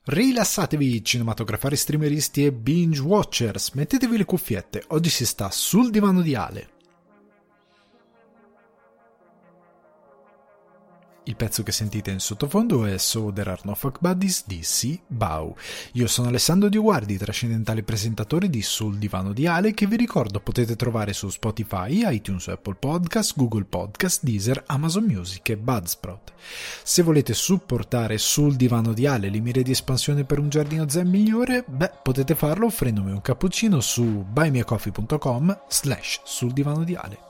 Rilassatevi cinematografari, streameristi e binge watchers, mettetevi le cuffiette, oggi si sta sul divano di Ale. Il pezzo che sentite in sottofondo è So There Are No Fuck Buddies di C-Bow. Io sono Alessandro Di Guardi, trascendentale presentatore di Sul Divano di Ale, che vi ricordo potete trovare su Spotify, iTunes, Apple Podcast, Google Podcast, Deezer, Amazon Music e Buzzsprout. Se volete supportare Sul Divano di Ale le mire di espansione per un giardino zen migliore, potete farlo offrendomi un cappuccino su buymeacoffee.com/Sul Divano di Ale.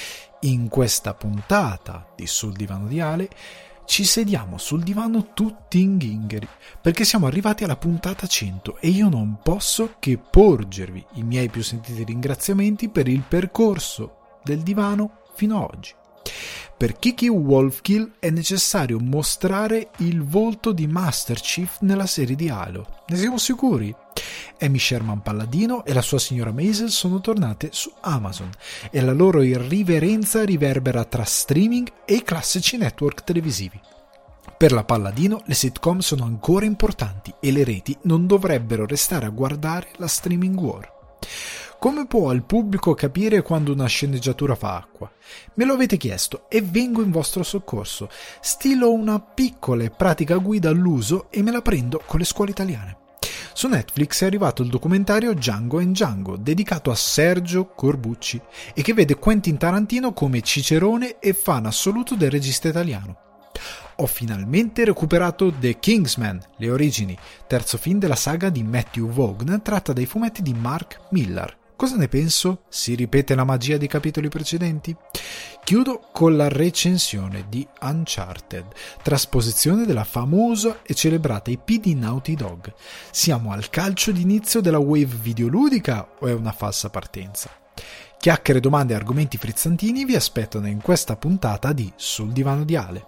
In questa puntata di Sul Divano di Ale ci sediamo sul divano tutti inghingheri perché siamo arrivati alla puntata 100 e io non posso che porgervi i miei più sentiti ringraziamenti per il percorso del divano fino ad oggi. Per Kiki Wolfkill è necessario mostrare il volto di Master Chief nella serie di Halo. Ne siamo sicuri? Amy Sherman Palladino e la sua signora Maisel sono tornate su Amazon e la loro irriverenza riverbera tra streaming e i classici network televisivi. Per la Palladino le sitcom sono ancora importanti e le reti non dovrebbero restare a guardare la streaming war. Come può il pubblico capire quando una sceneggiatura fa acqua? Me lo avete chiesto e vengo in vostro soccorso. Stilo una piccola e pratica guida all'uso e me la prendo con le scuole italiane. Su Netflix è arrivato il documentario Django and Django, dedicato a Sergio Corbucci e che vede Quentin Tarantino come cicerone e fan assoluto del regista italiano. Ho finalmente recuperato The Kingsman, le origini, terzo film della saga di Matthew Vaughn tratta dai fumetti di Mark Millar. Cosa ne penso? Si ripete la magia dei capitoli precedenti? Chiudo con la recensione di Uncharted, trasposizione della famosa e celebrata IP di Naughty Dog. Siamo al calcio d'inizio della wave videoludica o è una falsa partenza? Chiacchiere, domande e argomenti frizzantini vi aspettano in questa puntata di Sul Divano di Ale.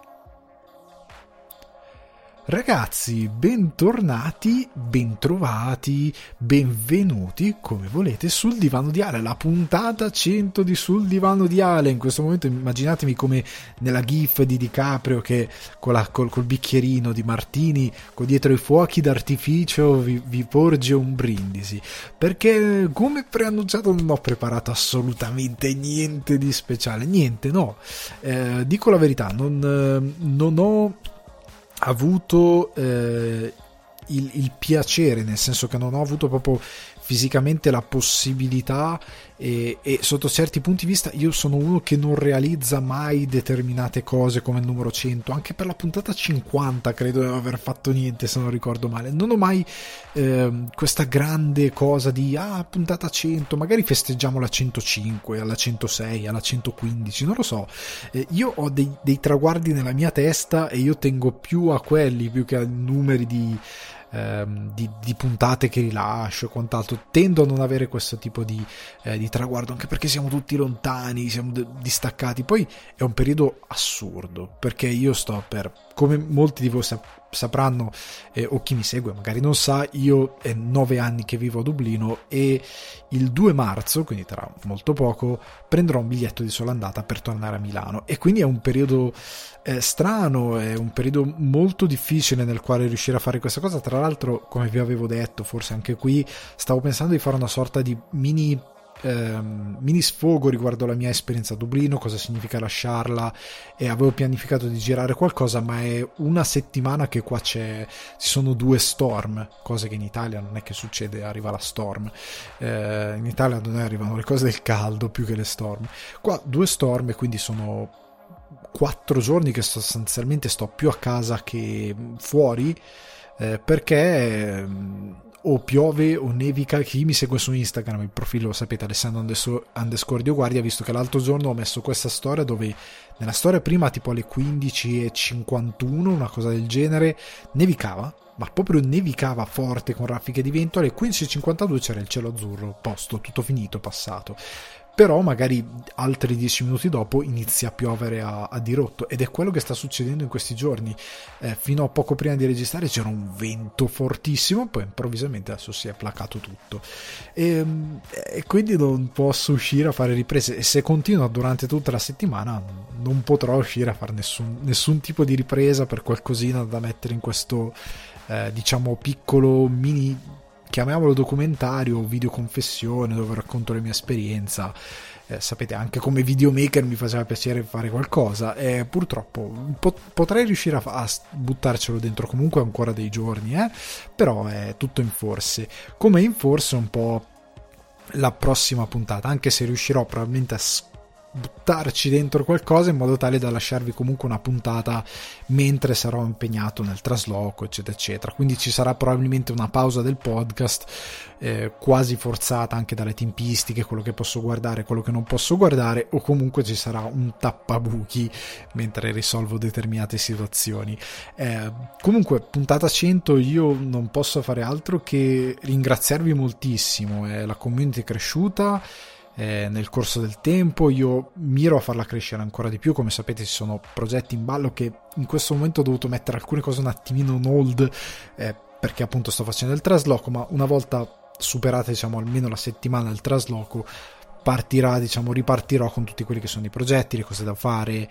Ragazzi, bentornati, bentrovati, benvenuti, come volete, sul Divano di Ale, la puntata 100 di Sul Divano di Ale. In questo momento immaginatevi come nella gif di DiCaprio che col bicchierino di martini, con dietro i fuochi d'artificio vi porge un brindisi, perché come preannunciato non ho preparato assolutamente niente di speciale, niente, no, dico la verità, non ho avuto il piacere, nel senso che non ho avuto proprio fisicamente la possibilità e sotto certi punti di vista io sono uno che non realizza mai determinate cose come il numero 100, anche per la puntata 50 credo di non aver fatto niente, se non ricordo male. Non ho mai questa grande cosa di puntata 100, magari festeggiamo la 105, alla 106, alla 115, non lo so, io ho dei traguardi nella mia testa e io tengo più a quelli più che a numeri di puntate che rilascio e quant'altro. Tendo a non avere questo tipo di traguardo, anche perché siamo tutti lontani, siamo distaccati. Poi è un periodo assurdo, perché io sto per, come molti di voi sapranno, o chi mi segue magari non sa, io è 9 anni che vivo a Dublino e il 2 marzo, quindi tra molto poco, prenderò un biglietto di sola andata per tornare a Milano, e quindi è un periodo strano, è un periodo molto difficile nel quale riuscire a fare questa cosa. Tra l'altro, come vi avevo detto, forse anche qui stavo pensando di fare una sorta di mini sfogo riguardo la mia esperienza a Dublino, cosa significa lasciarla, e avevo pianificato di girare qualcosa, ma è una settimana che qua ci sono 2 storm, cose che in Italia non è che succede, arriva la storm, in Italia non arrivano le cose del caldo più che le storm, qua 2 storm, e quindi sono 4 giorni che sostanzialmente sto più a casa che fuori, perché o piove o nevica. Chi mi segue su Instagram, il profilo lo sapete, Alessandro_Di Guardi, ha visto che l'altro giorno ho messo questa storia dove nella storia prima tipo alle 15:51, una cosa del genere, nevicava, ma proprio nevicava forte con raffiche di vento. Alle 15:52 c'era il cielo azzurro, posto, tutto finito, passato. Però magari altri 10 minuti dopo inizia a piovere a dirotto, ed è quello che sta succedendo in questi giorni. Fino a poco prima di registrare c'era un vento fortissimo, poi improvvisamente adesso si è placato tutto, e quindi non posso uscire a fare riprese, e se continua durante tutta la settimana non potrò uscire a fare nessun tipo di ripresa per qualcosina da mettere in questo diciamo piccolo mini, chiamiamolo documentario o videoconfessione, dove racconto la mia esperienza. Sapete, anche come videomaker mi faceva piacere fare qualcosa, e purtroppo potrei riuscire a buttarcelo dentro comunque ancora dei giorni, però è tutto in forse, come in forse un po' la prossima puntata, anche se riuscirò probabilmente a buttarci dentro qualcosa in modo tale da lasciarvi comunque una puntata mentre sarò impegnato nel trasloco, eccetera eccetera. Quindi ci sarà probabilmente una pausa del podcast, quasi forzata anche dalle tempistiche, quello che posso guardare, quello che non posso guardare, o comunque ci sarà un tappabuchi mentre risolvo determinate situazioni. Comunque puntata 100, io non posso fare altro che ringraziarvi moltissimo, la community è cresciuta nel corso del tempo, io miro a farla crescere ancora di più. Come sapete ci sono progetti in ballo che in questo momento ho dovuto mettere alcune cose un attimino on hold, perché appunto sto facendo il trasloco, ma una volta superata diciamo almeno la settimana del trasloco ripartirò con tutti quelli che sono i progetti, le cose da fare,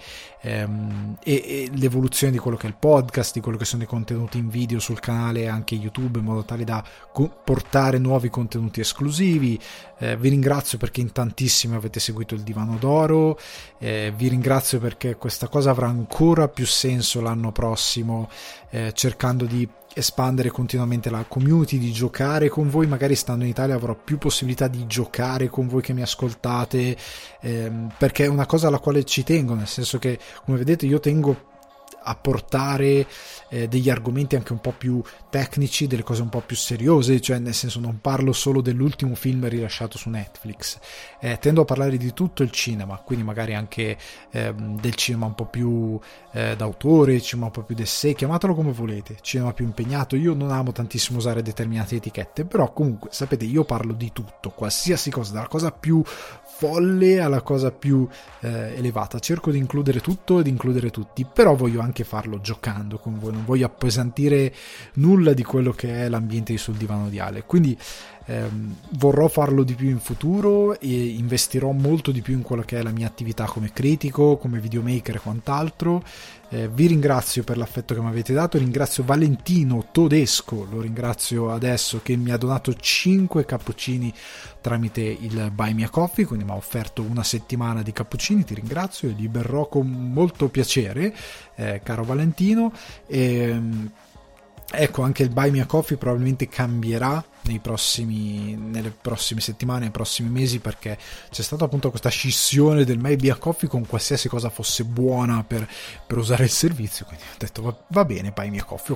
e l'evoluzione di quello che è il podcast, di quello che sono i contenuti in video sul canale anche YouTube, in modo tale da portare nuovi contenuti esclusivi. Vi ringrazio perché in tantissimi avete seguito il Divano d'Oro, vi ringrazio perché questa cosa avrà ancora più senso l'anno prossimo, cercando di espandere continuamente la community, di giocare con voi. Magari stando in Italia avrò più possibilità di giocare con voi che mi ascoltate, perché è una cosa alla quale ci tengo, nel senso che, come vedete, io tengo a portare degli argomenti anche un po' più tecnici, delle cose un po' più seriose, cioè nel senso non parlo solo dell'ultimo film rilasciato su Netflix, tendo a parlare di tutto il cinema, quindi magari anche del cinema un po' più d'autore, cinema un po' più d'essai, chiamatelo come volete, cinema più impegnato. Io non amo tantissimo usare determinate etichette, però comunque sapete, io parlo di tutto, qualsiasi cosa, dalla cosa più folle alla cosa più elevata, cerco di includere tutto ed includere tutti, però voglio anche farlo giocando con voi, non voglio appesantire nulla di quello che è l'ambiente sul divano di Ale, quindi vorrò farlo di più in futuro e investirò molto di più in quello che è la mia attività come critico, come videomaker e quant'altro. Vi ringrazio per l'affetto che mi avete dato, ringrazio Valentino Todesco, lo ringrazio adesso, che mi ha donato 5 cappuccini tramite il Buy Me a Coffee, quindi mi ha offerto una settimana di cappuccini. Ti ringrazio e li berrò con molto piacere, caro Valentino. Ecco, anche il Buy Me a Coffee probabilmente cambierà nelle prossime settimane, nei prossimi mesi, perché c'è stata appunto questa scissione del Buy Me a Coffee con qualsiasi cosa fosse buona per usare il servizio, quindi ho detto va bene, Buy Me a Coffee,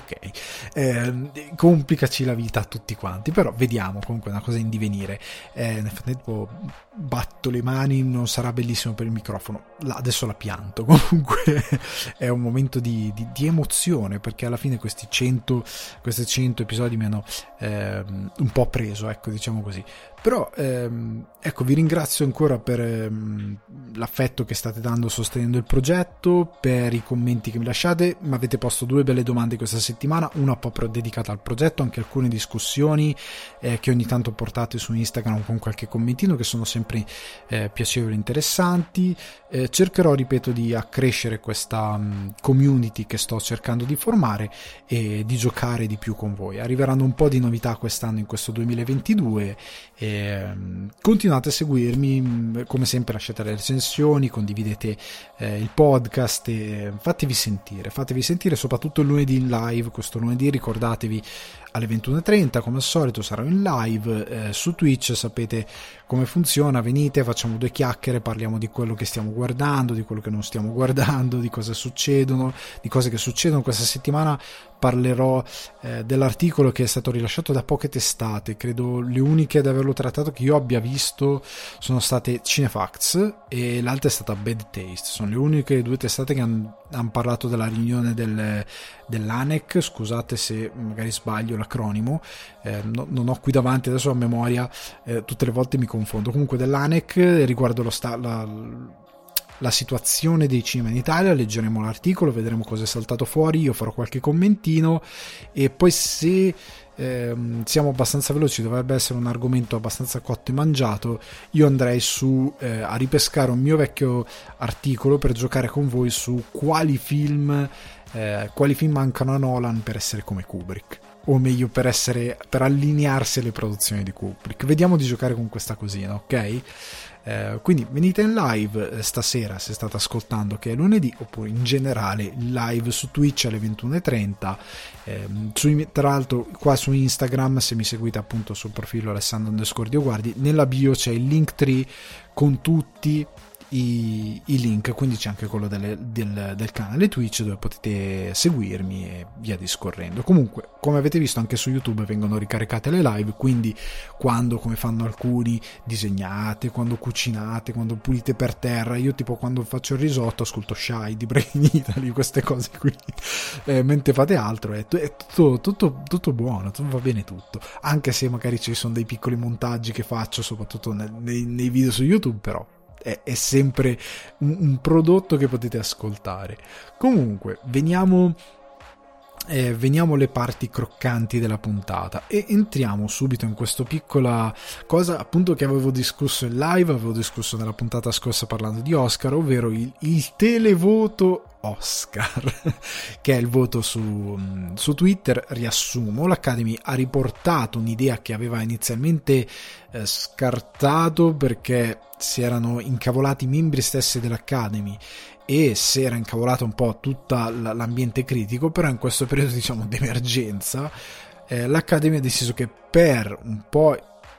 ok, complicaci la vita a tutti quanti, però vediamo, comunque è una cosa in divenire. Nel frattempo batto le mani, non sarà bellissimo per il microfono, adesso la pianto, comunque è un momento di emozione, perché alla fine questi 100 episodi mi hanno un po' preso, ecco, diciamo così. Però ecco, vi ringrazio ancora per l'affetto che state dando sostenendo il progetto, per i commenti che mi lasciate. Mi avete posto 2 belle domande questa settimana, una proprio dedicata al progetto, anche alcune discussioni che ogni tanto portate su Instagram con qualche commentino, che sono sempre piacevoli e interessanti. Cercherò, ripeto, di accrescere questa community che sto cercando di formare e di giocare di più con voi. Arriveranno un po' di novità quest'anno, in questo 2022, continuate a seguirmi, come sempre lasciate le recensioni, condividete il podcast e fatevi sentire soprattutto il lunedì in live. Questo lunedì ricordatevi alle 21:30 come al solito sarò in live su Twitch, sapete come funziona, venite, facciamo 2 chiacchiere, parliamo di quello che stiamo guardando, di quello che non stiamo guardando, di cosa succedono, di cose che succedono. Questa settimana parlerò dell'articolo che è stato rilasciato da poche testate, credo le uniche ad averlo trattato che io abbia visto sono state Cinefacts e l'altra è stata Bad Taste, sono le uniche 2 testate che hanno parlato della riunione dell'ANEC, scusate se magari sbaglio l'acronimo, non ho qui davanti adesso a memoria, tutte le volte mi confondo, comunque dell'ANEC, riguardo la situazione dei cinema in Italia. Leggeremo l'articolo, vedremo cosa è saltato fuori, io farò qualche commentino e poi, se siamo abbastanza veloci, dovrebbe essere un argomento abbastanza cotto e mangiato, io andrei a ripescare un mio vecchio articolo per giocare con voi su quali film mancano a Nolan per essere come Kubrick. o meglio per allinearsi alle produzioni di Kubrick. Vediamo di giocare con questa cosina, ok? Quindi venite in live stasera se state ascoltando, che è lunedì, oppure in generale live su Twitch alle 21:30. Tra l'altro qua su Instagram, se mi seguite appunto sul profilo Alessandro_Dioguardi, nella bio c'è il Linktree con tutti i link, quindi c'è anche quello del canale Twitch dove potete seguirmi e via discorrendo. Comunque, come avete visto, anche su YouTube vengono ricaricate le live, quindi quando, come fanno alcuni, disegnate, quando cucinate, quando pulite per terra, io tipo quando faccio il risotto ascolto Shy di Brain Italy, queste cose qui, mentre fate altro è tutto buono, va bene tutto, anche se magari ci sono dei piccoli montaggi che faccio soprattutto nei video su YouTube, però è sempre un prodotto che potete ascoltare. Comunque veniamo alle parti croccanti della puntata e entriamo subito in questa piccola cosa appunto che avevo discusso in live, avevo discusso nella puntata scorsa parlando di Oscar, ovvero il televoto Oscar che è il voto su Twitter. Riassumo: l'Academy ha riportato un'idea che aveva inizialmente scartato perché si erano incavolati i membri stessi dell'Academy e si era incavolato un po' tutto l'ambiente critico, però in questo periodo diciamo d'emergenza l'Academy ha deciso che per un po'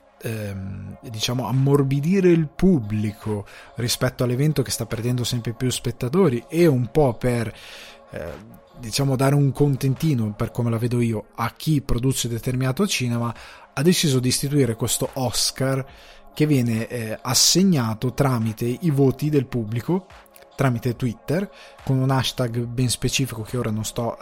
diciamo ammorbidire il pubblico rispetto all'evento che sta perdendo sempre più spettatori e un po' per diciamo dare un contentino, per come la vedo io, a chi produce determinato cinema, ha deciso di istituire questo Oscar che viene assegnato tramite i voti del pubblico, tramite Twitter, con un hashtag ben specifico che ora non sto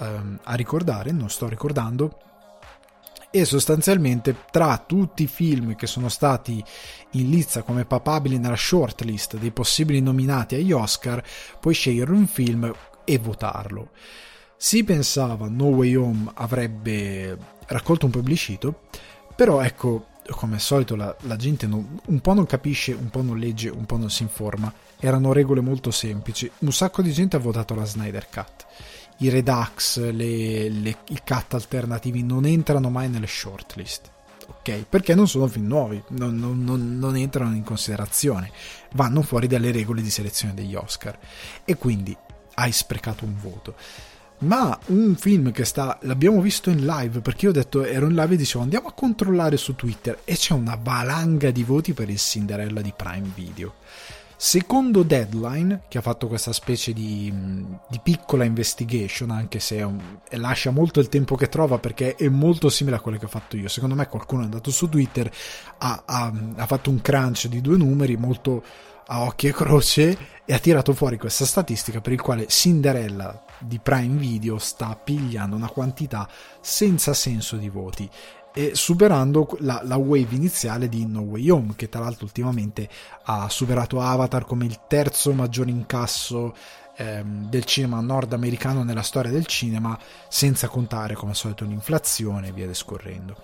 ricordando, e sostanzialmente tra tutti i film che sono stati in lista come papabili nella shortlist dei possibili nominati agli Oscar puoi scegliere un film e votarlo. Si pensava No Way Home avrebbe raccolto un plebiscito, però ecco, come al solito la gente un po' non capisce, un po' non legge, un po' non si informa. Erano regole molto semplici. Un sacco di gente ha votato la Snyder Cut. I redux, i cut alternativi non entrano mai nelle shortlist, ok? Perché non sono film nuovi, non entrano in considerazione, vanno fuori dalle regole di selezione degli Oscar, e quindi hai sprecato un voto. Ma un film che l'abbiamo visto in live, perché io ho detto, ero in live e dicevo andiamo a controllare su Twitter, e c'è una valanga di voti per il Cinderella di Prime Video. Secondo Deadline, che ha fatto questa specie di piccola investigation, anche se lascia molto il tempo che trova, perché è molto simile a quello che ho fatto io. Secondo me qualcuno è andato su Twitter, ha fatto un crunch di due numeri molto a occhio e croce e ha tirato fuori questa statistica per il quale Cinderella di Prime Video sta pigliando una quantità senza senso di voti, e superando la wave iniziale di No Way Home, che tra l'altro ultimamente ha superato Avatar come il terzo maggior incasso del cinema nordamericano nella storia del cinema, senza contare come al solito l'inflazione e via discorrendo.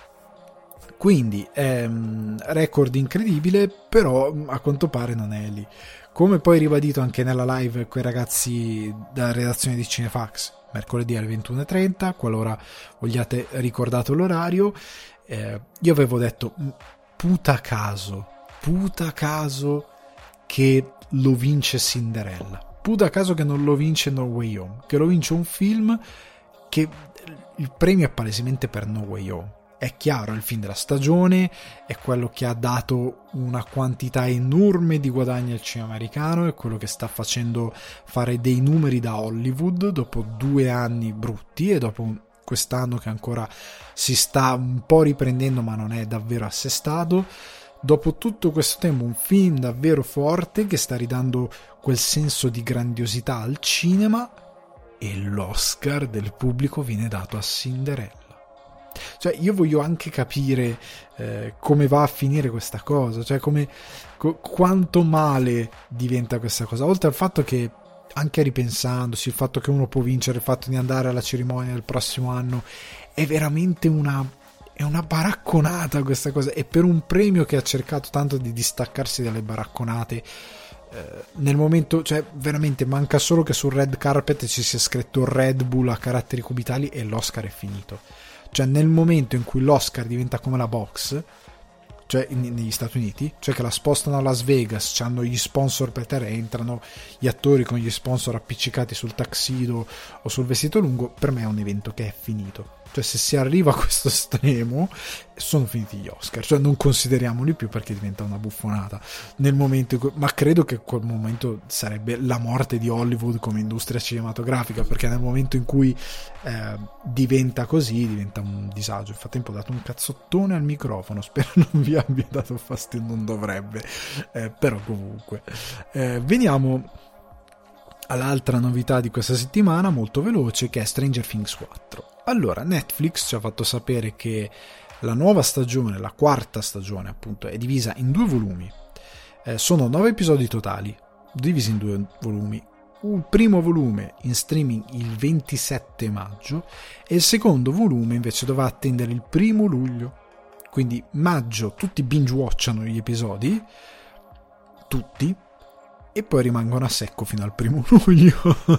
Quindi record incredibile, però a quanto pare non è lì, come poi ribadito anche nella live quei ragazzi della redazione di Cinefax mercoledì alle 21:30, qualora vogliate ricordato l'orario. Io avevo detto puta caso che lo vince Cinderella, puta caso che non lo vince No Way Home, che lo vince un film che il premio è palesemente per No Way Home. È chiaro, il film della stagione, è quello che ha dato una quantità enorme di guadagni al cinema americano, è quello che sta facendo fare dei numeri da Hollywood dopo 2 anni brutti e dopo quest'anno che ancora si sta un po' riprendendo ma non è davvero assestato. Dopo tutto questo tempo un film davvero forte che sta ridando quel senso di grandiosità al cinema, e l'Oscar del pubblico viene dato a Cinderella. Cioè io voglio anche capire come va a finire questa cosa, cioè quanto male diventa questa cosa, oltre al fatto che, anche ripensandosi, il fatto che uno può vincere, il fatto di andare alla cerimonia del prossimo anno, è veramente una baracconata questa cosa, e per un premio che ha cercato tanto di distaccarsi dalle baracconate, nel momento, cioè veramente manca solo che sul red carpet ci sia scritto Red Bull a caratteri cubitali e l'Oscar è finito. cioè nel momento in cui l'Oscar diventa come la box, cioè negli Stati Uniti, cioè che la spostano a Las Vegas, c'hanno gli sponsor per terra, entrano gli attori con gli sponsor appiccicati sul tuxedo o sul vestito lungo, per me è un evento che è finito. Cioè se si arriva a questo estremo sono finiti gli Oscar, cioè non consideriamoli più perché diventa una buffonata nel momento in cui, ma credo che quel momento sarebbe la morte di Hollywood come industria cinematografica, perché nel momento in cui diventa così diventa un disagio. Nel frattempo ho dato un cazzottone al microfono, spero non vi abbia dato fastidio, non dovrebbe, però comunque veniamo all'altra novità di questa settimana, molto veloce, che è Stranger Things 4. Allora, Netflix ci ha fatto sapere che la nuova stagione, la quarta stagione appunto, è divisa in 2 volumi. Sono 9 episodi totali, divisi in 2 volumi. Un primo volume in streaming il 27 maggio e il secondo volume invece dovrà attendere il 1 luglio. Quindi maggio tutti binge watchano gli episodi, tutti, e poi rimangono a secco fino al 1 luglio.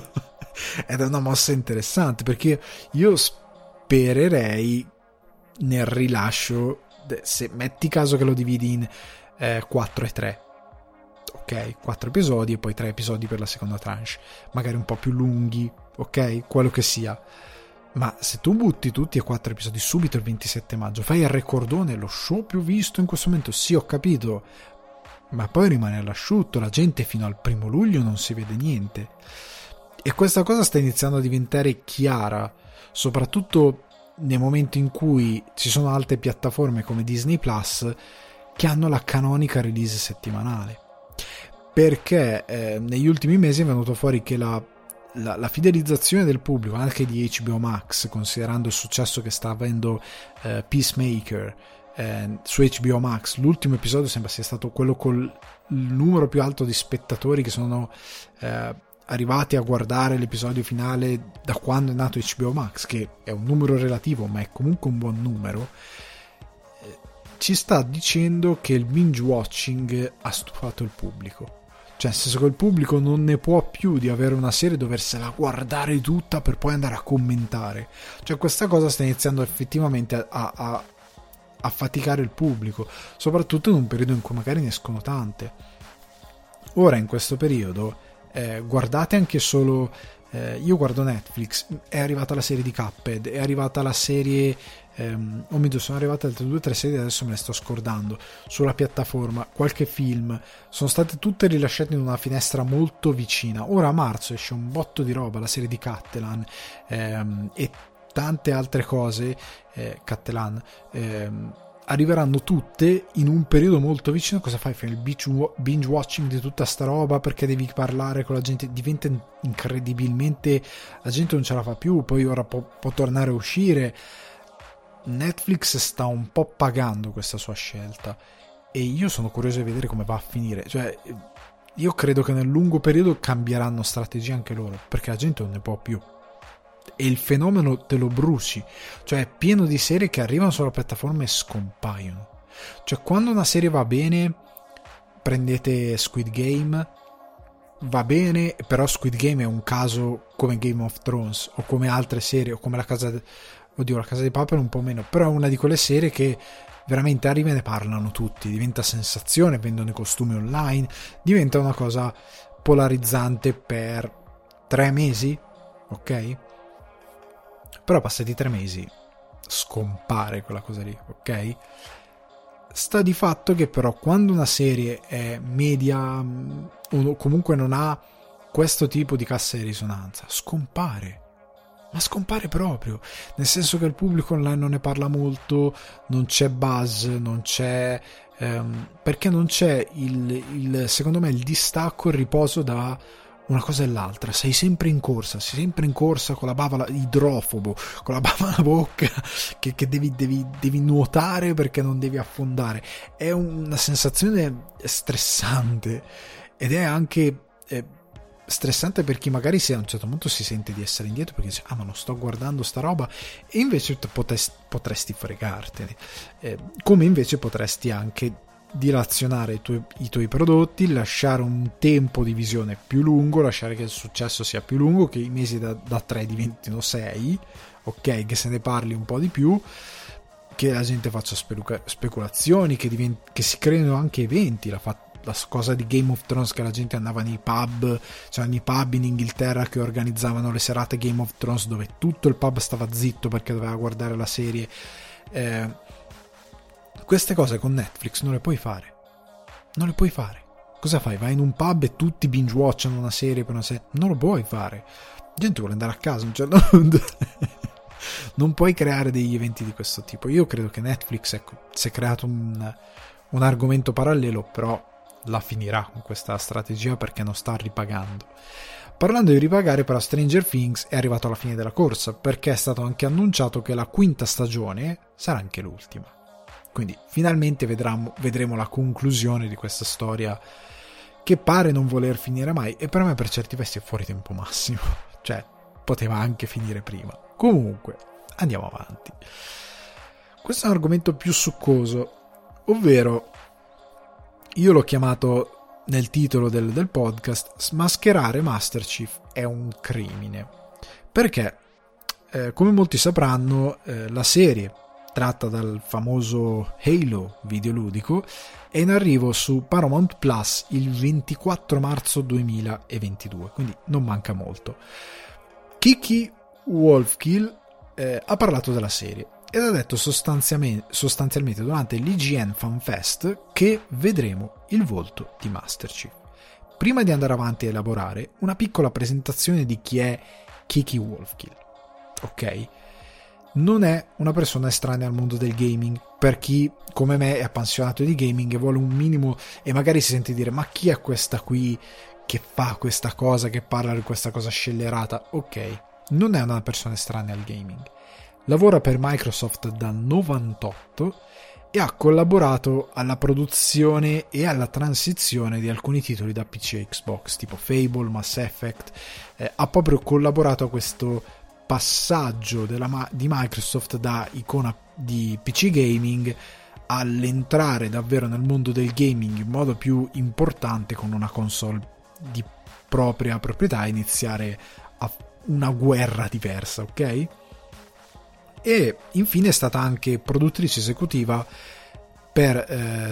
Ed è una mossa interessante, perché io spererei nel rilascio, se metti caso che lo dividi in 4 e 3, ok, 4 episodi e poi 3 episodi per la seconda tranche, magari un po' più lunghi, ok, quello che sia, ma se tu butti tutti e 4 episodi subito il 27 maggio, fai il recordone, lo show più visto in questo momento, sì, ho capito, ma poi rimane all'asciutto, la gente fino al 1 luglio non si vede niente. E questa cosa sta iniziando a diventare chiara, soprattutto nei momenti in cui ci sono altre piattaforme come Disney Plus che hanno la canonica release settimanale. Perché negli ultimi mesi è venuto fuori che la fidelizzazione del pubblico, anche di HBO Max, considerando il successo che sta avendo Peacemaker su HBO Max, l'ultimo episodio sembra sia stato quello col numero più alto di spettatori che sono arrivati a guardare l'episodio finale da quando è nato HBO Max, che è un numero relativo ma è comunque un buon numero. Ci sta dicendo che il binge watching ha stufato il pubblico, cioè nel senso che il pubblico non ne può più di avere una serie e doversela guardare tutta per poi andare a commentare. Cioè questa cosa sta iniziando effettivamente a faticare il pubblico, soprattutto in un periodo in cui magari ne escono tante. Ora in questo periodo guardate anche solo io guardo Netflix, è arrivata la serie di Cuphead, è arrivata la serie oh mio Dio, sono arrivate altre 2 o 3 serie, adesso me le sto scordando sulla piattaforma, qualche film, sono state tutte rilasciate in una finestra molto vicina. Ora a marzo esce un botto di roba, la serie di Catalan e tante altre cose, Catalan arriveranno tutte in un periodo molto vicino. Cosa fai? Fai il binge watching di tutta sta roba perché devi parlare con la gente, diventa incredibilmente, la gente non ce la fa più, poi ora può tornare a uscire. Netflix sta un po' pagando questa sua scelta e io sono curioso di vedere come va a finire. Cioè io credo che nel lungo periodo cambieranno strategia anche loro, perché la gente non ne può più e il fenomeno te lo bruci, cioè è pieno di serie che arrivano sulla piattaforma e scompaiono. Cioè quando una serie va bene, prendete Squid Game, va bene, però Squid Game è un caso come Game of Thrones o come altre serie o come la Casa di Papel un po' meno, però è una di quelle serie che veramente arriva e ne parlano tutti, diventa sensazione, vendono i costumi online, diventa una cosa polarizzante per 3 mesi, ok? Però passati 3 mesi scompare quella cosa lì, ok? Sta di fatto che però quando una serie è media o comunque non ha questo tipo di cassa di risonanza, scompare, ma scompare proprio, nel senso che il pubblico online non ne parla molto, non c'è buzz, non c'è perché non c'è secondo me il distacco, il riposo da una cosa e l'altra, sei sempre in corsa con la bava idrofobo, con la bava alla bocca che devi nuotare perché non devi affondare. È una sensazione stressante ed è anche stressante per chi magari a un certo punto si sente di essere indietro perché dice ma non sto guardando sta roba, e invece potresti fregartene, come invece potresti anche dilazionare i tuoi prodotti, lasciare un tempo di visione più lungo, lasciare che il successo sia più lungo, che i mesi da 3 diventino 6, ok, che se ne parli un po' di più, che la gente faccia speculazioni, che si creino anche eventi, la cosa di Game of Thrones, che la gente andava nei pub, c'erano i pub in Inghilterra che organizzavano le serate Game of Thrones dove tutto il pub stava zitto perché doveva guardare la serie. Queste cose con Netflix non le puoi fare. Cosa fai? Vai in un pub e tutti binge watchano una serie per una serie? Non lo puoi fare. La gente vuole andare a casa a un certo punto. Non puoi creare degli eventi di questo tipo. Io credo che Netflix, ecco, si è creato un argomento parallelo, però la finirà con questa strategia perché non sta ripagando. Parlando di ripagare, però, Stranger Things è arrivato alla fine della corsa, perché è stato anche annunciato che la 5ª stagione sarà anche l'ultima. Quindi finalmente vedremo la conclusione di questa storia che pare non voler finire mai, e per me per certi versi è fuori tempo massimo, cioè poteva anche finire prima. Comunque andiamo avanti. Questo è un argomento più succoso, ovvero, io l'ho chiamato nel titolo del podcast, smascherare Master Chief è un crimine, perché come molti sapranno, la serie tratta dal famoso Halo videoludico è in arrivo su Paramount Plus il 24 marzo 2022, quindi non manca molto. Kiki Wolfkill ha parlato della serie ed ha detto sostanzialmente durante l'IGN Fan Fest che vedremo il volto di Master Chief. Prima di andare avanti a elaborare, una piccola presentazione di chi è Kiki Wolfkill. Ok? Non è una persona estranea al mondo del gaming. Per chi come me è appassionato di gaming e vuole un minimo, e magari si sente dire: ma chi è questa qui che fa questa cosa, che parla di questa cosa scellerata? Ok, non è una persona estranea al gaming. Lavora per Microsoft dal 98 e ha collaborato alla produzione e alla transizione di alcuni titoli da PC e Xbox, tipo Fable, Mass Effect. Ha proprio collaborato a questo passaggio di Microsoft da icona di PC gaming all'entrare davvero nel mondo del gaming in modo più importante, con una console di propria proprietà, iniziare una guerra diversa, ok? E infine è stata anche produttrice esecutiva per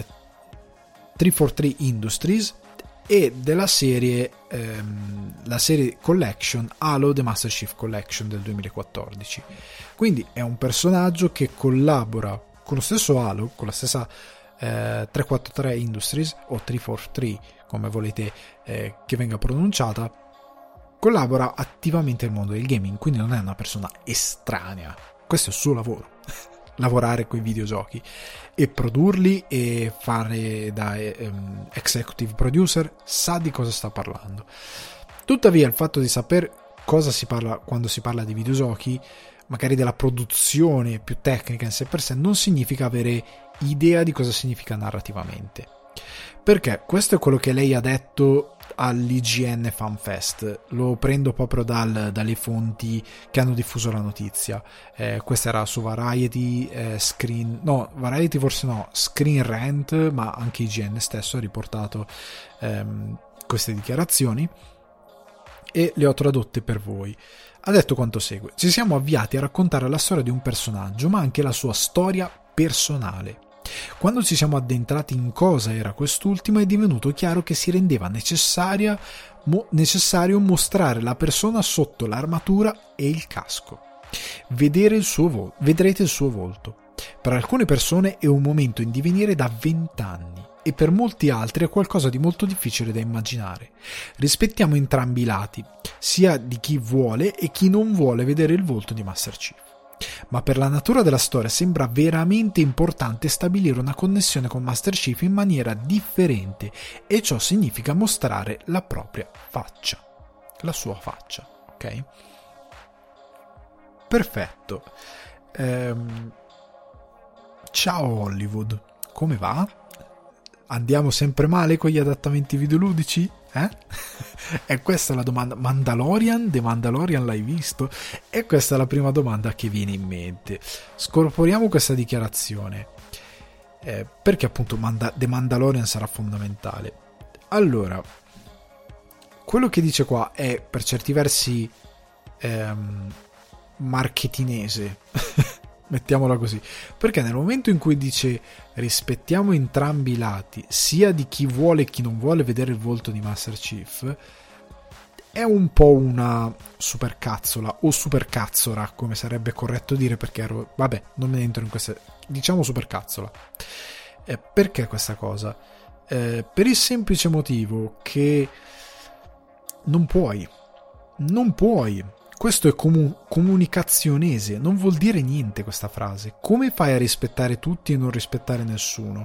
343 Industries e della serie la serie Collection Halo The Master Chief Collection del 2014. Quindi è un personaggio che collabora con lo stesso Halo, con la stessa 343 Industries o 343 come volete che venga pronunciata, collabora attivamente nel mondo del gaming, quindi non è una persona estranea. Questo è il suo lavoro, lavorare con i videogiochi e produrli e fare da executive producer, sa di cosa sta parlando. Tuttavia il fatto di saper cosa si parla quando si parla di videogiochi, magari della produzione più tecnica in sé per sé, non significa avere idea di cosa significa narrativamente, perché questo è quello che lei ha detto all'IGN Fan Fest. Lo prendo proprio dalle fonti che hanno diffuso la notizia. Questa era su Variety, Variety forse no, Screen Rant, ma anche IGN stesso ha riportato queste dichiarazioni e le ho tradotte per voi. Ha detto quanto segue: ci siamo avviati a raccontare la storia di un personaggio, ma anche la sua storia personale. Quando ci siamo addentrati in cosa era quest'ultimo, è divenuto chiaro che si rendeva necessario mostrare la persona sotto l'armatura e il casco. Vedrete il suo volto. Per alcune persone è un momento in divenire da 20 anni e per molti altri è qualcosa di molto difficile da immaginare. Rispettiamo entrambi i lati, sia di chi vuole e chi non vuole vedere il volto di Master Chief. Ma per la natura della storia sembra veramente importante stabilire una connessione con Master Chief in maniera differente, e ciò significa mostrare la propria faccia, la sua faccia, ok? Perfetto. Ciao Hollywood, come va? Andiamo sempre male con gli adattamenti videoludici? E questa è la domanda. The Mandalorian l'hai visto? E questa è la prima domanda che viene in mente. Scorporiamo questa dichiarazione, perché appunto The Mandalorian sarà fondamentale. Allora, quello che dice qua è per certi versi marchetinese, mettiamola così, perché nel momento in cui dice rispettiamo entrambi i lati, sia di chi vuole e chi non vuole vedere il volto di Master Chief, è un po' una supercazzola o supercazzora, come sarebbe corretto dire, perché vabbè, non me ne entro in queste, diciamo supercazzola. Perché questa cosa? Per il semplice motivo che non puoi, questo è comunicazionese, non vuol dire niente questa frase. Come fai a rispettare tutti e non rispettare nessuno?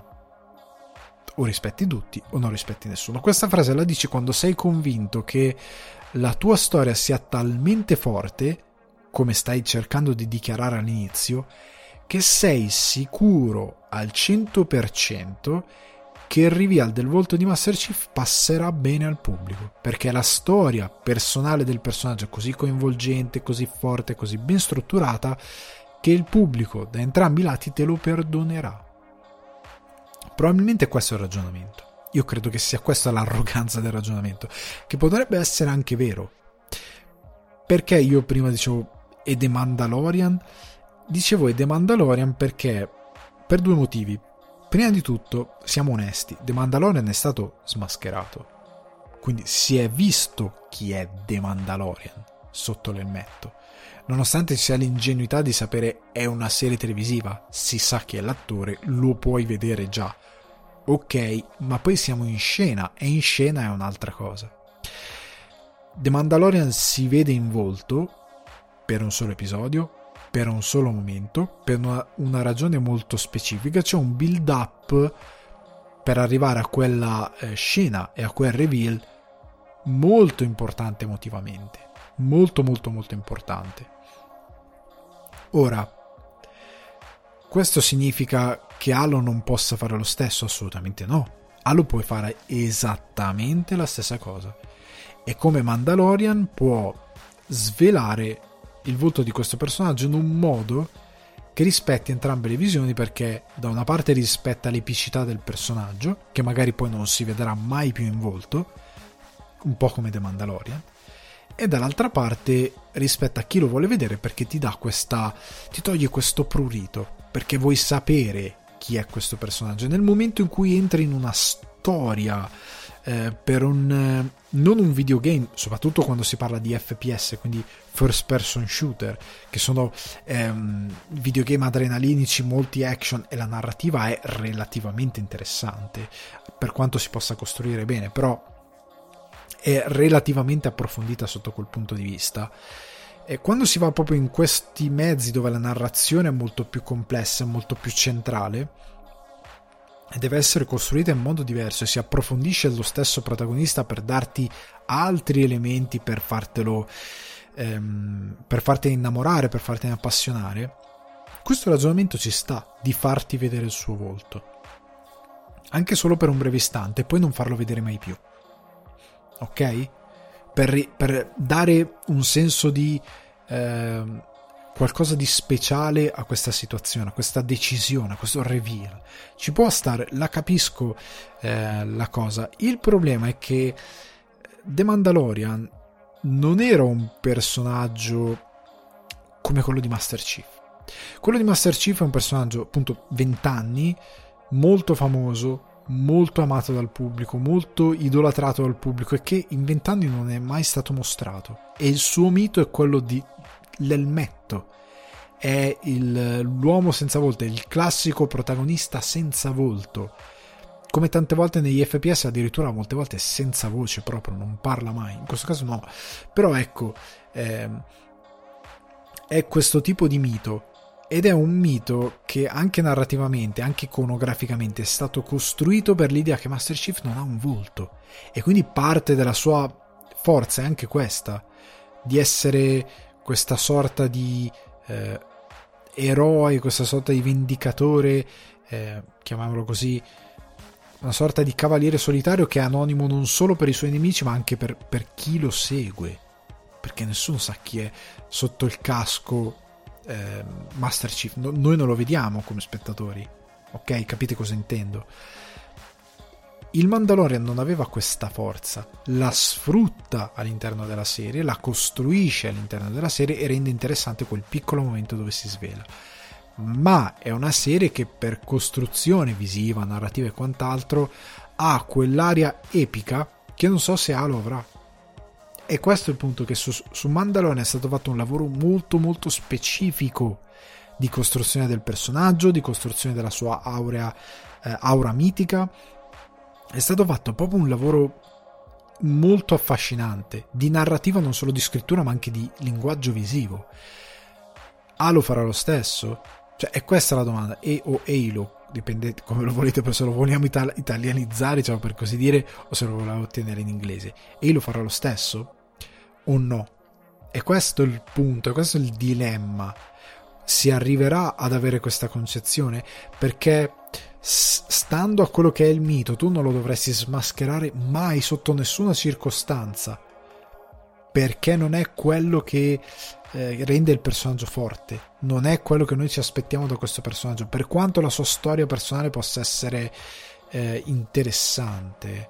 O rispetti tutti o non rispetti nessuno. Questa frase la dici quando sei convinto che la tua storia sia talmente forte, come stai cercando di dichiarare all'inizio, che sei sicuro al 100% che il reveal del volto di Master Chief passerà bene al pubblico, perché la storia personale del personaggio è così coinvolgente, così forte, così ben strutturata, che il pubblico da entrambi i lati te lo perdonerà. Probabilmente questo è il ragionamento. Io credo che sia questa l'arroganza del ragionamento, che potrebbe essere anche vero. Perché io prima dicevo e The Mandalorian? Dicevo e The Mandalorian perché per due motivi. Prima di tutto, siamo onesti, The Mandalorian è stato smascherato. Quindi si è visto chi è The Mandalorian sotto l'elmetto. Nonostante ci sia l'ingenuità di sapere è una serie televisiva, si sa chi è l'attore, lo puoi vedere già. Ok, ma poi siamo in scena, e in scena è un'altra cosa. The Mandalorian si vede in volto per un solo episodio, per un solo momento, per una ragione molto specifica. C'è un build up per arrivare a quella scena e a quel reveal molto importante emotivamente, molto molto molto importante. Ora, questo significa che Halo non possa fare lo stesso? Assolutamente no. Halo può fare esattamente la stessa cosa, e come Mandalorian può svelare il volto di questo personaggio in un modo che rispetti entrambe le visioni, perché da una parte rispetta l'epicità del personaggio, che magari poi non si vedrà mai più in volto, un po' come The Mandalorian, e dall'altra parte rispetta chi lo vuole vedere, perché ti toglie questo prurito, perché vuoi sapere chi è questo personaggio. Nel momento in cui entri in una storia per non un videogame, soprattutto quando si parla di FPS, quindi first person shooter, che sono videogame adrenalinici, molti action, e la narrativa è relativamente interessante, per quanto si possa costruire bene, però è relativamente approfondita sotto quel punto di vista. E quando si va proprio in questi mezzi dove la narrazione è molto più complessa, molto più centrale, e deve essere costruita in modo diverso, e si approfondisce lo stesso protagonista per darti altri elementi per farteli innamorare, per fartene appassionare, questo ragionamento ci sta, di farti vedere il suo volto, anche solo per un breve istante, e poi non farlo vedere mai più, ok? Per dare un senso di qualcosa di speciale a questa situazione, a questa decisione, a questo reveal. Ci può stare, la capisco la cosa. Il problema è che The Mandalorian non era un personaggio come quello di Master Chief. Quello di Master Chief è un personaggio, appunto, 20 anni, molto famoso, molto amato dal pubblico, molto idolatrato dal pubblico, e che in 20 anni non è mai stato mostrato. E il suo mito è quello l'elmetto, è l'uomo senza volto, è il classico protagonista senza volto, come tante volte negli FPS, addirittura molte volte senza voce proprio, non parla mai. In questo caso no, però ecco, è questo tipo di mito, ed è un mito che anche narrativamente, anche iconograficamente, è stato costruito per l'idea che Master Chief non ha un volto, e quindi parte della sua forza è anche questa, di essere questa sorta di eroe, questa sorta di vendicatore, chiamiamolo così, una sorta di cavaliere solitario che è anonimo non solo per i suoi nemici, ma anche per chi lo segue, perché nessuno sa chi è sotto il casco Master Chief. Noi non lo vediamo come spettatori, ok? Capite cosa intendo? il Mandalorian non aveva questa forza, la sfrutta all'interno della serie, la costruisce all'interno della serie e rende interessante quel piccolo momento dove si svela. Ma è una serie che per costruzione visiva, narrativa e quant'altro ha quell'aria epica che non so se Halo avrà. E questo è il punto, che su Mandalorian è stato fatto un lavoro molto molto specifico di costruzione del personaggio, di costruzione della sua aura mitica. È stato fatto proprio un lavoro molto affascinante di narrativa, non solo di scrittura ma anche di linguaggio visivo. Halo farà lo stesso? Cioè, è questa la domanda. O Halo, dipende come lo volete, se lo vogliamo italianizzare, diciamo, per così dire, o se lo vogliamo ottenere in inglese. Halo farà lo stesso o no? E questo è il punto, e questo è il dilemma. Si arriverà ad avere questa concezione? Perché stando a quello che è il mito, tu non lo dovresti smascherare mai sotto nessuna circostanza, perché non è quello che rende il personaggio forte, non è quello che noi ci aspettiamo da questo personaggio, per quanto la sua storia personale possa essere interessante,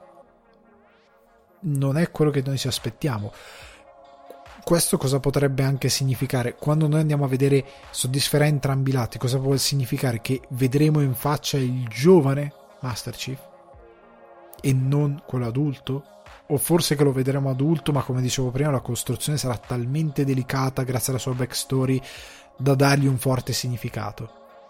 non è quello che noi ci aspettiamo. Questo cosa potrebbe anche significare? Quando noi andiamo a vedere, soddisferà entrambi i lati, cosa può significare? Che vedremo in faccia il giovane Master Chief e non quello adulto? O forse che lo vedremo adulto, ma come dicevo prima la costruzione sarà talmente delicata grazie alla sua backstory da dargli un forte significato.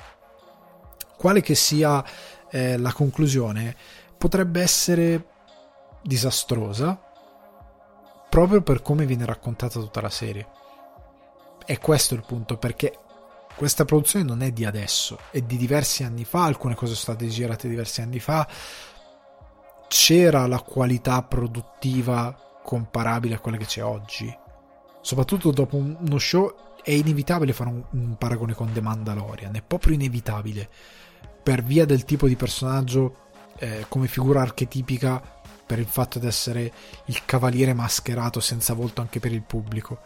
Quale che sia la conclusione, potrebbe essere disastrosa proprio per come viene raccontata tutta la serie. E questo è il punto, perché questa produzione non è di adesso, è di diversi anni fa, alcune cose sono state girate diversi anni fa, c'era la qualità produttiva comparabile a quella che c'è oggi, soprattutto dopo uno show. È inevitabile fare un paragone con The Mandalorian, è proprio inevitabile, per via del tipo di personaggio, come figura archetipica, per il fatto di essere il cavaliere mascherato senza volto anche per il pubblico.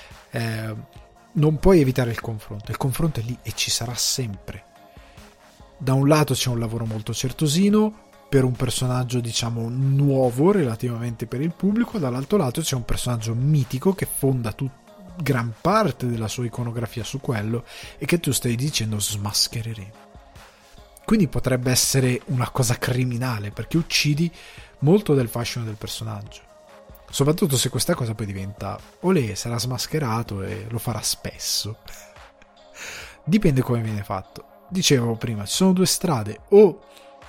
Non puoi evitare il confronto è lì e ci sarà sempre. Da un lato c'è un lavoro molto certosino per un personaggio, diciamo, nuovo relativamente per il pubblico, dall'altro lato c'è un personaggio mitico che fonda gran parte della sua iconografia su quello e che tu stai dicendo smaschereremo. Quindi potrebbe essere una cosa criminale, perché uccidi molto del fascino del personaggio, soprattutto se questa cosa poi diventa olè, sarà smascherato e lo farà spesso. Dipende come viene fatto. Dicevo prima, ci sono due strade: o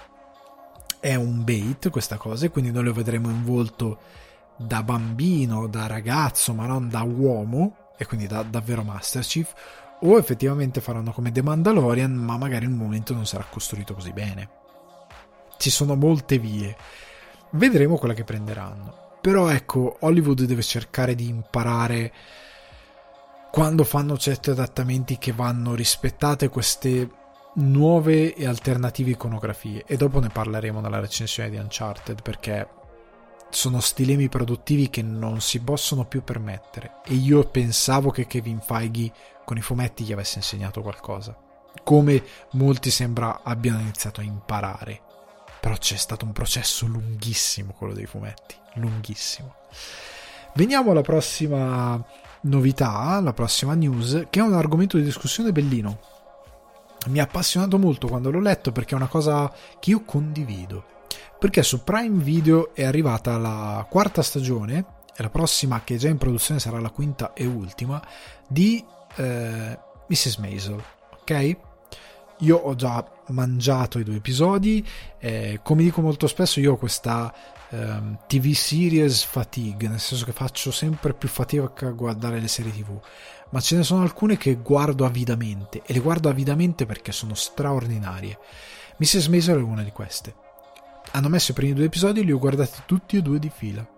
è un bait questa cosa e quindi noi lo vedremo in volto da bambino, da ragazzo, ma non da uomo, e quindi da davvero Master Chief, o effettivamente faranno come The Mandalorian, ma magari in un momento non sarà costruito così bene. Ci sono molte vie, vedremo quella che prenderanno. Però ecco, Hollywood deve cercare di imparare, quando fanno certi adattamenti, che vanno rispettate queste nuove e alternative iconografie, e dopo ne parleremo nella recensione di Uncharted, perché sono stilemi produttivi che non si possono più permettere, e io pensavo che Kevin Feige con i fumetti gli avesse insegnato qualcosa, come molti sembra abbiano iniziato a imparare. Però c'è stato un processo lunghissimo, quello dei fumetti, lunghissimo. Veniamo alla prossima novità, la prossima news, che è un argomento di discussione bellino. Mi ha appassionato molto quando l'ho letto, perché è una cosa che io condivido, perché su Prime Video è arrivata la 4ª stagione, e la prossima, che è già in produzione, sarà la 5ª e ultima, di Mrs. Maisel, ok? Io ho già mangiato i 2 episodi, come dico molto spesso, io ho questa TV series fatigue, nel senso che faccio sempre più fatica a guardare le serie TV, ma ce ne sono alcune che guardo avidamente, e le guardo avidamente perché sono straordinarie. Mrs. Maisel è una di queste. Hanno messo i primi 2 episodi e li ho guardati tutti e 2 di fila,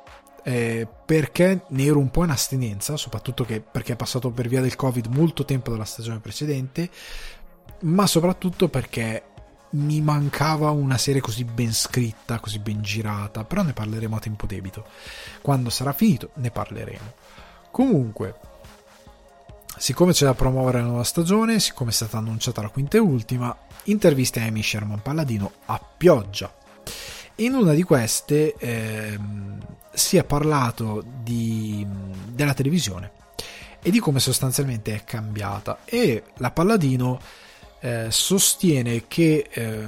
perché ne ero un po' in astinenza, soprattutto perché è passato per via del Covid molto tempo dalla stagione precedente, ma soprattutto perché mi mancava una serie così ben scritta, così ben girata. Però ne parleremo a tempo debito, quando sarà finito ne parleremo. Comunque, siccome c'è da promuovere la nuova stagione, siccome è stata annunciata la 5ª e ultima, interviste a Amy Sherman Palladino a pioggia. In una di queste si è parlato della televisione e di come sostanzialmente è cambiata, e la Palladino sostiene che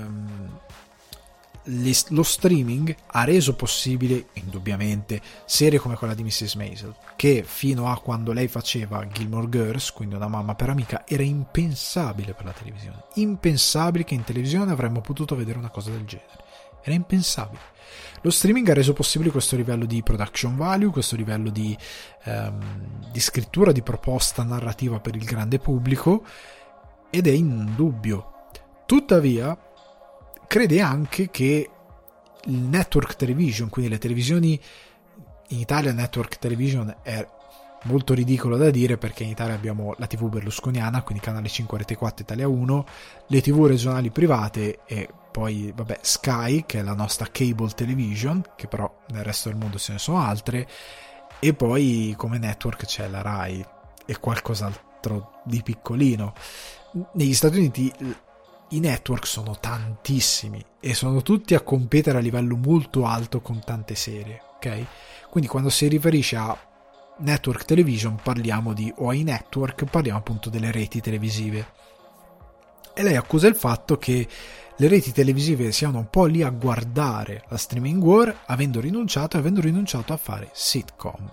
lo streaming ha reso possibile indubbiamente serie come quella di Mrs. Maisel, che fino a quando lei faceva Gilmore Girls, quindi Una mamma per amica, era impensabile per la televisione, impensabile che in televisione avremmo potuto vedere una cosa del genere, era impensabile. Lo streaming ha reso possibile questo livello di production value, questo livello di scrittura, di proposta narrativa per il grande pubblico, ed è indubbio. Tuttavia crede anche che il network television, quindi le televisioni in Italia, network television è molto ridicolo da dire, perché in Italia abbiamo la TV berlusconiana, quindi Canale 5, Rete 4, Italia 1, le TV regionali private e poi vabbè Sky, che è la nostra cable television, che però nel resto del mondo se ne sono altre, e poi come network c'è la Rai e qualcos'altro di piccolino. Negli Stati Uniti i network sono tantissimi e sono tutti a competere a livello molto alto con tante serie, ok? Quindi quando si riferisce a network television o ai network parliamo appunto delle reti televisive, e lei accusa il fatto che le reti televisive siano un po' lì a guardare la streaming war, avendo rinunciato a fare sitcom.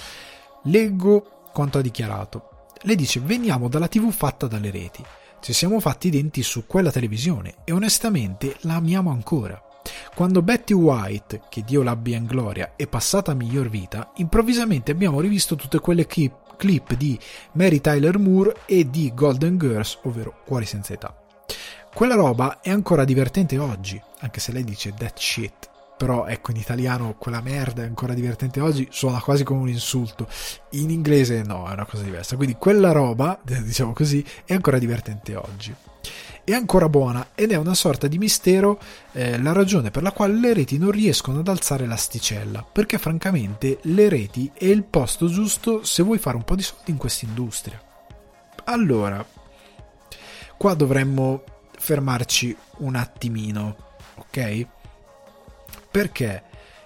Leggo quanto ha dichiarato. Lei dice: veniamo dalla TV fatta dalle reti, ci siamo fatti i denti su quella televisione e onestamente la amiamo ancora. Quando Betty White, che Dio l'abbia in gloria, è passata a miglior vita, improvvisamente abbiamo rivisto tutte quelle clip di Mary Tyler Moore e di Golden Girls, ovvero Cuori senza età. Quella roba è ancora divertente oggi, anche se lei dice that shit, però ecco, in italiano quella merda è ancora divertente oggi suona quasi come un insulto, in inglese no, è una cosa diversa, quindi quella roba, diciamo così, è ancora divertente oggi, è ancora buona, ed è una sorta di mistero la ragione per la quale le reti non riescono ad alzare l'asticella, perché francamente le reti è il posto giusto se vuoi fare un po' di soldi in questa industria. Allora, qua dovremmo fermarci un attimino, ok? Perché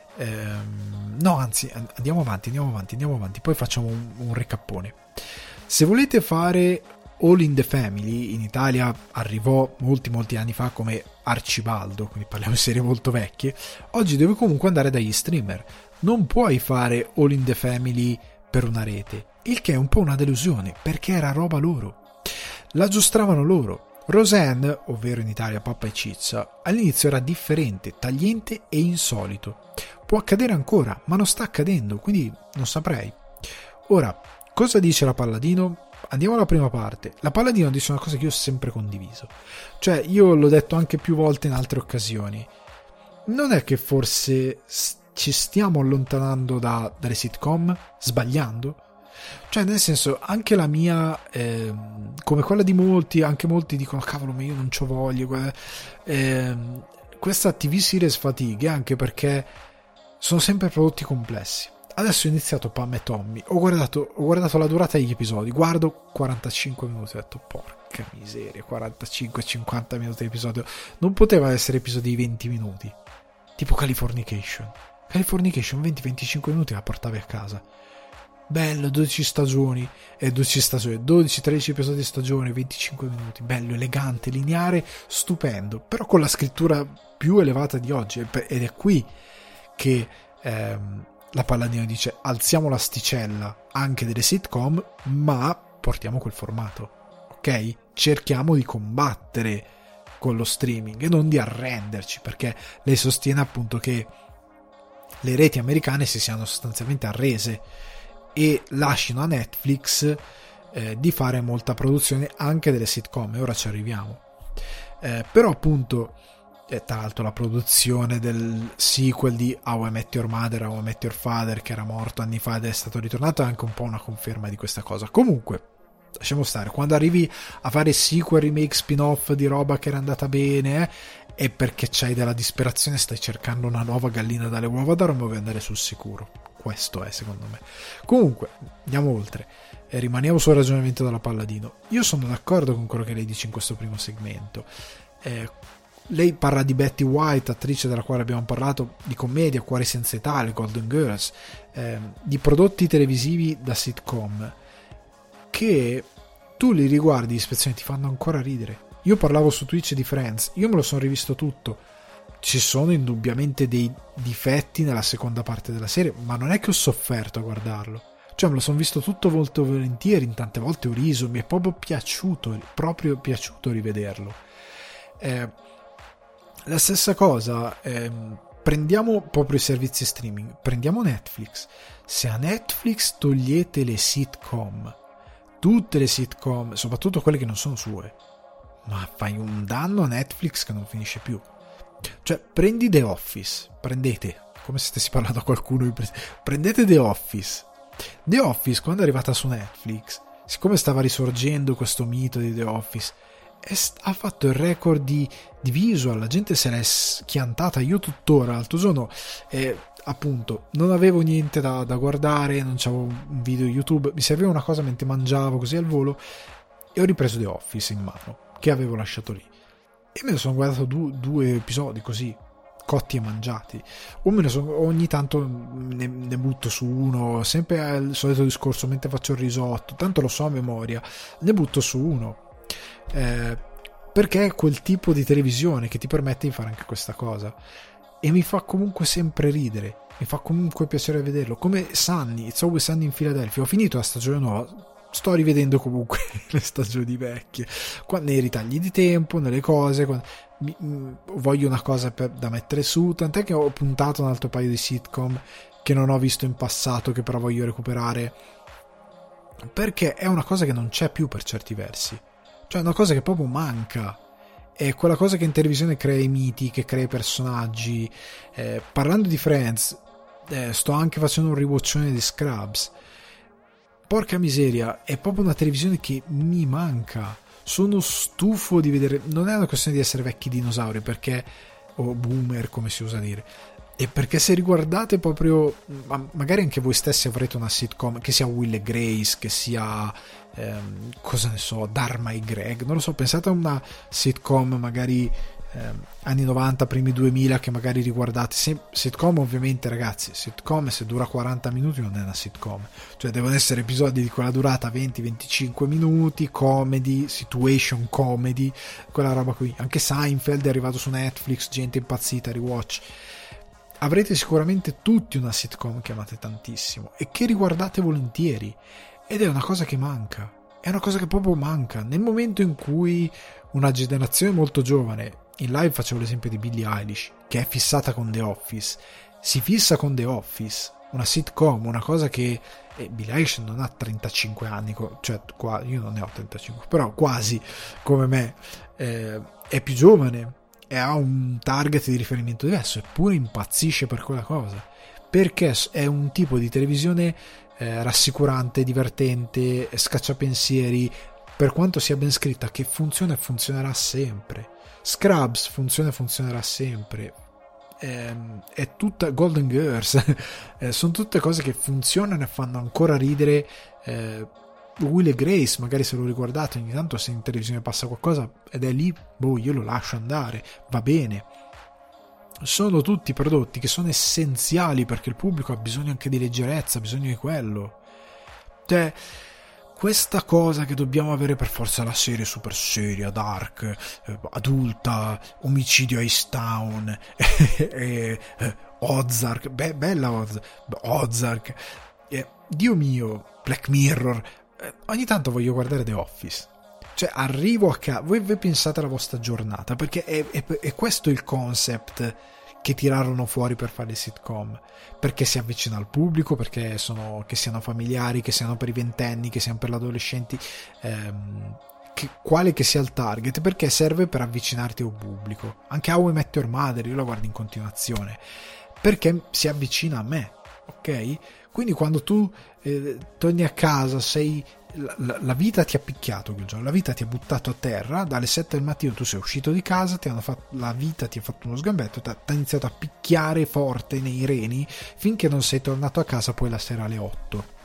no, anzi, andiamo avanti, poi facciamo un recappone. Se volete fare All in the Family, in Italia arrivò molti anni fa come Arcibaldo, quindi parliamo di serie molto vecchie, oggi devi comunque andare dagli streamer, non puoi fare All in the Family per una rete, il che è un po' una delusione, perché era roba loro, la giostravano loro. Roseanne, ovvero in Italia Pappa e Ciccia, all'inizio era differente, tagliente e insolito. Può accadere ancora, ma non sta accadendo, quindi non saprei. Ora, cosa dice la Palladino? Andiamo alla prima parte. La Palladino dice una cosa che io ho sempre condiviso. Cioè, io l'ho detto anche più volte in altre occasioni. Non è che forse ci stiamo allontanando dalle sitcom, sbagliando? Cioè, nel senso, anche la mia come quella di molti, anche molti dicono cavolo, ma io non c'ho voglia, questa TV series fatigue, anche perché sono sempre prodotti complessi. Adesso ho iniziato Pam e Tommy, ho guardato la durata degli episodi, guardo 45 minuti, ho detto porca miseria, 45-50 minuti di episodio, non poteva essere episodi di 20 minuti, tipo Californication 20-25 minuti la portavi a casa. Bello, 12 stagioni, 12-13 episodi di stagione, 25 minuti, bello, elegante, lineare, stupendo, però con la scrittura più elevata di oggi, ed è qui che la Palladino dice: alziamo l'asticella anche delle sitcom, ma portiamo quel formato, ok? Cerchiamo di combattere con lo streaming e non di arrenderci, perché lei sostiene appunto che le reti americane si siano sostanzialmente arrese e lasciano a Netflix di fare molta produzione anche delle sitcom, e ora ci arriviamo. Però appunto tra l'altro la produzione del sequel di How I Met Your Mother, How I Met Your Father, che era morto anni fa ed è stato ritornato, è anche un po' una conferma di questa cosa. Comunque lasciamo stare, quando arrivi a fare sequel, remake, spin-off di roba che era andata bene è perché c'hai della disperazione, stai cercando una nuova gallina dalle uova d'oro, ma vuoi andare sul sicuro. Questo è, secondo me. Comunque andiamo oltre, rimaniamo sul ragionamento della Palladino. Io sono d'accordo con quello che lei dice in questo primo segmento. lei parla di Betty White, attrice della quale abbiamo parlato, di commedia, Cuori senza età, le Golden Girls, di prodotti televisivi da sitcom che tu li guardi gli spezzoni e ti fanno ancora ridere. Io parlavo su Twitch di Friends, io me lo sono rivisto tutto, ci sono indubbiamente dei difetti nella seconda parte della serie, ma non è che ho sofferto a guardarlo, cioè me lo sono visto tutto molto volentieri, in tante volte ho riso, mi è proprio piaciuto rivederlo. La stessa cosa, prendiamo proprio i servizi streaming, prendiamo Netflix. Se a Netflix togliete le sitcom, tutte le sitcom, soprattutto quelle che non sono sue, ma fai un danno a Netflix che non finisce più. Cioè, prendi The Office, come se stessi parlando a qualcuno, prendete The Office. The Office, quando è arrivata su Netflix, siccome stava risorgendo questo mito di The Office, ha fatto il record di visual, la gente se l'è schiantata. Io tuttora l'altro giorno appunto non avevo niente da guardare, non c'avevo un video YouTube, mi serviva una cosa mentre mangiavo così al volo e ho ripreso The Office in mano che avevo lasciato lì e me ne sono guardato due episodi così cotti e mangiati, ogni tanto ne butto su uno, sempre il solito discorso, mentre faccio il risotto, tanto lo so a memoria, ne butto su uno, perché è quel tipo di televisione che ti permette di fare anche questa cosa e mi fa comunque sempre ridere, mi fa comunque piacere vederlo, come Sunny, It's Always Sunny in Philadelphia. Ho finito la stagione nuova, sto rivedendo comunque le stagioni vecchie nei ritagli di tempo, nelle cose, voglio una cosa da mettere su, tant'è che ho puntato un altro paio di sitcom che non ho visto in passato, che però voglio recuperare, perché è una cosa che non c'è più per certi versi, cioè è una cosa che proprio manca, è quella cosa che in televisione crea i miti, che crea i personaggi. Parlando di Friends, sto anche facendo un rewatchone di Scrubs. Porca miseria, è proprio una televisione che mi manca, sono stufo di vedere, non è una questione di essere vecchi dinosauri, perché o boomer come si usa dire, e perché se riguardate proprio, magari anche voi stessi avrete una sitcom, che sia Will e Grace, che sia cosa ne so, Dharma e Greg, non lo so, pensate a una sitcom magari anni 90, primi 2000 che magari riguardate, sitcom ovviamente ragazzi, sitcom se dura 40 minuti non è una sitcom, cioè devono essere episodi di quella durata 20-25 minuti, comedy, situation comedy, quella roba qui. Anche Seinfeld è arrivato su Netflix, gente impazzita, rewatch. Avrete sicuramente tutti una sitcom che amate tantissimo e che riguardate volentieri, ed è una cosa che manca, è una cosa che proprio manca nel momento in cui una generazione molto giovane, in live facevo l'esempio di Billie Eilish, che è fissata con The Office, si fissa con The Office, una sitcom, una cosa che Billie Eilish non ha 35 anni, cioè io non ne ho 35, però quasi come me, è più giovane e ha un target di riferimento diverso, eppure impazzisce per quella cosa, perché è un tipo di televisione rassicurante, divertente, scacciapensieri, per quanto sia ben scritta, che funziona e funzionerà sempre. Scrubs funziona e funzionerà sempre, è tutta Golden Girls, sono tutte cose che funzionano e fanno ancora ridere. Will e Grace, magari se lo riguardate ogni tanto, se in televisione passa qualcosa ed è lì, io lo lascio andare, va bene. Sono tutti prodotti che sono essenziali perché il pubblico ha bisogno anche di leggerezza, ha bisogno di quello. Cioè, questa cosa che dobbiamo avere per forza la serie super seria, dark, adulta, omicidio a Easttown, Ozark, bella Ozark, Dio mio, Black Mirror, ogni tanto voglio guardare The Office. Cioè arrivo a casa, voi pensate alla vostra giornata, perché è questo il concept che tirarono fuori per fare le sitcom, perché si avvicina al pubblico, perché che siano familiari, che siano per i ventenni, che siano per gli adolescenti, quale che sia il target, perché serve per avvicinarti a un pubblico. Anche How I Met Your Mother io la guardo in continuazione perché si avvicina a me, ok? Quindi quando tu torni a casa, la vita ti ha picchiato quel giorno, la vita ti ha buttato a terra, dalle 7 del mattino tu sei uscito di casa, la vita ti ha fatto uno sgambetto, ti ha iniziato a picchiare forte nei reni finché non sei tornato a casa poi la sera alle 8,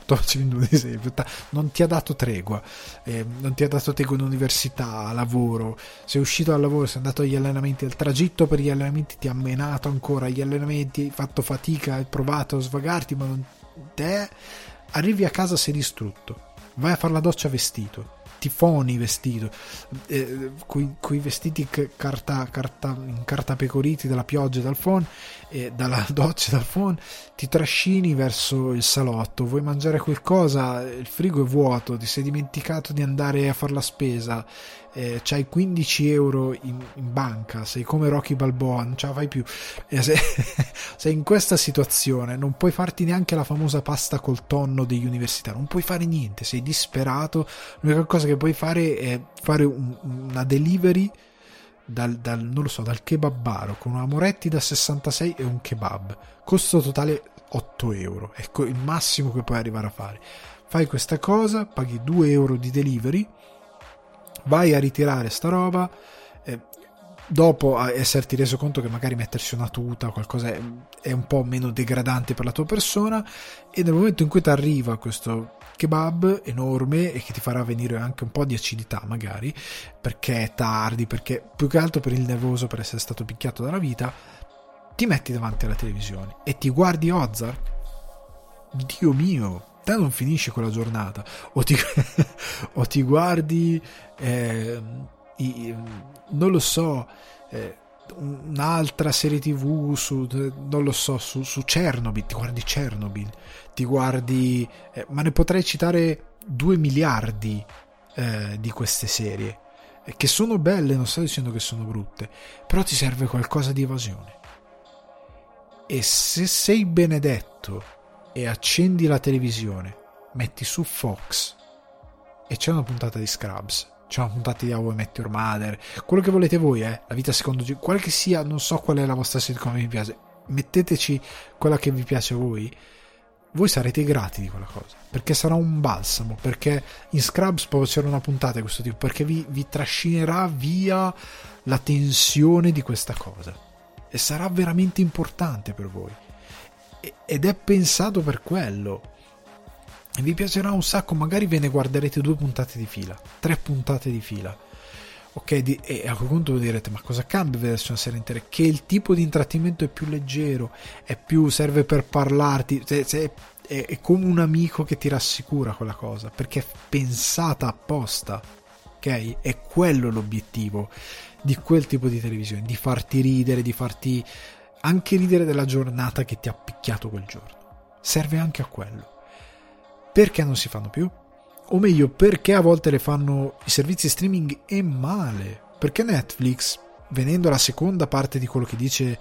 sto facendo un esempio, non ti ha dato tregua, non ti ha dato tregua in università, a lavoro, sei uscito dal lavoro, sei andato agli allenamenti, il tragitto per gli allenamenti ti ha menato ancora, agli allenamenti hai fatto fatica, hai provato a svagarti, ma non te, arrivi a casa, sei distrutto, vai a fare la doccia vestito, ti foni vestito, quei vestiti incartapecoriti dalla pioggia e dal phon, dalla doccia e dal phon, ti trascini verso il salotto, vuoi mangiare qualcosa, il frigo è vuoto, ti sei dimenticato di andare a fare la spesa, c'hai 15 euro in banca, sei come Rocky Balboa, non ce la fai più, sei in questa situazione, non puoi farti neanche la famosa pasta col tonno degli universitari, non puoi fare niente, sei disperato, l'unica cosa che puoi fare è fare una delivery non lo so, dal kebabaro con una Moretti da 66 e un kebab, costo totale 8 euro, ecco il massimo che puoi arrivare a fare. Fai questa cosa, paghi 2 euro di delivery, vai a ritirare sta roba, dopo esserti reso conto che magari mettersi una tuta o qualcosa è un po' meno degradante per la tua persona, e nel momento in cui ti arriva questo kebab enorme e che ti farà venire anche un po' di acidità magari perché è tardi, perché più che altro per il nervoso, per essere stato picchiato dalla vita, ti metti davanti alla televisione e ti guardi Ozark. Dio mio, te non finisci quella giornata, o ti guardi non lo so, un'altra serie TV su, non lo so, su Chernobyl, ti guardi Chernobyl, ti guardi, ma ne potrei citare 2 miliardi di queste serie che sono belle, non sto dicendo che sono brutte, però ti serve qualcosa di evasione. E se sei benedetto e accendi la televisione, metti su Fox e c'è una puntata di Scrubs, c'è una puntata di How I Met Your Mother, quello che volete voi, la vita secondo quale che sia, non so qual è la vostra sitcom che vi piace, metteteci quella che vi piace a voi sarete grati di quella cosa, perché sarà un balsamo, perché in Scrubs proprio c'era una puntata di questo tipo, perché vi trascinerà via la tensione di questa cosa e sarà veramente importante per voi, ed è pensato per quello. E vi piacerà un sacco, magari ve ne guarderete 2 puntate di fila, 3 puntate di fila, ok, e a quel punto vi direte: ma cosa cambia vedersi una serie intera? Che il tipo di intrattenimento è più leggero, è più, serve per parlarti, è come un amico che ti rassicura quella cosa, perché è pensata apposta, ok? È quello l'obiettivo di quel tipo di televisione, di farti ridere, di farti anche ridere della giornata che ti ha picchiato quel giorno, serve anche a quello. Perché non si fanno più? O meglio, perché a volte le fanno i servizi streaming e male? Perché Netflix, venendo alla seconda parte di quello che dice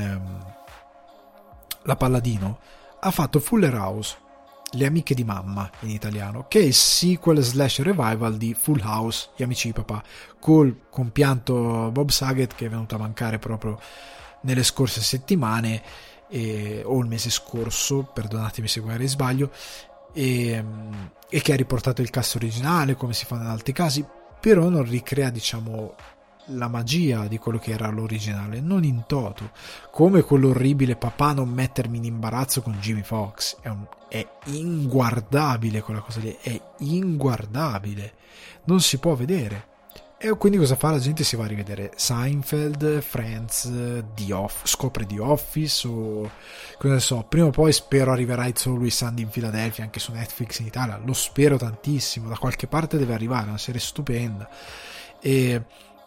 la Palladino, ha fatto Fuller House, Le amiche di mamma in italiano, che è il sequel / revival di Full House, Gli amici di papà, col compianto Bob Saget, che è venuto a mancare proprio nelle scorse settimane, o il mese scorso, perdonatemi se magari sbaglio, e che ha riportato il cast originale come si fa in altri casi, però non ricrea, diciamo, la magia di quello che era l'originale, non in toto, come quell'orribile Papà non mettermi in imbarazzo con Jimmy Fox. È inguardabile quella cosa lì, è inguardabile, non si può vedere. E quindi cosa fa la gente? Si va a rivedere Seinfeld, Friends, scopre The Office, o cosa ne so, prima o poi spero arriverà It's Always Sunny in Philadelphia anche su Netflix in Italia, lo spero tantissimo, da qualche parte deve arrivare, una serie stupenda. E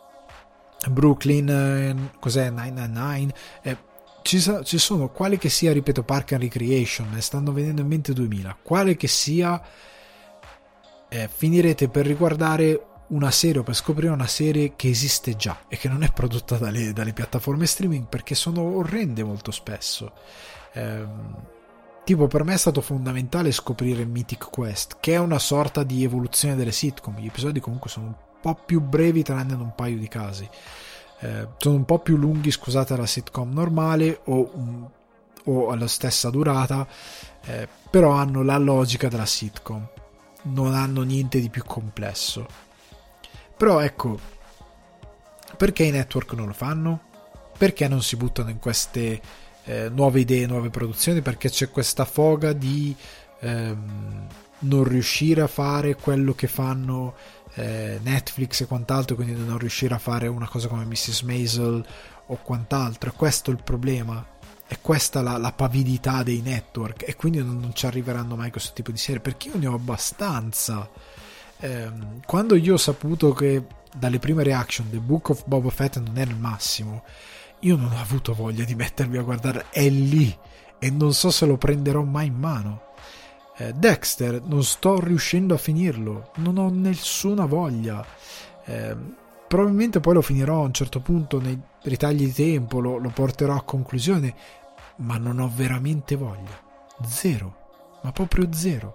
Brooklyn, cos'è, 999, ci sono, quale che sia, ripeto, Park and Recreation, stanno venendo in mente 2000, quale che sia, finirete per riguardare una serie o per scoprire una serie che esiste già e che non è prodotta dalle piattaforme streaming, perché sono orrende molto spesso. Tipo, per me è stato fondamentale scoprire Mythic Quest, che è una sorta di evoluzione delle sitcom. Gli episodi comunque sono un po' più brevi, tranne in un paio di casi, sono un po' più lunghi, scusate, alla sitcom normale o alla stessa durata, però hanno la logica della sitcom, non hanno niente di più complesso. Però ecco, perché i network non lo fanno? Perché non si buttano in queste nuove idee, nuove produzioni? Perché c'è questa foga di non riuscire a fare quello che fanno Netflix e quant'altro, quindi non riuscire a fare una cosa come Mrs. Maisel o quant'altro. È questo il problema, è questa la pavidità dei network, e quindi non ci arriveranno mai questo tipo di serie, perché io ne ho abbastanza. Quando io ho saputo che dalle prime reaction The Book of Boba Fett non era il massimo, io non ho avuto voglia di mettermi a guardare, è lì e non so se lo prenderò mai in mano. Dexter non sto riuscendo a finirlo, non ho nessuna voglia. Probabilmente poi lo finirò a un certo punto nei ritagli di tempo, lo porterò a conclusione, ma non ho veramente voglia, zero, ma proprio zero.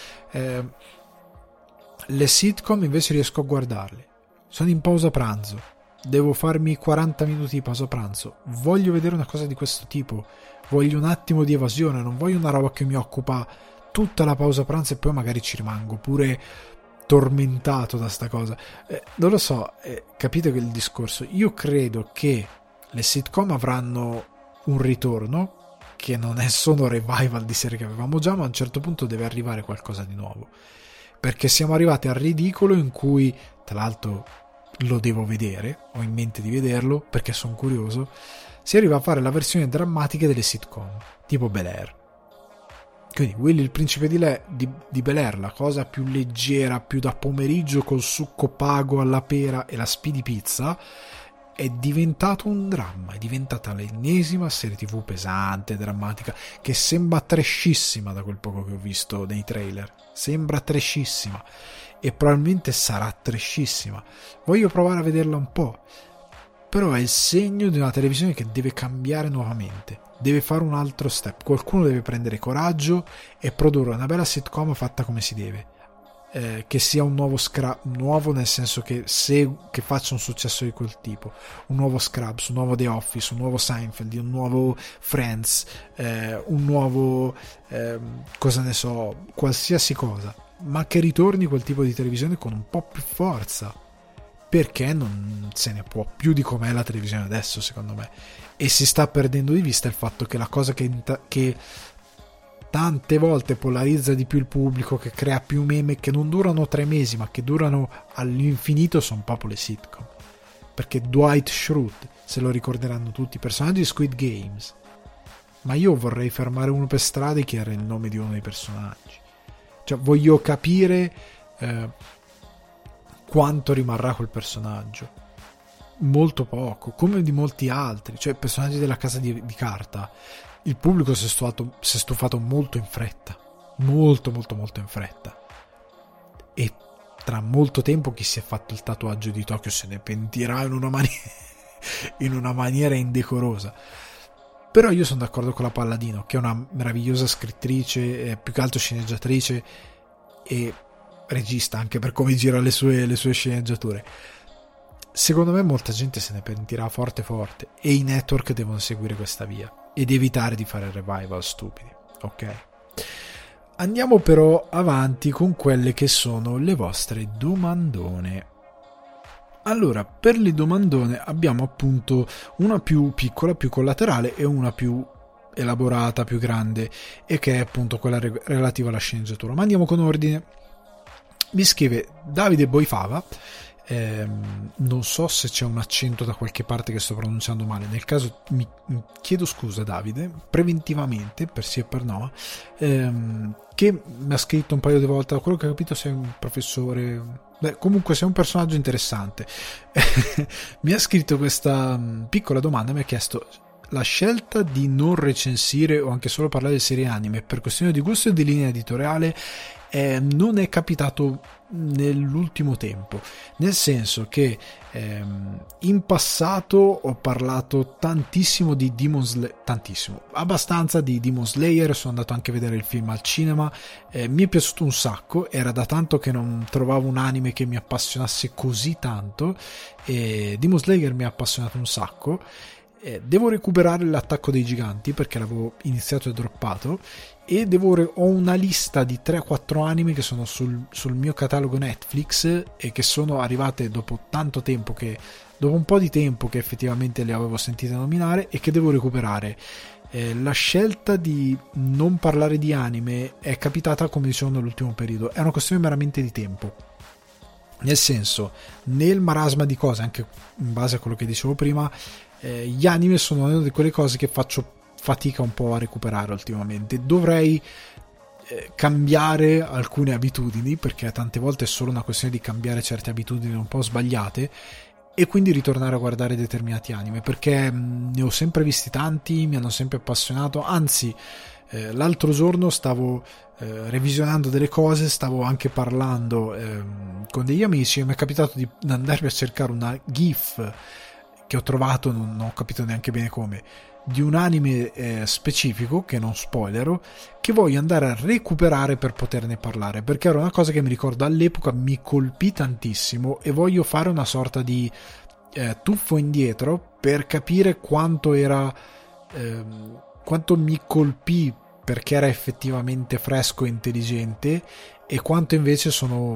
Le sitcom invece riesco a guardarle, sono in pausa pranzo, devo farmi 40 minuti di pausa pranzo, voglio vedere una cosa di questo tipo, voglio un attimo di evasione, non voglio una roba che mi occupa tutta la pausa pranzo e poi magari ci rimango pure tormentato da sta cosa. Non lo so, capite il discorso? Io credo che le sitcom avranno un ritorno, che non è solo revival di serie che avevamo già, ma a un certo punto deve arrivare qualcosa di nuovo, perché siamo arrivati al ridicolo in cui, tra l'altro lo devo vedere, ho in mente di vederlo perché sono curioso, si arriva a fare la versione drammatica delle sitcom tipo Bel-Air. Quindi Willy il principe di Bel-Air, la cosa più leggera, più da pomeriggio col succo pago alla pera e la speedy pizza, è diventato un dramma, è diventata l'ennesima serie TV pesante, drammatica, che sembra trashissima da quel poco che ho visto nei trailer, sembra trashissima e probabilmente sarà trashissima. Voglio provare a vederla un po', però è il segno di una televisione che deve cambiare nuovamente, deve fare un altro step, qualcuno deve prendere coraggio e produrre una bella sitcom fatta come si deve, che sia un nuovo nel senso che faccia un successo di quel tipo, un nuovo Scrubs, un nuovo The Office, un nuovo Seinfeld, un nuovo Friends, un nuovo cosa ne so, qualsiasi cosa, ma che ritorni quel tipo di televisione con un po' più forza, perché non se ne può più di com'è la televisione adesso, secondo me, e si sta perdendo di vista il fatto che la cosa che tante volte polarizza di più il pubblico, che crea più meme, che non durano 3 mesi ma che durano all'infinito, sono proprio le sitcom, perché Dwight Schrute se lo ricorderanno tutti, personaggi di Squid Games, ma io vorrei fermare uno per strada e chiedere il nome di uno dei personaggi, cioè voglio capire quanto rimarrà quel personaggio. Molto poco, come di molti altri, cioè personaggi della Casa di Carta. Il pubblico si è stufato molto in fretta, molto in fretta, e tra molto tempo chi si è fatto il tatuaggio di Tokyo se ne pentirà in una maniera indecorosa. Però io sono d'accordo con la Palladino, che è una meravigliosa scrittrice, più che altro sceneggiatrice e regista, anche per come gira le sue sceneggiature. Secondo me molta gente se ne pentirà forte e i network devono seguire questa via ed evitare di fare revival stupidi, ok? Andiamo però avanti con quelle che sono le vostre domandone. Allora, per le domandone abbiamo appunto una più piccola, più collaterale, e una più elaborata, più grande, e che è appunto quella relativa alla sceneggiatura. Ma andiamo con ordine. Mi scrive Davide Boifava. Non so se c'è un accento da qualche parte che sto pronunciando male, nel caso mi chiedo scusa Davide preventivamente, per sì e per no, che mi ha scritto un paio di volte, da quello che ho capito sei un professore, comunque sei un personaggio interessante. Mi ha scritto questa piccola domanda, mi ha chiesto: la scelta di non recensire o anche solo parlare di serie anime per questione di gusto e di linea editoriale non è capitato nell'ultimo tempo, nel senso che in passato ho parlato tantissimo di abbastanza di Demon Slayer, sono andato anche a vedere il film al cinema, mi è piaciuto un sacco, era da tanto che non trovavo un anime che mi appassionasse così tanto, e Demon Slayer mi ha appassionato un sacco. Devo recuperare l'Attacco dei Giganti perché l'avevo iniziato e droppato, e ho una lista di 3-4 anime che sono sul mio catalogo Netflix e che sono arrivate dopo tanto tempo che dopo un po' di tempo che effettivamente le avevo sentite nominare e che devo recuperare. La scelta di non parlare di anime è capitata, come dicevo, nell'ultimo periodo, è una questione meramente di tempo, nel senso, nel marasma di cose, anche in base a quello che dicevo prima, gli anime sono una di quelle cose che faccio fatica un po' a recuperare ultimamente. Dovrei cambiare alcune abitudini, perché tante volte è solo una questione di cambiare certe abitudini un po' sbagliate, e quindi ritornare a guardare determinati anime, perché ne ho sempre visti tanti, mi hanno sempre appassionato. Anzi, l'altro giorno stavo revisionando delle cose, stavo anche parlando con degli amici e mi è capitato di andarmi a cercare una GIF che ho trovato, non ho capito neanche bene come, di un anime specifico, che non spoilerò, che voglio andare a recuperare per poterne parlare, perché era una cosa che mi ricordo all'epoca mi colpì tantissimo e voglio fare una sorta di tuffo indietro per capire quanto era quanto mi colpì perché era effettivamente fresco e intelligente, e quanto invece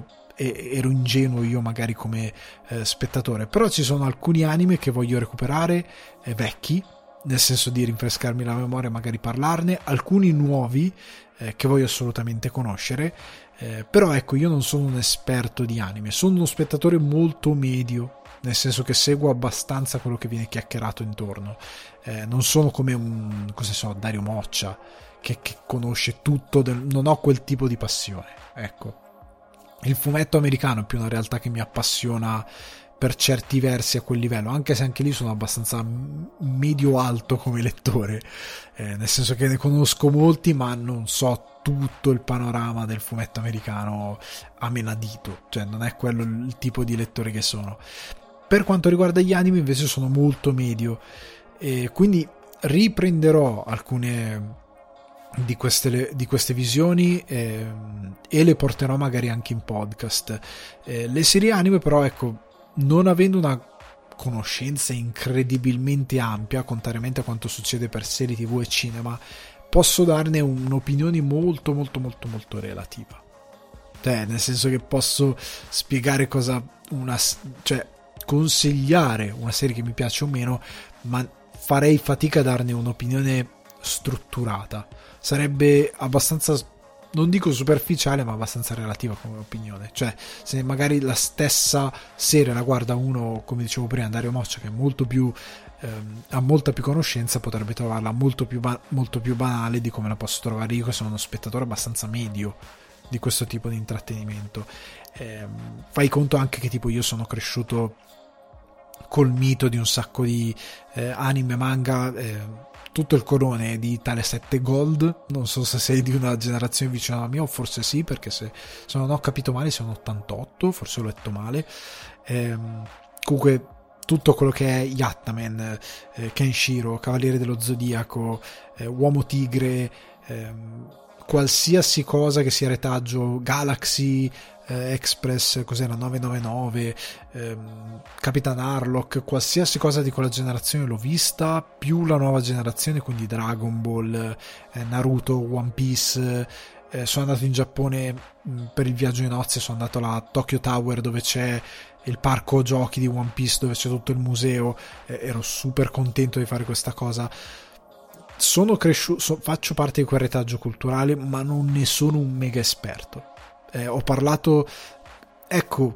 ero ingenuo io magari come spettatore. Però ci sono alcuni anime che voglio recuperare, vecchi, nel senso di rinfrescarmi la memoria e magari parlarne, alcuni nuovi che voglio assolutamente conoscere, però ecco, io non sono un esperto di anime, sono uno spettatore molto medio, nel senso che seguo abbastanza quello che viene chiacchierato intorno, non sono come Dario Moccia che conosce tutto, non ho quel tipo di passione, ecco. Il fumetto americano è più una realtà che mi appassiona per certi versi a quel livello, anche se anche lì sono abbastanza medio-alto come lettore, nel senso che ne conosco molti, ma non so tutto il panorama del fumetto americano a menadito, cioè non è quello il tipo di lettore che sono. Per quanto riguarda gli anime invece sono molto medio, e quindi riprenderò alcune di queste visioni e le porterò magari anche in podcast. Le serie anime però, ecco, non avendo una conoscenza incredibilmente ampia, contrariamente a quanto succede per serie TV e cinema, posso darne un'opinione molto molto molto molto relativa, nel senso che posso spiegare cioè consigliare una serie che mi piace o meno, ma farei fatica a darne un'opinione strutturata. Sarebbe abbastanza, non dico superficiale, ma abbastanza relativa come opinione. Cioè, se magari la stessa serie la guarda uno, come dicevo prima, Dario Moccia, che è molto più ha molta più conoscenza, potrebbe trovarla molto più banale di come la posso trovare io, che sono uno spettatore abbastanza medio di questo tipo di intrattenimento. Fai conto anche che tipo io sono cresciuto col mito di un sacco di anime, manga, tutto il corone di Italia 7 Gold. Non so se sei di una generazione vicina alla mia, o forse sì, perché se non ho capito male sono 88, forse ho letto male. Comunque tutto quello che è Yattaman, Kenshiro, Cavaliere dello Zodiaco, Uomo Tigre, qualsiasi cosa che sia retaggio, Galaxy Express, cos'era, 999, Capitan Harlock, qualsiasi cosa di quella generazione l'ho vista, più la nuova generazione, quindi Dragon Ball, Naruto, One Piece. Sono andato in Giappone per il viaggio di nozze, sono andato alla Tokyo Tower, dove c'è il parco giochi di One Piece, dove c'è tutto il museo, ero super contento di fare questa cosa. Sono cresciuto, faccio parte di quel retaggio culturale, ma non ne sono un mega esperto. Ho parlato, ecco,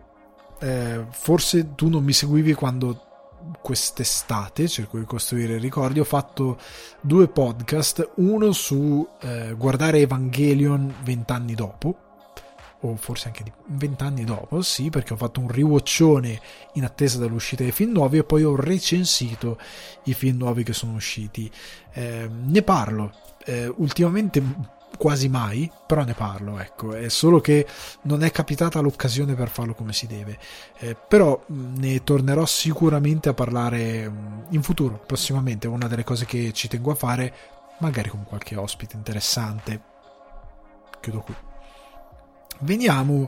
forse tu non mi seguivi quando quest'estate cerco di costruire ricordi, ho fatto 2 podcast, uno su guardare Evangelion 20 anni dopo, o forse anche 20 anni dopo, sì, perché ho fatto un rewatchone in attesa dell'uscita dei film nuovi, e poi ho recensito i film nuovi che sono usciti. Ne parlo ultimamente quasi mai, però ne parlo, ecco, è solo che non è capitata l'occasione per farlo come si deve, però ne tornerò sicuramente a parlare in futuro, prossimamente. È una delle cose che ci tengo a fare, magari con qualche ospite interessante. Chiudo qui. Veniamo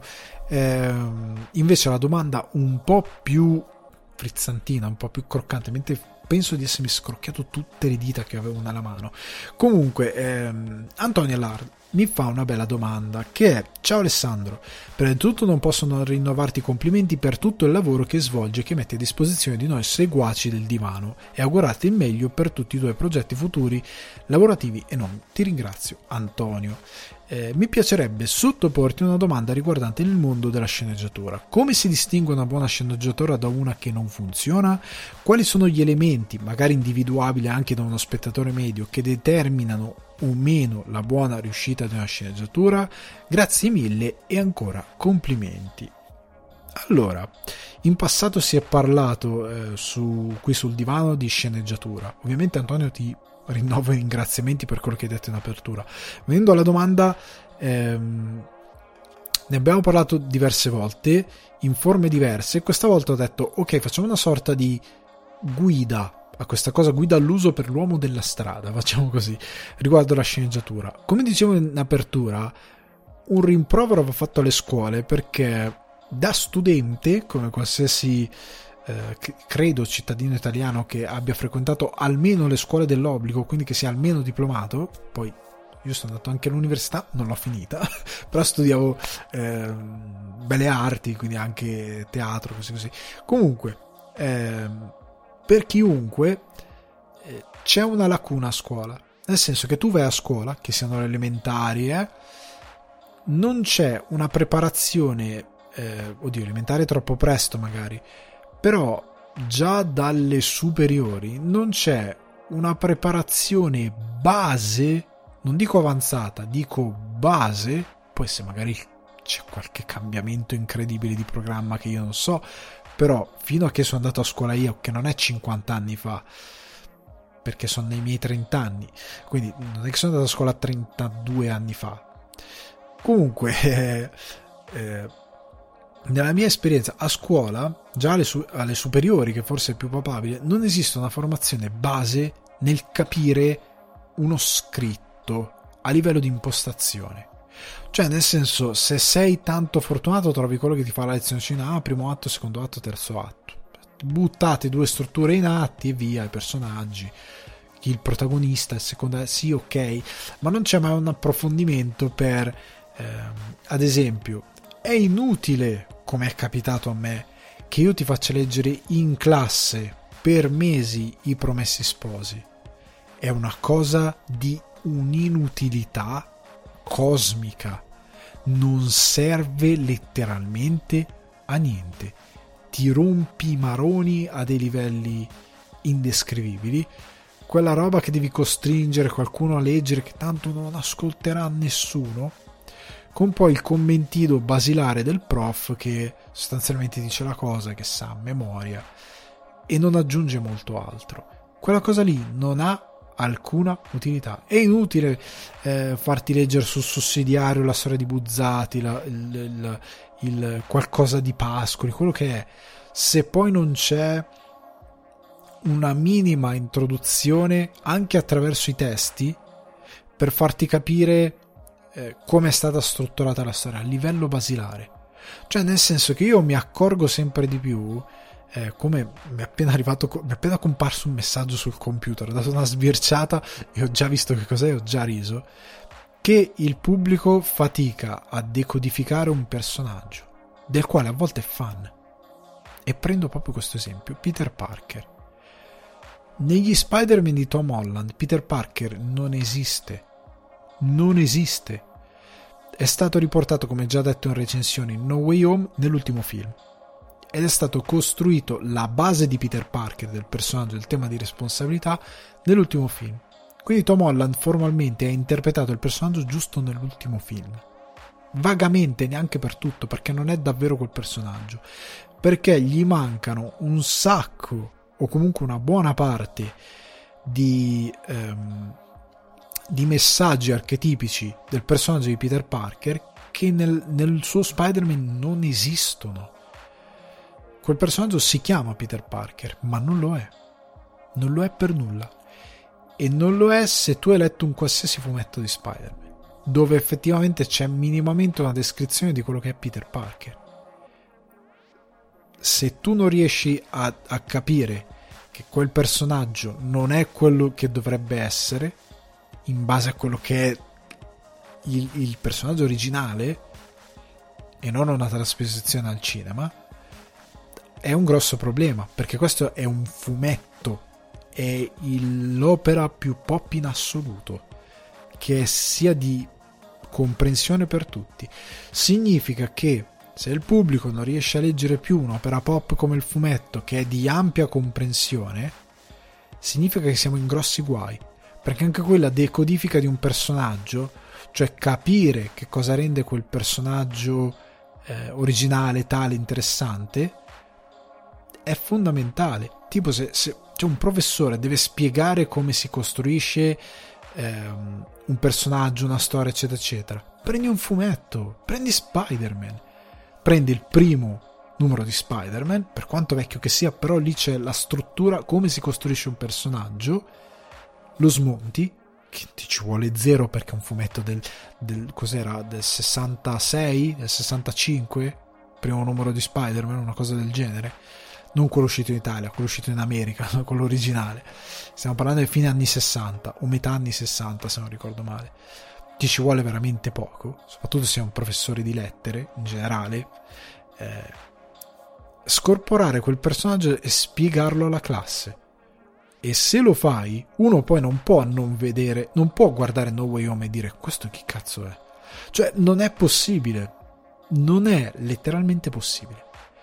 invece alla domanda un po' più frizzantina, un po' più croccante, mentre penso di essermi scrocchiato tutte le dita che avevo nella mano. Comunque, Antonia mi fa una bella domanda, che è: ciao Alessandro, prima di tutto non posso non rinnovarti i complimenti per tutto il lavoro che svolgi e che metti a disposizione di noi seguaci del divano, e augurarti il meglio per tutti i tuoi progetti futuri lavorativi e non. Ti ringrazio, Antonio. Mi piacerebbe sottoporti una domanda riguardante il mondo della sceneggiatura. Come si distingue una buona sceneggiatura da una che non funziona? Quali sono gli elementi, magari individuabili anche da uno spettatore medio, che determinano o meno la buona riuscita di una sceneggiatura? Grazie mille e ancora complimenti. Allora, in passato si è parlato qui sul divano di sceneggiatura. Ovviamente, Antonio, ti rinnovo i ringraziamenti per quello che hai detto in apertura. Venendo alla domanda, ne abbiamo parlato diverse volte in forme diverse. Questa volta ho detto: ok, facciamo una sorta di guida a questa cosa, guida all'uso per l'uomo della strada, facciamo così, riguardo la sceneggiatura. Come dicevo in apertura, un rimprovero va fatto alle scuole, perché da studente, come qualsiasi credo cittadino italiano che abbia frequentato almeno le scuole dell'obbligo, quindi che sia almeno diplomato, poi io sono andato anche all'università, non l'ho finita, però studiavo belle arti, quindi anche teatro, così. Comunque, per chiunque c'è una lacuna a scuola, nel senso che tu vai a scuola, che siano le elementari, non c'è una preparazione, elementare è troppo presto magari, però già dalle superiori non c'è una preparazione base, non dico avanzata, dico base. Poi se magari c'è qualche cambiamento incredibile di programma che io non so, però fino a che sono andato a scuola io, che non è 50 anni fa, perché sono nei miei 30 anni, quindi non è che sono andato a scuola 32 anni fa. Comunque nella mia esperienza a scuola, già alle superiori, che forse è più papabile, non esiste una formazione base nel capire uno scritto a livello di impostazione. Cioè, nel senso, se sei tanto fortunato trovi quello che ti fa la lezioncina, primo atto, secondo atto, terzo atto, buttate 2 strutture in atti e via, i personaggi, chi il protagonista, il secondario, sì, ok, ma non c'è mai un approfondimento per ad esempio, è inutile, come è capitato a me, che io ti faccia leggere in classe per mesi I Promessi Sposi. È una cosa di un'inutilità cosmica, non serve letteralmente a niente, ti rompi i maroni a dei livelli indescrivibili. Quella roba che devi costringere qualcuno a leggere, che tanto non ascolterà nessuno, con poi il commentino basilare del prof che sostanzialmente dice la cosa che sa a memoria e non aggiunge molto altro. Quella cosa lì non ha alcuna utilità. È inutile farti leggere sul sussidiario la storia di Buzzati, il qualcosa di Pascoli, quello che è, se poi non c'è una minima introduzione anche attraverso i testi per farti capire come è stata strutturata la storia a livello basilare. Cioè, nel senso che io mi accorgo sempre di più, come mi è appena comparso un messaggio sul computer, ho dato una sbirciata e ho già visto che cos'è, ho già riso, che il pubblico fatica a decodificare un personaggio del quale a volte è fan. E prendo proprio questo esempio, Peter Parker. Negli Spider-Man di Tom Holland Peter Parker non esiste. È stato riportato, come già detto in recensione, in No Way Home nell'ultimo film, ed è stato costruito la base di Peter Parker, del personaggio, del tema di responsabilità, nell'ultimo film. Quindi Tom Holland formalmente ha interpretato il personaggio giusto nell'ultimo film, vagamente, neanche per tutto, perché non è davvero quel personaggio, perché gli mancano un sacco, o comunque una buona parte di messaggi archetipici del personaggio di Peter Parker che nel suo Spider-Man non esistono. Quel personaggio si chiama Peter Parker, ma non lo è per nulla, e non lo è se tu hai letto un qualsiasi fumetto di Spider-Man dove effettivamente c'è minimamente una descrizione di quello che è Peter Parker. Se tu non riesci a capire che quel personaggio non è quello che dovrebbe essere, in base a quello che è il personaggio originale e non una trasposizione al cinema, è un grosso problema, perché questo è un fumetto, è l'opera più pop in assoluto, che sia di comprensione per tutti. Significa che se il pubblico non riesce a leggere più un'opera pop come il fumetto, che è di ampia comprensione, significa che siamo in grossi guai, perché anche quella decodifica di un personaggio, cioè capire che cosa rende quel personaggio originale, tale, interessante, è fondamentale. Tipo se c'è un professore deve spiegare come si costruisce un personaggio, una storia, eccetera eccetera, prendi un fumetto, prendi Spider-Man, prendi il primo numero di Spider-Man, per quanto vecchio che sia, però lì c'è la struttura, come si costruisce un personaggio, lo smonti, che ti ci vuole zero perché è un fumetto del cos'era, del 66, del 65, primo numero di Spider-Man, una cosa del genere, non quello uscito in Italia, quello uscito in America, quello originale. Stiamo parlando di fine anni 60 o metà anni 60 se non ricordo male. Ti ci vuole veramente poco, soprattutto se sei un professore di lettere in generale, scorporare quel personaggio e spiegarlo alla classe. E se lo fai, uno poi non può non vedere, non può guardare No Way Home e dire questo chi cazzo è. Cioè non è possibile, non è letteralmente possibile.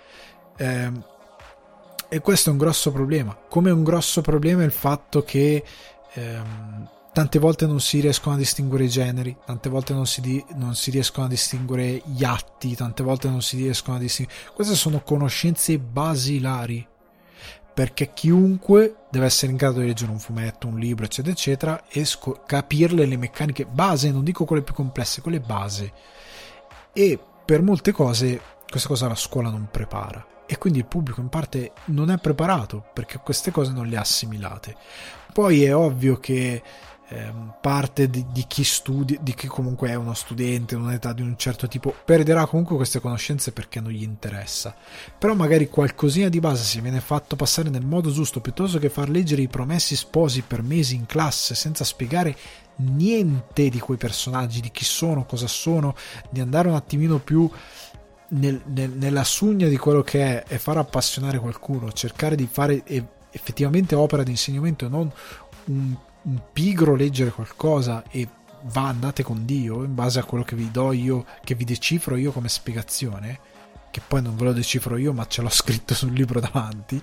E questo è un grosso problema, come un grosso problema è il fatto che tante volte non si riescono a distinguere i generi, tante volte non si riescono a distinguere gli atti, tante volte non si riescono a distinguere. Queste sono conoscenze basilari, perché chiunque deve essere in grado di leggere un fumetto, un libro, eccetera eccetera, e capirle le meccaniche base, non dico quelle più complesse, quelle base. E per molte cose questa cosa la scuola non prepara, e quindi il pubblico in parte non è preparato perché queste cose non le ha assimilate. Poi è ovvio che parte di chi studia, di chi comunque è uno studente in un'età di un certo tipo, perderà comunque queste conoscenze perché non gli interessa, però magari qualcosina di base si viene fatto passare nel modo giusto, piuttosto che far leggere I Promessi Sposi per mesi in classe senza spiegare niente di quei personaggi, di chi sono, cosa sono, di andare un attimino più nella sugna di quello che è e far appassionare qualcuno, cercare di fare effettivamente opera di insegnamento e non un pigro leggere qualcosa e andate con Dio in base a quello che vi do io, che vi decifro io come spiegazione, che poi non ve lo decifro io ma ce l'ho scritto sul libro davanti.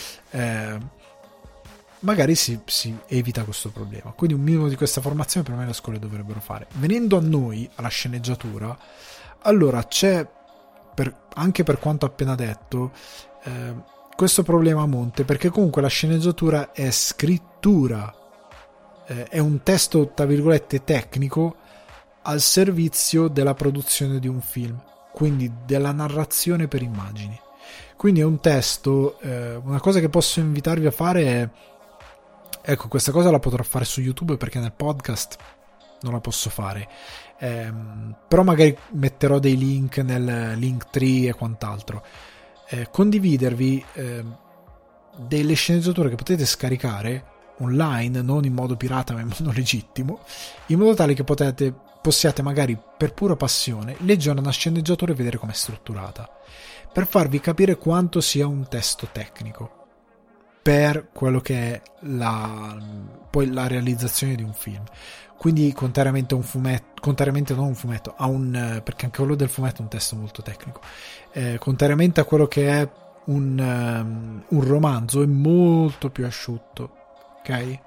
Magari si evita questo problema, quindi un minimo di questa formazione per me le scuole dovrebbero fare. Venendo a noi, alla sceneggiatura, allora c'è anche per quanto appena detto questo problema a monte, perché comunque la sceneggiatura è scrittura, è un testo tra virgolette tecnico al servizio della produzione di un film, quindi della narrazione per immagini. Quindi è un testo, una cosa che posso invitarvi a fare è, ecco, questa cosa la potrò fare su YouTube perché nel podcast non la posso fare, però magari metterò dei link nel Linktree e quant'altro, condividervi delle sceneggiature che potete scaricare online, non in modo pirata ma in modo legittimo, in modo tale che possiate magari per pura passione leggere una sceneggiatura e vedere com'è strutturata, per farvi capire quanto sia un testo tecnico per quello che è poi la realizzazione di un film. Quindi contrariamente a un fumetto, contrariamente non un fumetto, perché anche quello del fumetto è un testo molto tecnico, contrariamente a quello che è un romanzo, è molto più asciutto, ok?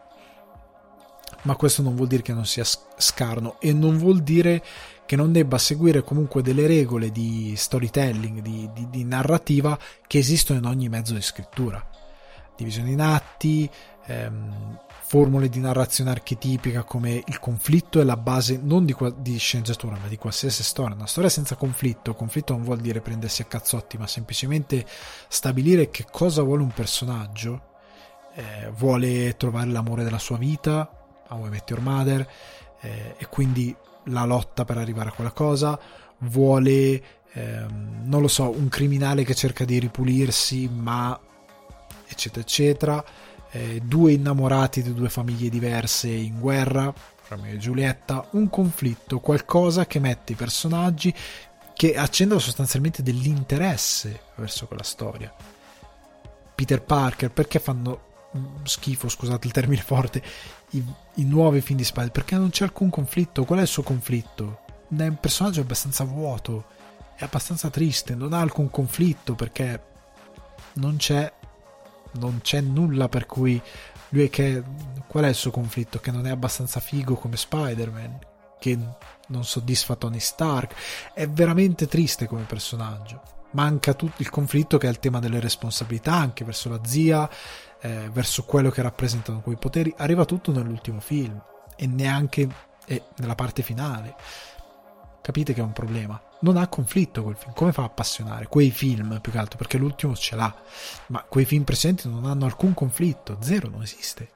Ma questo non vuol dire che non sia scarno, e non vuol dire che non debba seguire comunque delle regole di storytelling, di narrativa che esistono in ogni mezzo di scrittura. Divisione in atti, formule di narrazione archetipica come il conflitto è la base non di sceneggiatura ma di qualsiasi storia. Una storia senza conflitto non vuol dire prendersi a cazzotti, ma semplicemente stabilire che cosa vuole un personaggio. Vuole trovare l'amore della sua vita, a How I Met Your Mother, e quindi la lotta per arrivare a quella cosa. Vuole non lo so, un criminale che cerca di ripulirsi ma eccetera eccetera, due innamorati di due famiglie diverse in guerra, Romeo e Giulietta, un conflitto, qualcosa che mette i personaggi, che accenda sostanzialmente dell'interesse verso quella storia. Peter Parker, perché fanno schifo, scusate il termine forte, i nuovi film di Spider? Perché non c'è alcun conflitto. Qual è il suo conflitto? È un personaggio abbastanza vuoto, è abbastanza triste, non ha alcun conflitto, perché non c'è nulla per cui lui qual è il suo conflitto? Che non è abbastanza figo come Spider-Man, che non soddisfa Tony Stark. È veramente triste come personaggio. Manca tutto il conflitto, che è il tema delle responsabilità anche verso la zia, verso quello che rappresentano quei poteri. Arriva tutto nell'ultimo film e neanche nella parte finale. Capite che è un problema. Non ha conflitto quel film. Come fa a appassionare? Quei film, più che altro, perché l'ultimo ce l'ha, ma quei film precedenti non hanno alcun conflitto, zero, non esiste.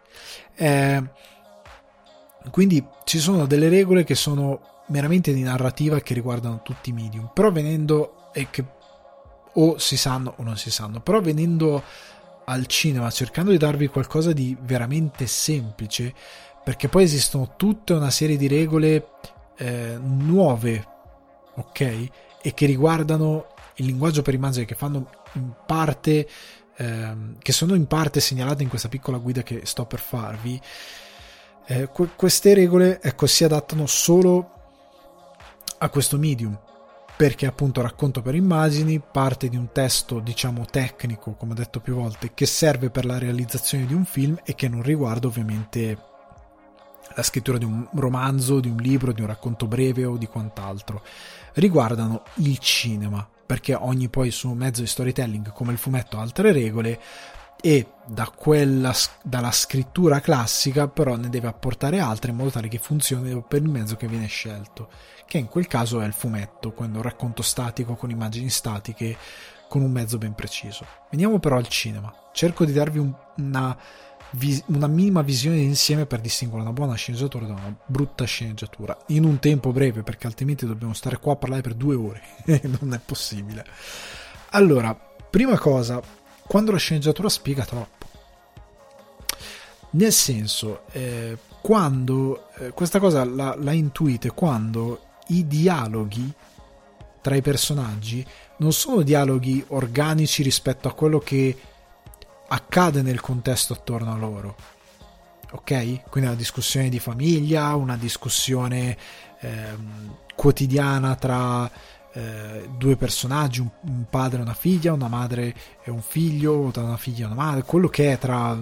Quindi ci sono delle regole che sono meramente di narrativa, che riguardano tutti i medium, però venendo, e che o si sanno o non si sanno, però venendo al cinema, cercando di darvi qualcosa di veramente semplice, perché poi esistono tutta una serie di regole nuove, ok, e che riguardano il linguaggio per immagine, che fanno in parte che sono in parte segnalate in questa piccola guida che sto per farvi. Queste regole, ecco, si adattano solo a questo medium, perché appunto racconto per immagini, parte di un testo, diciamo, tecnico, come ho detto più volte, che serve per la realizzazione di un film e che non riguarda ovviamente la scrittura di un romanzo, di un libro, di un racconto breve o di quant'altro. Riguardano il cinema, perché ogni poi suo mezzo di storytelling, come il fumetto, ha altre regole, e dalla scrittura classica però ne deve apportare altre, in modo tale che funzioni per il mezzo che viene scelto, che in quel caso è il fumetto, quindi un racconto statico con immagini statiche, con un mezzo ben preciso. Veniamo però al cinema. Cerco di darvi una minima visione d'insieme per distinguere una buona sceneggiatura da una brutta sceneggiatura in un tempo breve, perché altrimenti dobbiamo stare qua a parlare per 2 ore e non è possibile. Allora, prima cosa, quando la sceneggiatura spiega troppo, nel senso, quando questa cosa la intuite quando i dialoghi tra i personaggi non sono dialoghi organici rispetto a quello che accade nel contesto attorno a loro, ok? Quindi una discussione di famiglia, una discussione quotidiana tra due personaggi, un padre e una figlia, una madre e un figlio, tra una figlia e una madre, quello che è tra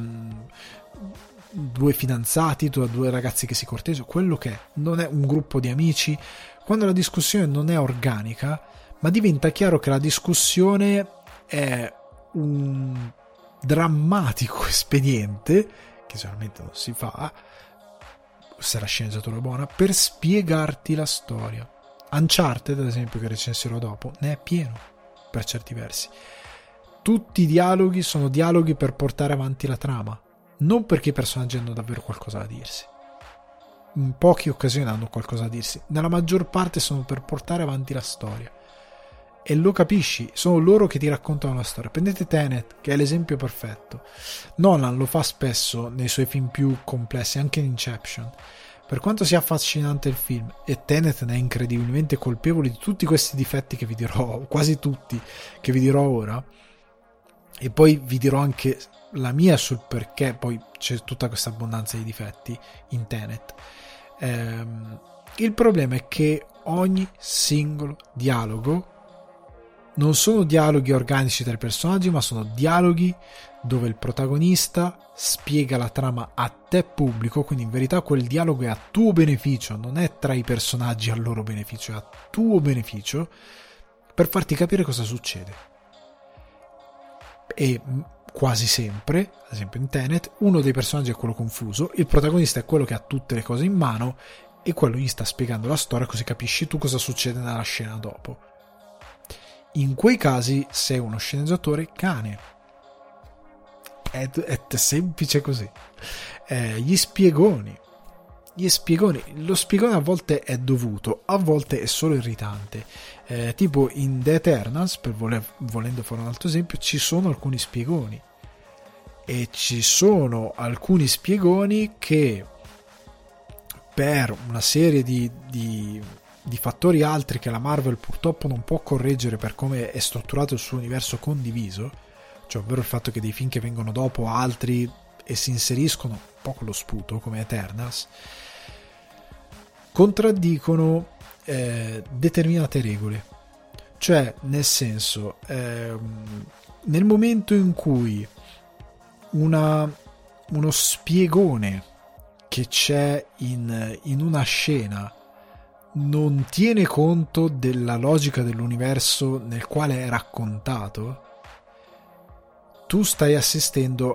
due fidanzati, tra due ragazzi che si corteggiano, quello che è, non è un gruppo di amici. Quando la discussione non è organica, ma diventa chiaro che la discussione è un drammatico espediente, che generalmente non si fa se la sceneggiatura è buona, per spiegarti la storia. Uncharted, ad esempio, che recensirò dopo, ne è pieno per certi versi. Tutti i dialoghi sono dialoghi per portare avanti la trama, non perché i personaggi hanno davvero qualcosa da dirsi. In poche occasioni hanno qualcosa da dirsi, nella maggior parte sono per portare avanti la storia. E lo capisci, sono loro che ti raccontano la storia. Prendete Tenet, che è l'esempio perfetto. Nolan lo fa spesso nei suoi film più complessi, anche in Inception. Per quanto sia affascinante il film, e Tenet ne è incredibilmente colpevole di tutti questi difetti che vi dirò, quasi tutti, che vi dirò ora, e poi vi dirò anche la mia sul perché poi c'è tutta questa abbondanza di difetti in Tenet. Il problema è che ogni singolo dialogo non sono dialoghi organici tra i personaggi, ma sono dialoghi dove il protagonista spiega la trama a te pubblico, quindi in verità quel dialogo è a tuo beneficio, non è tra i personaggi a loro beneficio, è a tuo beneficio, per farti capire cosa succede. E quasi sempre, ad esempio in Tenet, uno dei personaggi è quello confuso, il protagonista è quello che ha tutte le cose in mano e quello gli sta spiegando la storia, così capisci tu cosa succede nella scena dopo. In quei casi sei uno sceneggiatore cane. È semplice così. Gli spiegoni, lo spiegone a volte è dovuto, a volte è solo irritante. Tipo in The Eternals, volendo fare un altro esempio, ci sono alcuni spiegoni, e ci sono alcuni spiegoni che per una serie di fattori altri che la Marvel purtroppo non può correggere per come è strutturato il suo universo condiviso, cioè ovvero il fatto che dei film che vengono dopo altri e si inseriscono un po' con lo sputo come Eternals, contraddicono determinate regole. Cioè, nel senso, nel momento in cui uno spiegone che c'è in una scena non tiene conto della logica dell'universo nel quale è raccontato, tu stai assistendo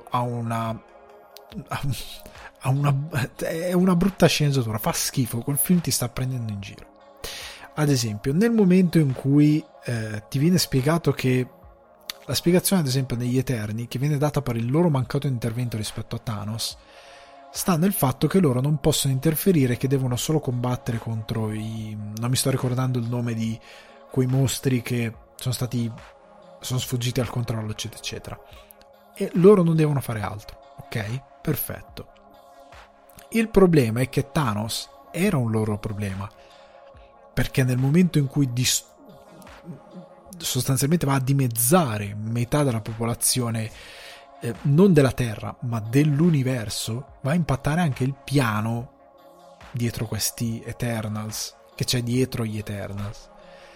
è una brutta sceneggiatura, fa schifo, quel film ti sta prendendo in giro. Ad esempio, nel momento in cui ti viene spiegato che la spiegazione, ad esempio, degli Eterni, che viene data per il loro mancato intervento rispetto a Thanos, sta nel fatto che loro non possono interferire, che devono solo combattere contro non mi sto ricordando il nome di quei mostri che sono sfuggiti al controllo, eccetera eccetera, e loro non devono fare altro. Ok? Perfetto. Il problema è che Thanos era un loro problema, perché nel momento in cui sostanzialmente va a dimezzare metà della popolazione, non della Terra ma dell'universo, va a impattare anche il piano dietro questi Eternals, che c'è dietro gli Eternals.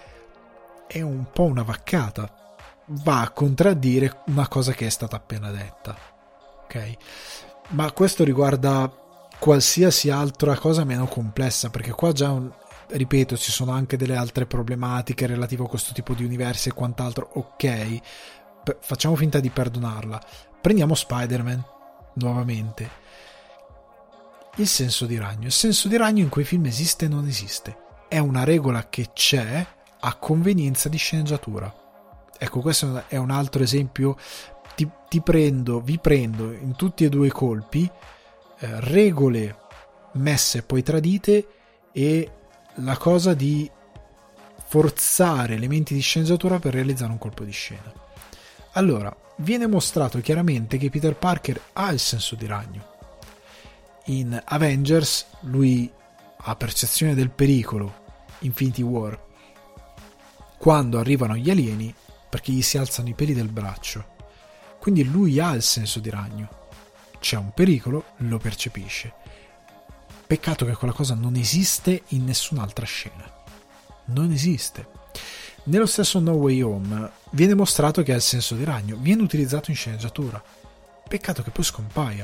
È un po' una vaccata, va a contraddire una cosa che è stata appena detta, ok? Ma questo riguarda qualsiasi altra cosa meno complessa, perché qua già ripeto, ci sono anche delle altre problematiche relative a questo tipo di universi e quant'altro. Ok, facciamo finta di perdonarla. Prendiamo Spider-Man nuovamente. Il senso di ragno. Il senso di ragno in quei film esiste e non esiste. È una regola che c'è a convenienza di sceneggiatura. Ecco, questo è un altro esempio. Vi prendo in tutti e due i colpi regole messe e poi tradite, e la cosa di forzare elementi di sceneggiatura per realizzare un colpo di scena. Allora, viene mostrato chiaramente che Peter Parker ha il senso di ragno. In Avengers lui ha percezione del pericolo, Infinity War, quando arrivano gli alieni, perché gli si alzano i peli del braccio. Quindi lui ha il senso di ragno. C'è un pericolo, lo percepisce. Peccato che quella cosa non esiste in nessun'altra scena. Non esiste. Nello stesso No Way Home viene mostrato che ha il senso di ragno, viene utilizzato in sceneggiatura. Peccato che poi scompaia.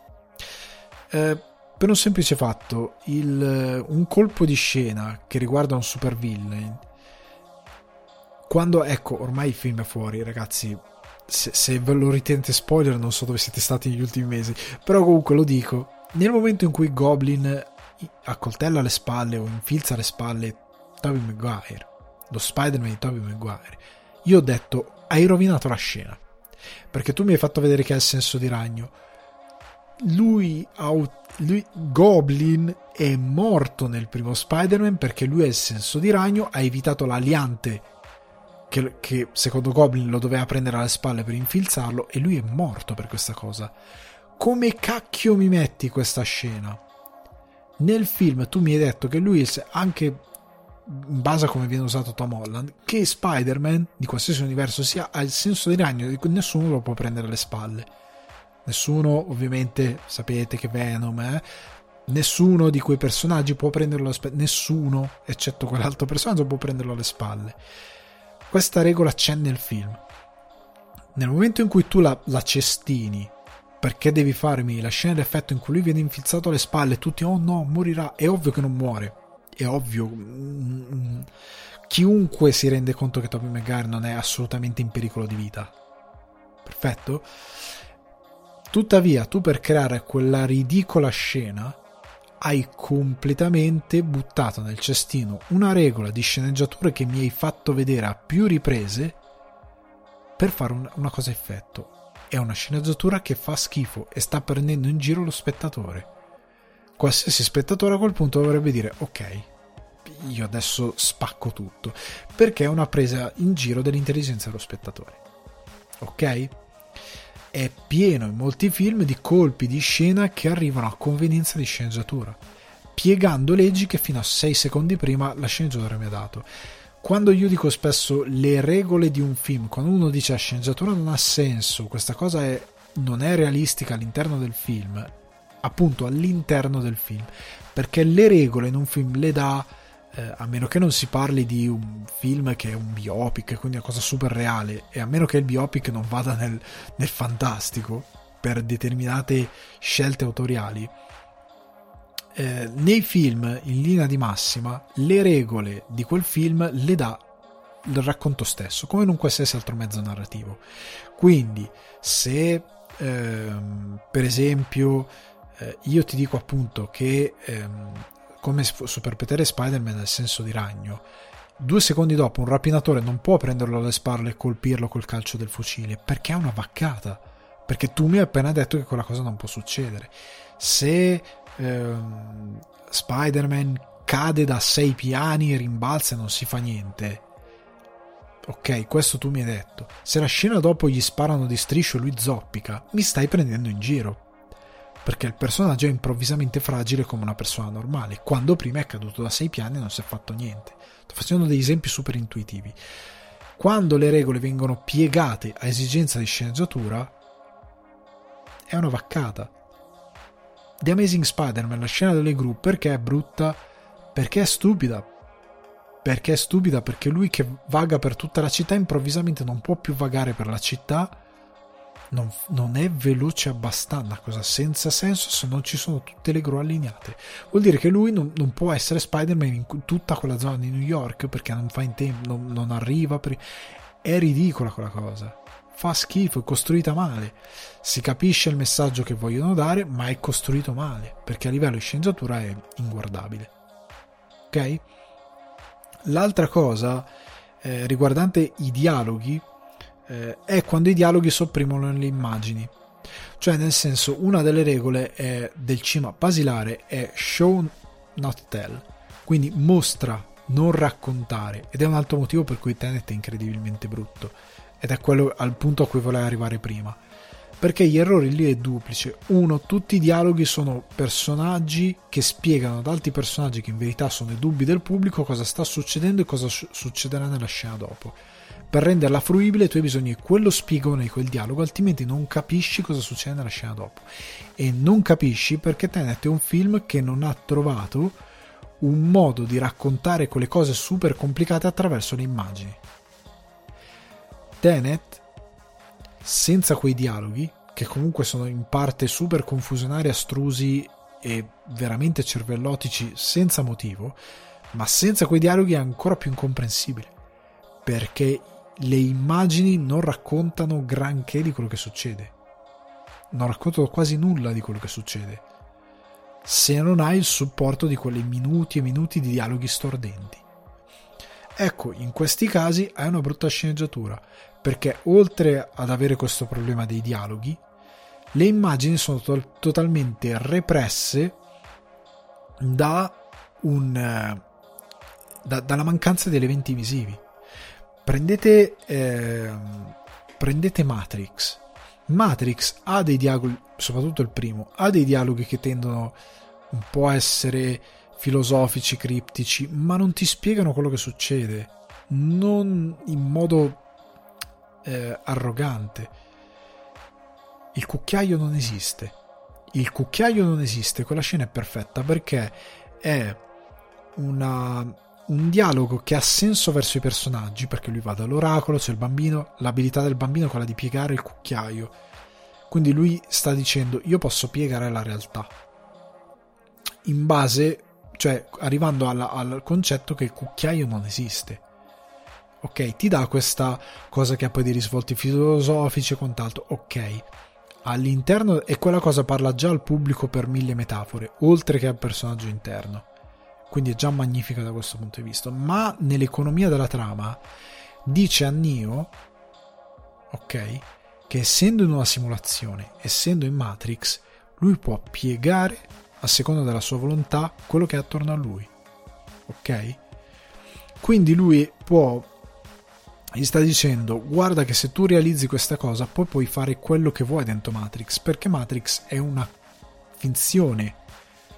Per un semplice fatto, un colpo di scena che riguarda un supervillain, quando, ecco, ormai il film è fuori, ragazzi, se ve lo ritenete spoiler non so dove siete stati negli ultimi mesi, però comunque lo dico. Nel momento in cui Goblin accoltella alle spalle o infilza alle spalle Tobey Maguire, lo Spider-Man di Tobey Maguire, io ho detto: hai rovinato la scena, perché tu mi hai fatto vedere che ha il senso di ragno. Goblin è morto nel primo Spider-Man perché lui ha il senso di ragno, ha evitato l'aliante che secondo Goblin lo doveva prendere alle spalle per infilzarlo, e lui è morto per questa cosa. Come cacchio mi metti questa scena? Nel film tu mi hai detto che lui, anche in base a come viene usato Tom Holland, che Spider-Man di qualsiasi universo sia, ha il senso di ragno, nessuno lo può prendere alle spalle. Nessuno, ovviamente sapete che Venom, nessuno di quei personaggi può prenderlo alle spalle, nessuno, eccetto quell'altro personaggio, può prenderlo alle spalle. Questa regola c'è nel film. Nel momento in cui tu la cestini, perché devi farmi la scena d'effetto in cui lui viene infilzato alle spalle, tutti oh no, morirà, è ovvio che non muore, è ovvio. Chiunque si rende conto che Tobey Maguire non è assolutamente in pericolo di vita. Perfetto? Tuttavia tu, per creare quella ridicola scena, hai completamente buttato nel cestino una regola di sceneggiatura che mi hai fatto vedere a più riprese per fare una cosa a effetto. È una sceneggiatura che fa schifo e sta prendendo in giro lo spettatore. Qualsiasi spettatore a quel punto dovrebbe dire: ok, io adesso spacco tutto, perché è una presa in giro dell'intelligenza dello spettatore. Ok? È pieno in molti film di colpi di scena che arrivano a convenienza di sceneggiatura, piegando leggi che fino a 6 secondi prima la sceneggiatura mi ha dato. Quando io dico spesso le regole di un film, quando uno dice la sceneggiatura non ha senso, questa cosa non è realistica all'interno del film, appunto all'interno del film, perché le regole in un film le dà, a meno che non si parli di un film che è un biopic, quindi una cosa super reale, e a meno che il biopic non vada nel fantastico per determinate scelte autoriali, nei film in linea di massima le regole di quel film le dà il racconto stesso, come in un qualsiasi altro mezzo narrativo. Quindi se per esempio io ti dico appunto che come Super Peter e Spider-Man nel senso di ragno, 2 secondi dopo un rapinatore non può prenderlo alle spalle e colpirlo col calcio del fucile, perché è una vaccata, perché tu mi hai appena detto che quella cosa non può succedere. Se Spider-Man cade da 6 piani, rimbalza e non si fa niente, ok, questo tu mi hai detto. Se la scena dopo gli sparano di striscio e lui zoppica, mi stai prendendo in giro, perché il personaggio è improvvisamente fragile come una persona normale, quando prima è caduto da 6 piani e non si è fatto niente. Sto facendo degli esempi super intuitivi. Quando le regole vengono piegate a esigenza di sceneggiatura è una vaccata. The Amazing Spider-Man, la scena delle gru, perché è brutta? Perché è stupida. Perché è stupida? Perché lui che vaga per tutta la città improvvisamente non può più vagare per la città, non è veloce abbastanza, una cosa senza senso se non ci sono tutte le gru allineate. Vuol dire che lui non può essere Spider-Man in tutta quella zona di New York perché non fa in tempo, non arriva. È ridicola quella cosa. Fa schifo, è costruita male. Si capisce il messaggio che vogliono dare, ma è costruito male, perché a livello di sceneggiatura è inguardabile. Ok? L'altra cosa riguardante i dialoghi è quando i dialoghi sopprimono le immagini. Cioè, nel senso, una delle regole del cinema basilare è show not tell, quindi mostra, non raccontare, ed è un altro motivo per cui Tenet è incredibilmente brutto. Ed è quello al punto a cui volevo arrivare prima, perché gli errori lì è duplice. Uno, tutti i dialoghi sono personaggi che spiegano ad altri personaggi che in verità sono i dubbi del pubblico cosa sta succedendo e cosa succederà nella scena dopo. Per renderla fruibile tu hai bisogno di quello spiegone di quel dialogo, altrimenti non capisci cosa succede nella scena dopo. E non capisci perché Tenet è un film che non ha trovato un modo di raccontare quelle cose super complicate attraverso le immagini. Tenet, senza quei dialoghi, che comunque sono in parte super confusionari, astrusi e veramente cervellotici senza motivo, ma senza quei dialoghi è ancora più incomprensibile, perché le immagini non raccontano granché di quello che succede, non raccontano quasi nulla di quello che succede, se non hai il supporto di quelle minuti e minuti di dialoghi stordenti. Ecco, in questi casi hai una brutta sceneggiatura, perché oltre ad avere questo problema dei dialoghi, le immagini sono totalmente represse dalla mancanza degli eventi visivi. Prendete Matrix ha dei dialoghi, soprattutto il primo, ha dei dialoghi che tendono un po' a essere filosofici, criptici, ma non ti spiegano quello che succede, non in modo arrogante. Il cucchiaio non esiste, quella scena è perfetta perché è un dialogo che ha senso verso i personaggi, perché lui va dall'oracolo, c'è il bambino, l'abilità del bambino è quella di piegare il cucchiaio, quindi lui sta dicendo io posso piegare la realtà in base, cioè arrivando al concetto che il cucchiaio non esiste. Ok, ti dà questa cosa che ha poi dei risvolti filosofici e quant'altro. Ok, all'interno, e quella cosa parla già al pubblico per 1000 metafore, oltre che al personaggio interno. Quindi è già magnifica da questo punto di vista. Ma nell'economia della trama dice a Neo, ok, che essendo in una simulazione, essendo in Matrix, lui può piegare a seconda della sua volontà quello che è attorno a lui. Ok? Quindi lui gli sta dicendo guarda che se tu realizzi questa cosa poi puoi fare quello che vuoi dentro Matrix, perché Matrix è una finzione,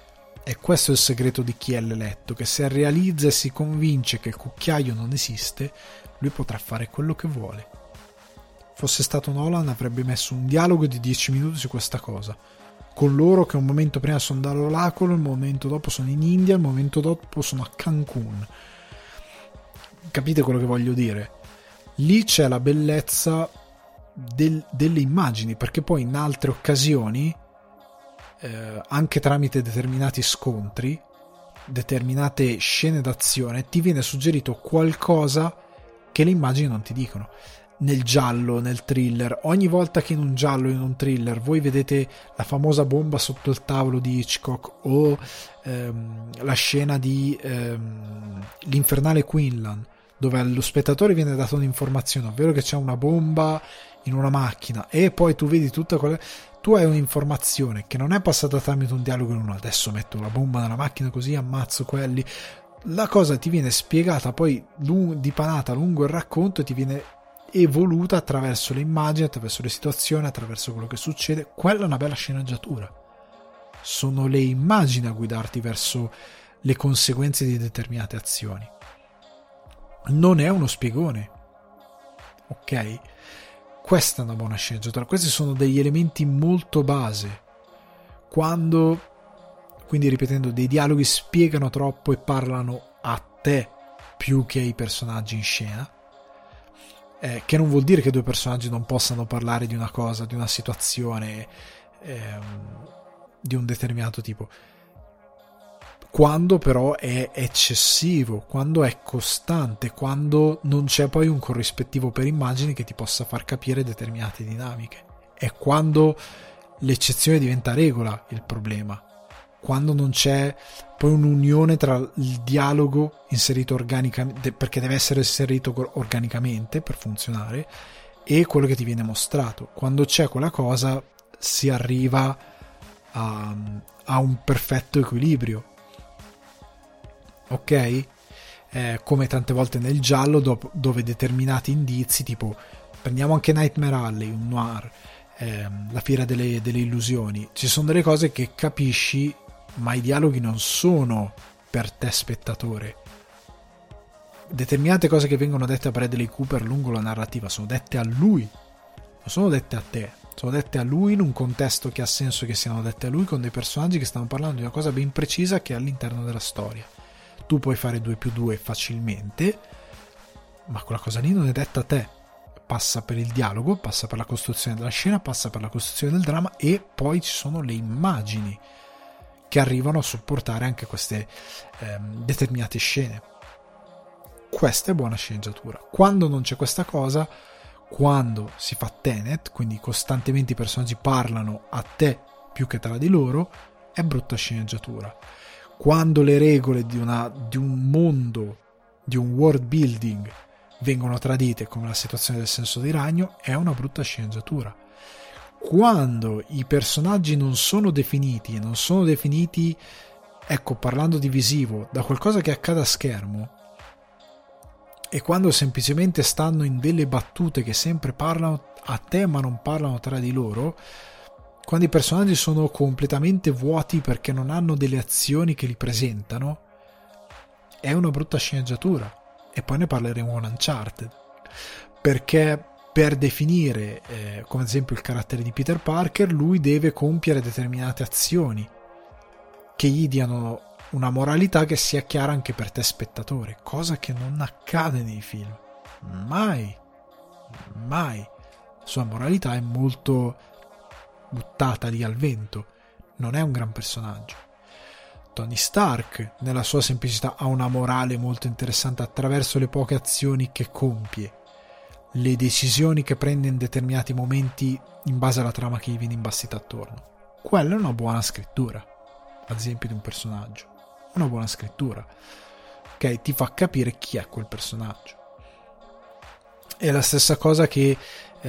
E questo è il segreto di chi è l'eletto, che se realizza e si convince che il cucchiaio non esiste, lui potrà fare quello che vuole. Fosse stato Nolan avrebbe messo un dialogo di 10 minuti su questa cosa, con loro che un momento prima sono dall'oracolo, il momento dopo sono in India, il momento dopo sono a Cancun. Capite quello che voglio dire? Lì c'è la bellezza delle immagini, perché poi in altre occasioni, anche tramite determinati scontri, determinate scene d'azione, ti viene suggerito qualcosa che le immagini non ti dicono. Nel giallo, nel thriller, ogni volta che in un giallo, in un thriller, voi vedete la famosa bomba sotto il tavolo di Hitchcock o la scena di l'infernale Quinlan, dove allo spettatore viene data un'informazione, ovvero che c'è una bomba in una macchina, e poi tu vedi tutta quella... Tu hai un'informazione che non è passata tramite un dialogo in uno, adesso metto la bomba nella macchina così ammazzo quelli. La cosa ti viene spiegata poi dipanata lungo il racconto e ti viene evoluta attraverso le immagini, attraverso le situazioni, attraverso quello che succede. Quella è una bella sceneggiatura. Sono le immagini a guidarti verso le conseguenze di determinate azioni. Non è uno spiegone, ok? Questa è una buona sceneggiatura. Questi sono degli elementi molto base. Quando, quindi ripetendo, dei dialoghi spiegano troppo e parlano a te più che ai personaggi in scena, che non vuol dire che due personaggi non possano parlare di una cosa, di una situazione, di un determinato tipo. Quando però è eccessivo, quando è costante, quando non c'è poi un corrispettivo per immagini che ti possa far capire determinate dinamiche. È quando l'eccezione diventa regola il problema. Quando non c'è poi un'unione tra il dialogo inserito organicamente, perché deve essere inserito organicamente per funzionare, e quello che ti viene mostrato. Quando c'è quella cosa si arriva a un perfetto equilibrio. Ok? Come tante volte nel giallo, dove determinati indizi, tipo prendiamo anche Nightmare Alley, un noir, la fiera delle illusioni, ci sono delle cose che capisci, ma i dialoghi non sono per te spettatore. Determinate cose che vengono dette a Bradley Cooper lungo la narrativa sono dette a lui, non sono dette a te, sono dette a lui in un contesto che ha senso che siano dette a lui, con dei personaggi che stanno parlando di una cosa ben precisa che è all'interno della storia. Tu puoi fare 2+2 facilmente, ma quella cosa lì non è detta a te. Passa per il dialogo, passa per la costruzione della scena, passa per la costruzione del dramma, e poi ci sono le immagini che arrivano a supportare anche queste determinate scene. Questa è buona sceneggiatura. Quando non c'è questa cosa, quando si fa Tenet, quindi costantemente i personaggi parlano a te più che tra di loro, è brutta sceneggiatura. Quando le regole di un mondo, di un world building vengono tradite, come la situazione del Senso di Ragno, è una brutta sceneggiatura. Quando i personaggi non sono definiti, e non sono definiti, ecco, parlando di visivo, da qualcosa che accade a schermo, e quando semplicemente stanno in delle battute che sempre parlano a te ma non parlano tra di loro, quando i personaggi sono completamente vuoti perché non hanno delle azioni che li presentano, è una brutta sceneggiatura. E poi ne parleremo in Uncharted, perché per definire come ad esempio il carattere di Peter Parker, lui deve compiere determinate azioni che gli diano una moralità che sia chiara anche per te spettatore, cosa che non accade nei film. Mai la sua moralità è molto buttata lì al vento, non è un gran personaggio. Tony Stark nella sua semplicità ha una morale molto interessante attraverso le poche azioni che compie, le decisioni che prende in determinati momenti in base alla trama che gli viene imbastita attorno. Quella è una buona scrittura, ad esempio, di un personaggio, una buona scrittura, ok? Ti fa capire chi è quel personaggio. È la stessa cosa che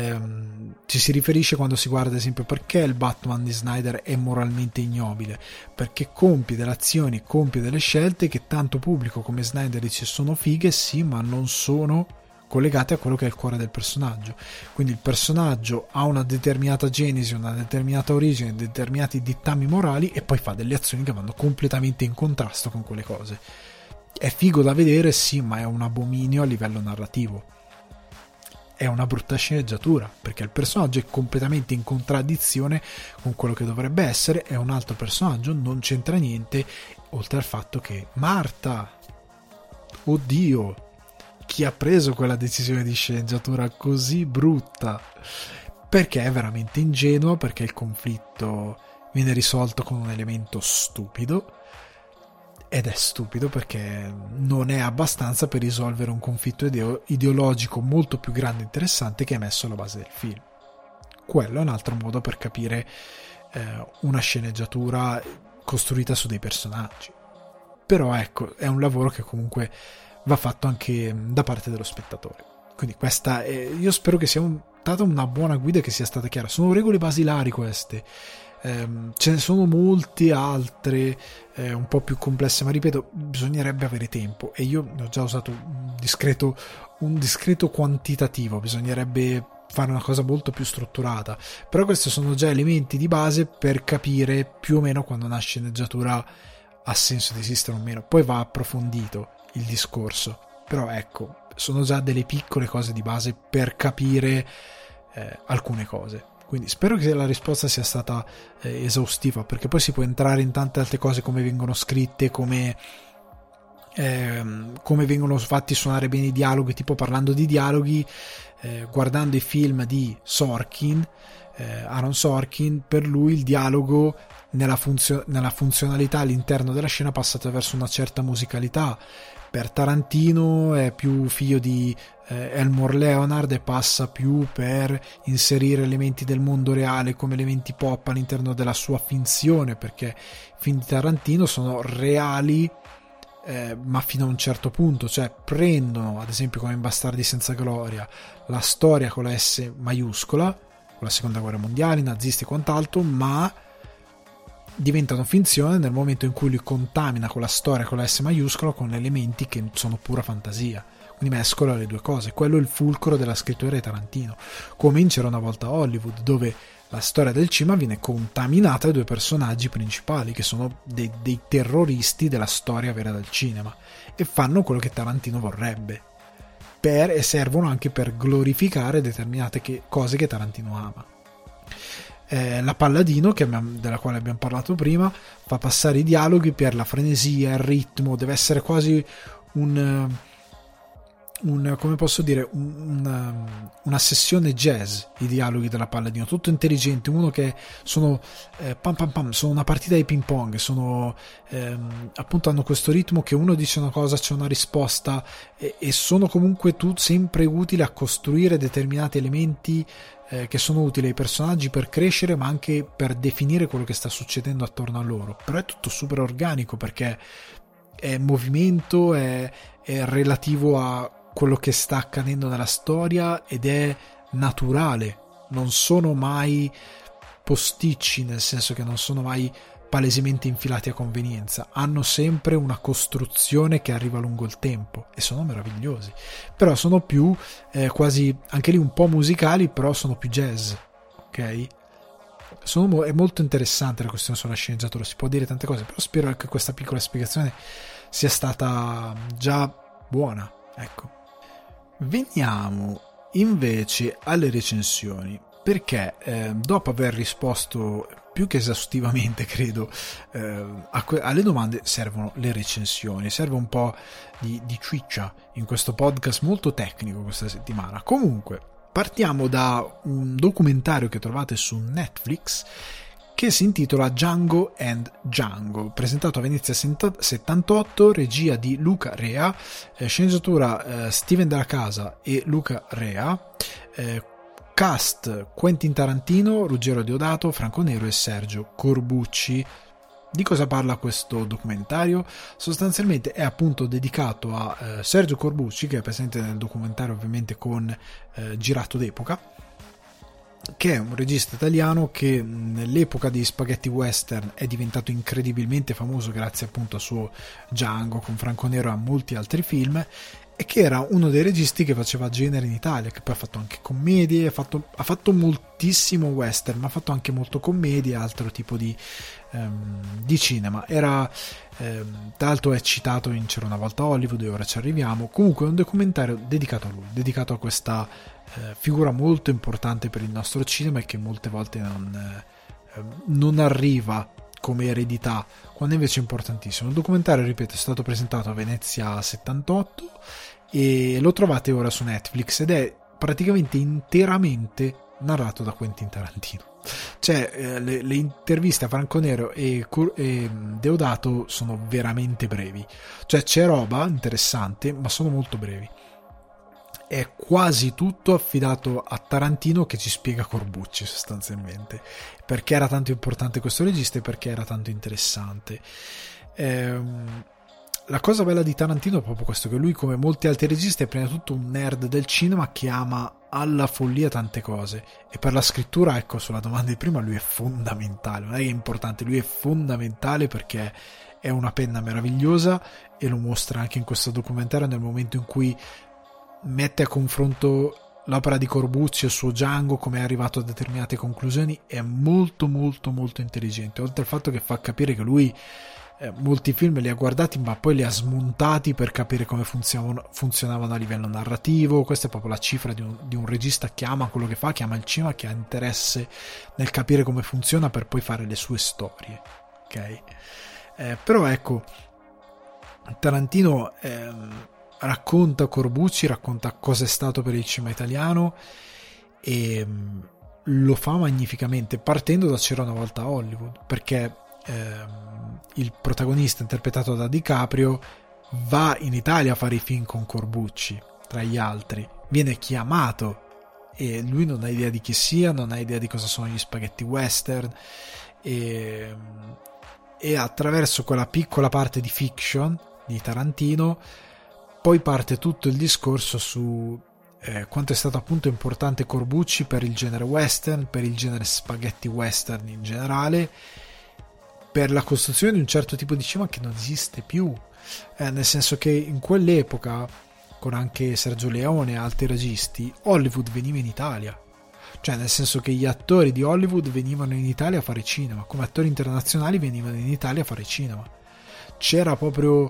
ci si riferisce quando si guarda, ad esempio, perché il Batman di Snyder è moralmente ignobile, perché compie delle azioni, compie delle scelte che tanto pubblico come Snyder dice sono fighe, sì, ma non sono collegate a quello che è il cuore del personaggio. Quindi il personaggio ha una determinata genesi, una determinata origine, determinati dettami morali, e poi fa delle azioni che vanno completamente in contrasto con quelle cose. È figo da vedere, sì, ma è un abominio a livello narrativo. È una brutta sceneggiatura, perché il personaggio è completamente in contraddizione con quello che dovrebbe essere, è un altro personaggio, non c'entra niente, oltre al fatto che Marta, oddio, chi ha preso quella decisione di sceneggiatura così brutta? Perché è veramente ingenuo, perché il conflitto viene risolto con un elemento stupido, ed è stupido perché non è abbastanza per risolvere un conflitto ideologico molto più grande e interessante che è messo alla base del film. Quello è un altro modo per capire una sceneggiatura costruita su dei personaggi. Però ecco, è un lavoro che comunque va fatto anche da parte dello spettatore. Quindi questa io spero che sia stata una buona guida, che sia stata chiara. Sono regole basilari queste, ce ne sono molte altre un po' più complesse, ma ripeto, bisognerebbe avere tempo, e io ne ho già usato un discreto quantitativo, bisognerebbe fare una cosa molto più strutturata. Però questi sono già elementi di base per capire più o meno quando una sceneggiatura ha senso di esistere o meno. Poi va approfondito il discorso, però ecco, sono già delle piccole cose di base per capire alcune cose. Quindi spero che la risposta sia stata esaustiva, perché poi si può entrare in tante altre cose, come vengono scritte, come vengono fatti suonare bene i dialoghi. Tipo, parlando di dialoghi, guardando i film di Sorkin, Aaron Sorkin, per lui il dialogo nella funzionalità all'interno della scena passa attraverso una certa musicalità. Per Tarantino è più figlio di Elmore Leonard e passa più per inserire elementi del mondo reale come elementi pop all'interno della sua finzione, perché i film di Tarantino sono reali, ma fino a un certo punto, cioè prendono, ad esempio come in Bastardi senza gloria, la storia con la S maiuscola, con la seconda guerra mondiale, i nazisti e quant'altro, ma diventano finzione nel momento in cui li contamina con la storia con la S maiuscola, con elementi che sono pura fantasia. Quindi mescola le due cose. Quello è il fulcro della scrittura di Tarantino, come in C'era una volta Hollywood, dove la storia del cinema viene contaminata dai due personaggi principali, che sono dei terroristi della storia vera del cinema, e fanno quello che Tarantino vorrebbe, e servono anche per glorificare determinate cose che Tarantino ama. La Palladino, della quale abbiamo parlato prima, fa passare i dialoghi per la frenesia, il ritmo, deve essere quasi come posso dire, una sessione jazz, i dialoghi della Palladino, tutto intelligente, uno che sono pam pam pam, sono una partita di ping pong, sono appunto, hanno questo ritmo che uno dice una cosa, c'è una risposta, e sono comunque sempre utili a costruire determinati elementi che sono utili ai personaggi per crescere, ma anche per definire quello che sta succedendo attorno a loro. Però è tutto super organico, perché è movimento, è relativo a quello che sta accadendo nella storia, ed è naturale, non sono mai posticci, nel senso che non sono mai palesemente infilati a convenienza, hanno sempre una costruzione che arriva lungo il tempo, e sono meravigliosi. Però sono più quasi anche lì un po' musicali, però sono più jazz, ok? È molto interessante la questione sulla sceneggiatura, si può dire tante cose, però spero che questa piccola spiegazione sia stata già buona, ecco. Veniamo invece alle recensioni, perché dopo aver risposto più che esaustivamente, credo, alle domande, servono le recensioni, serve un po' di ciccia in questo podcast molto tecnico questa settimana. Comunque, partiamo da un documentario che trovate su Netflix, che si intitola Django and Django, presentato a Venezia 78, regia di Luca Rea, sceneggiatura Steven Della Casa e Luca Rea, cast Quentin Tarantino, Ruggero Deodato, Franco Nero e Sergio Corbucci. Di cosa parla questo documentario? Sostanzialmente è appunto dedicato a Sergio Corbucci, che è presente nel documentario ovviamente con girato d'epoca, che è un regista italiano che nell'epoca degli spaghetti western è diventato incredibilmente famoso grazie appunto al suo Django con Franco Nero e a molti altri film, e che era uno dei registi che faceva genere in Italia, che poi ha fatto anche commedie, ha fatto moltissimo western, ma ha fatto anche molto commedie e altro tipo di cinema. Era tra l'altro è citato in C'era una volta Hollywood, e ora ci arriviamo. Comunque è un documentario dedicato a lui, dedicato a questa figura molto importante per il nostro cinema e che molte volte non arriva come eredità, quando invece è importantissimo. Il documentario, ripeto, è stato presentato a Venezia 78 e lo trovate ora su Netflix ed è praticamente interamente narrato da Quentin Tarantino. Cioè le interviste a Franco Nero e Deodato sono veramente brevi, cioè c'è roba interessante ma sono molto brevi. È quasi tutto affidato a Tarantino, che ci spiega Corbucci sostanzialmente, perché era tanto importante questo regista e perché era tanto interessante. La cosa bella di Tarantino è proprio questo, che lui, come molti altri registi, è prima di tutto un nerd del cinema che ama alla follia tante cose, e per la scrittura, ecco, sulla domanda di prima, lui è fondamentale, non è che è importante, lui è fondamentale perché è una penna meravigliosa, e lo mostra anche in questo documentario nel momento in cui mette a confronto l'opera di Corbucci e il suo Django, come è arrivato a determinate conclusioni. È molto molto molto intelligente, oltre al fatto che fa capire che lui molti film li ha guardati ma poi li ha smontati per capire come funzionavano a livello narrativo. Questa è proprio la cifra di un regista che ama quello che fa, che ama il cinema, che ha interesse nel capire come funziona per poi fare le sue storie, ok? Però ecco, Tarantino racconta Corbucci, racconta cosa è stato per il cinema italiano, e lo fa magnificamente, partendo da C'era una volta Hollywood, perché il protagonista, interpretato da DiCaprio, va in Italia a fare i film con Corbucci, tra gli altri, viene chiamato e lui non ha idea di chi sia, non ha idea di cosa sono gli spaghetti western, e attraverso quella piccola parte di fiction di Tarantino poi parte tutto il discorso su quanto è stato appunto importante Corbucci per il genere western, per il genere spaghetti western in generale, per la costruzione di un certo tipo di cinema che non esiste più, nel senso che in quell'epoca, con anche Sergio Leone e altri registi, Hollywood veniva in Italia, cioè nel senso che gli attori di Hollywood venivano in Italia a fare cinema, come attori internazionali venivano in Italia a fare cinema. C'era proprio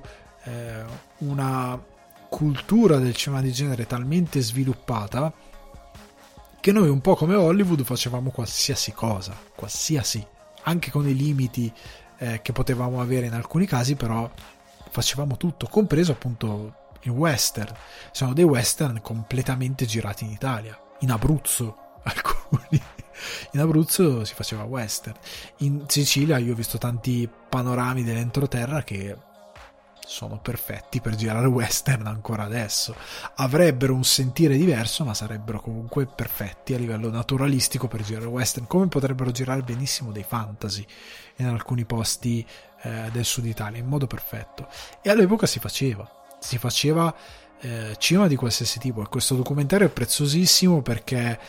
una cultura del cinema di genere talmente sviluppata che noi, un po' come Hollywood, facevamo qualsiasi cosa, qualsiasi, anche con i limiti che potevamo avere in alcuni casi, però facevamo tutto, compreso appunto il western. Sono dei western completamente girati in Italia, in Abruzzo alcuni. In Abruzzo si faceva western, in Sicilia io ho visto tanti panorami dell'entroterra che sono perfetti per girare western ancora adesso. Avrebbero un sentire diverso, ma sarebbero comunque perfetti a livello naturalistico per girare western, come potrebbero girare benissimo dei fantasy in alcuni posti del sud Italia, in modo perfetto. E all'epoca si faceva cinema di qualsiasi tipo, e questo documentario è preziosissimo perché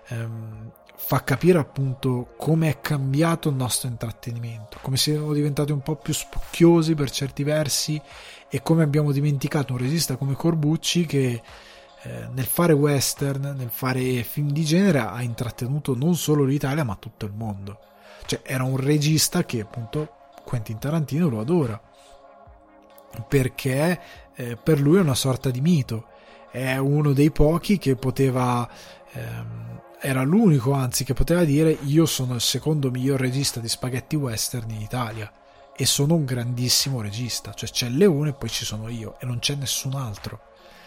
fa capire appunto come è cambiato il nostro intrattenimento, come siamo diventati un po' più spocchiosi per certi versi, e come abbiamo dimenticato un regista come Corbucci che nel fare western, nel fare film di genere, ha intrattenuto non solo l'Italia ma tutto il mondo. Cioè era un regista che appunto Quentin Tarantino lo adora, perché per lui è una sorta di mito, è uno dei pochi che poteva era l'unico, anzi, che poteva dire: io sono il secondo miglior regista di spaghetti western in Italia e sono un grandissimo regista, cioè c'è il Leone e poi ci sono io e non c'è nessun altro.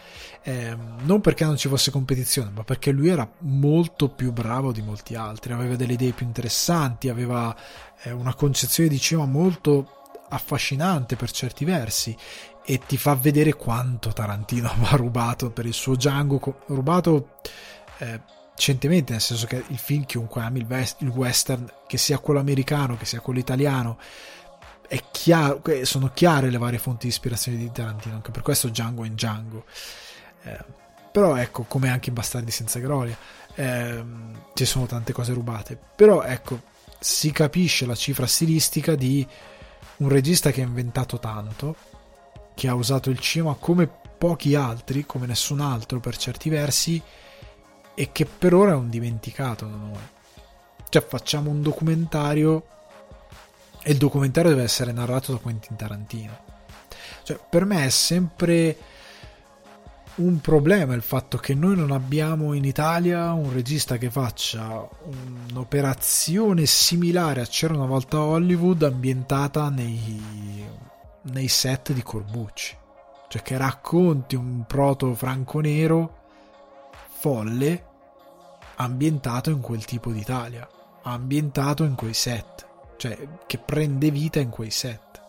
Non perché non ci fosse competizione, ma perché lui era molto più bravo di molti altri, aveva delle idee più interessanti, aveva una concezione di cinema molto affascinante per certi versi, e ti fa vedere quanto Tarantino aveva rubato per il suo Django, rubato recentemente, nel senso che il film, chiunque ami il western, che sia quello americano che sia quello italiano, è chiaro, sono chiare le varie fonti di ispirazione di Tarantino, anche per questo Django è in Django. Però ecco, come anche in Bastardi senza gloria, ci sono tante cose rubate, però ecco, si capisce la cifra stilistica di un regista che ha inventato tanto, che ha usato il cinema come pochi altri, come nessun altro per certi versi, e che per ora è un dimenticato da noi. Cioè, facciamo un documentario e il documentario deve essere narrato da Quentin Tarantino. Cioè, per me è sempre un problema il fatto che noi non abbiamo in Italia un regista che faccia un'operazione similare a C'era una volta a Hollywood, ambientata nei set di Corbucci. Cioè, che racconti un proto franco nero folle ambientato in quel tipo d'Italia, ambientato in quei set, cioè che prende vita in quei set.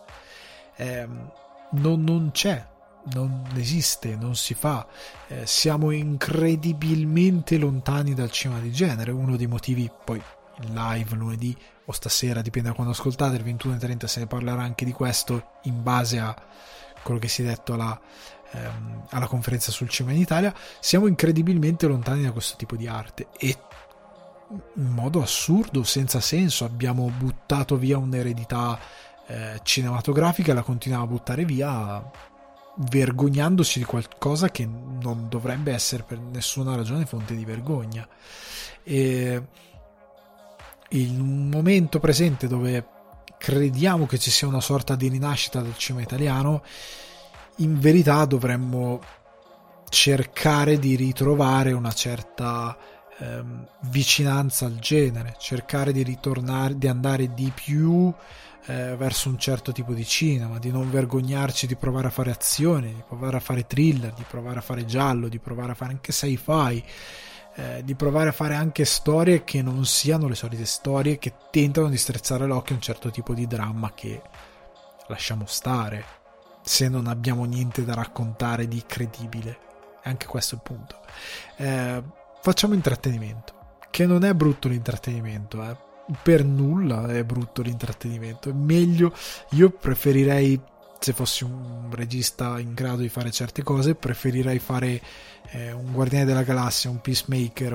Non c'è, non esiste, non si fa. Siamo incredibilmente lontani dal cinema di genere. Uno dei motivi, poi in live lunedì o stasera, dipende da quando ascoltate, il 21:30 se ne parlerà anche di questo, in base a quello che si è detto alla conferenza sul cinema in Italia. Siamo incredibilmente lontani da questo tipo di arte e in modo assurdo, senza senso, abbiamo buttato via un'eredità cinematografica e la continuiamo a buttare via, vergognandoci di qualcosa che non dovrebbe essere per nessuna ragione fonte di vergogna. E in un momento presente dove crediamo che ci sia una sorta di rinascita del cinema italiano, in verità dovremmo cercare di ritrovare una certa vicinanza al genere, cercare di ritornare, di andare di più verso un certo tipo di cinema, di non vergognarci di provare a fare azione, di provare a fare thriller, di provare a fare giallo, di provare a fare anche sci-fi, di provare a fare anche storie che non siano le solite storie che tentano di strizzare l'occhio a un certo tipo di dramma che lasciamo stare se non abbiamo niente da raccontare di credibile. Anche questo è il punto. Facciamo intrattenimento, che non è brutto l'intrattenimento, per nulla è brutto l'intrattenimento, è meglio. Io preferirei, se fossi un regista in grado di fare certe cose, preferirei fare un Guardiani della Galassia, un Peacemaker,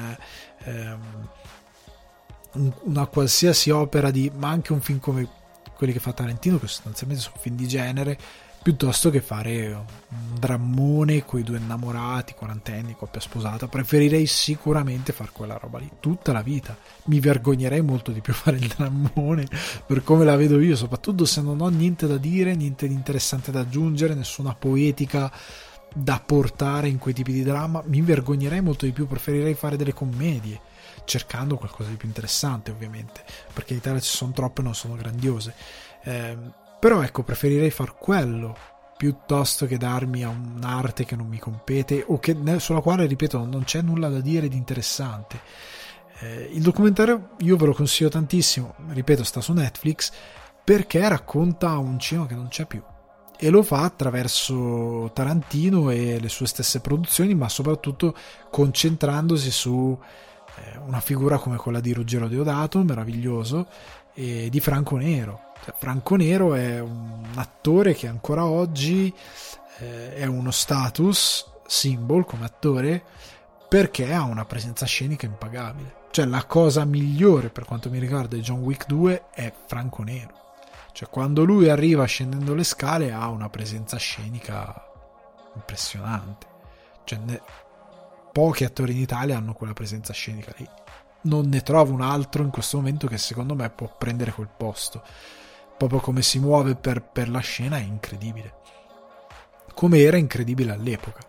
una qualsiasi opera ma anche un film come quelli che fa Tarantino, che sostanzialmente sono film di genere, piuttosto che fare un drammone con i due innamorati, quarantenni, coppia sposata. Preferirei sicuramente fare quella roba lì tutta la vita. Mi vergognerei molto di più fare il drammone per come la vedo io, soprattutto se non ho niente da dire, niente di interessante da aggiungere, nessuna poetica da portare in quei tipi di dramma. Mi vergognerei molto di più. Preferirei fare delle commedie, cercando qualcosa di più interessante, ovviamente, perché in Italia ci sono troppe e non sono grandiose. Però ecco, preferirei far quello piuttosto che darmi a un'arte che non mi compete o sulla quale, ripeto, non c'è nulla da dire di interessante. Il documentario io ve lo consiglio tantissimo, ripeto, sta su Netflix, perché racconta un cinema che non c'è più e lo fa attraverso Tarantino e le sue stesse produzioni, ma soprattutto concentrandosi su una figura come quella di Ruggero Deodato, meraviglioso, e di Franco Nero. Franco Nero è un attore che ancora oggi è uno status symbol come attore, perché ha una presenza scenica impagabile. Cioè, la cosa migliore per quanto mi riguarda di John Wick 2 è Franco Nero. Cioè, quando lui arriva scendendo le scale ha una presenza scenica impressionante. Cioè, pochi attori in Italia hanno quella presenza scenica lì. Non ne trovo un altro in questo momento che secondo me può prendere quel posto. Proprio come si muove per la scena è incredibile, come era incredibile all'epoca.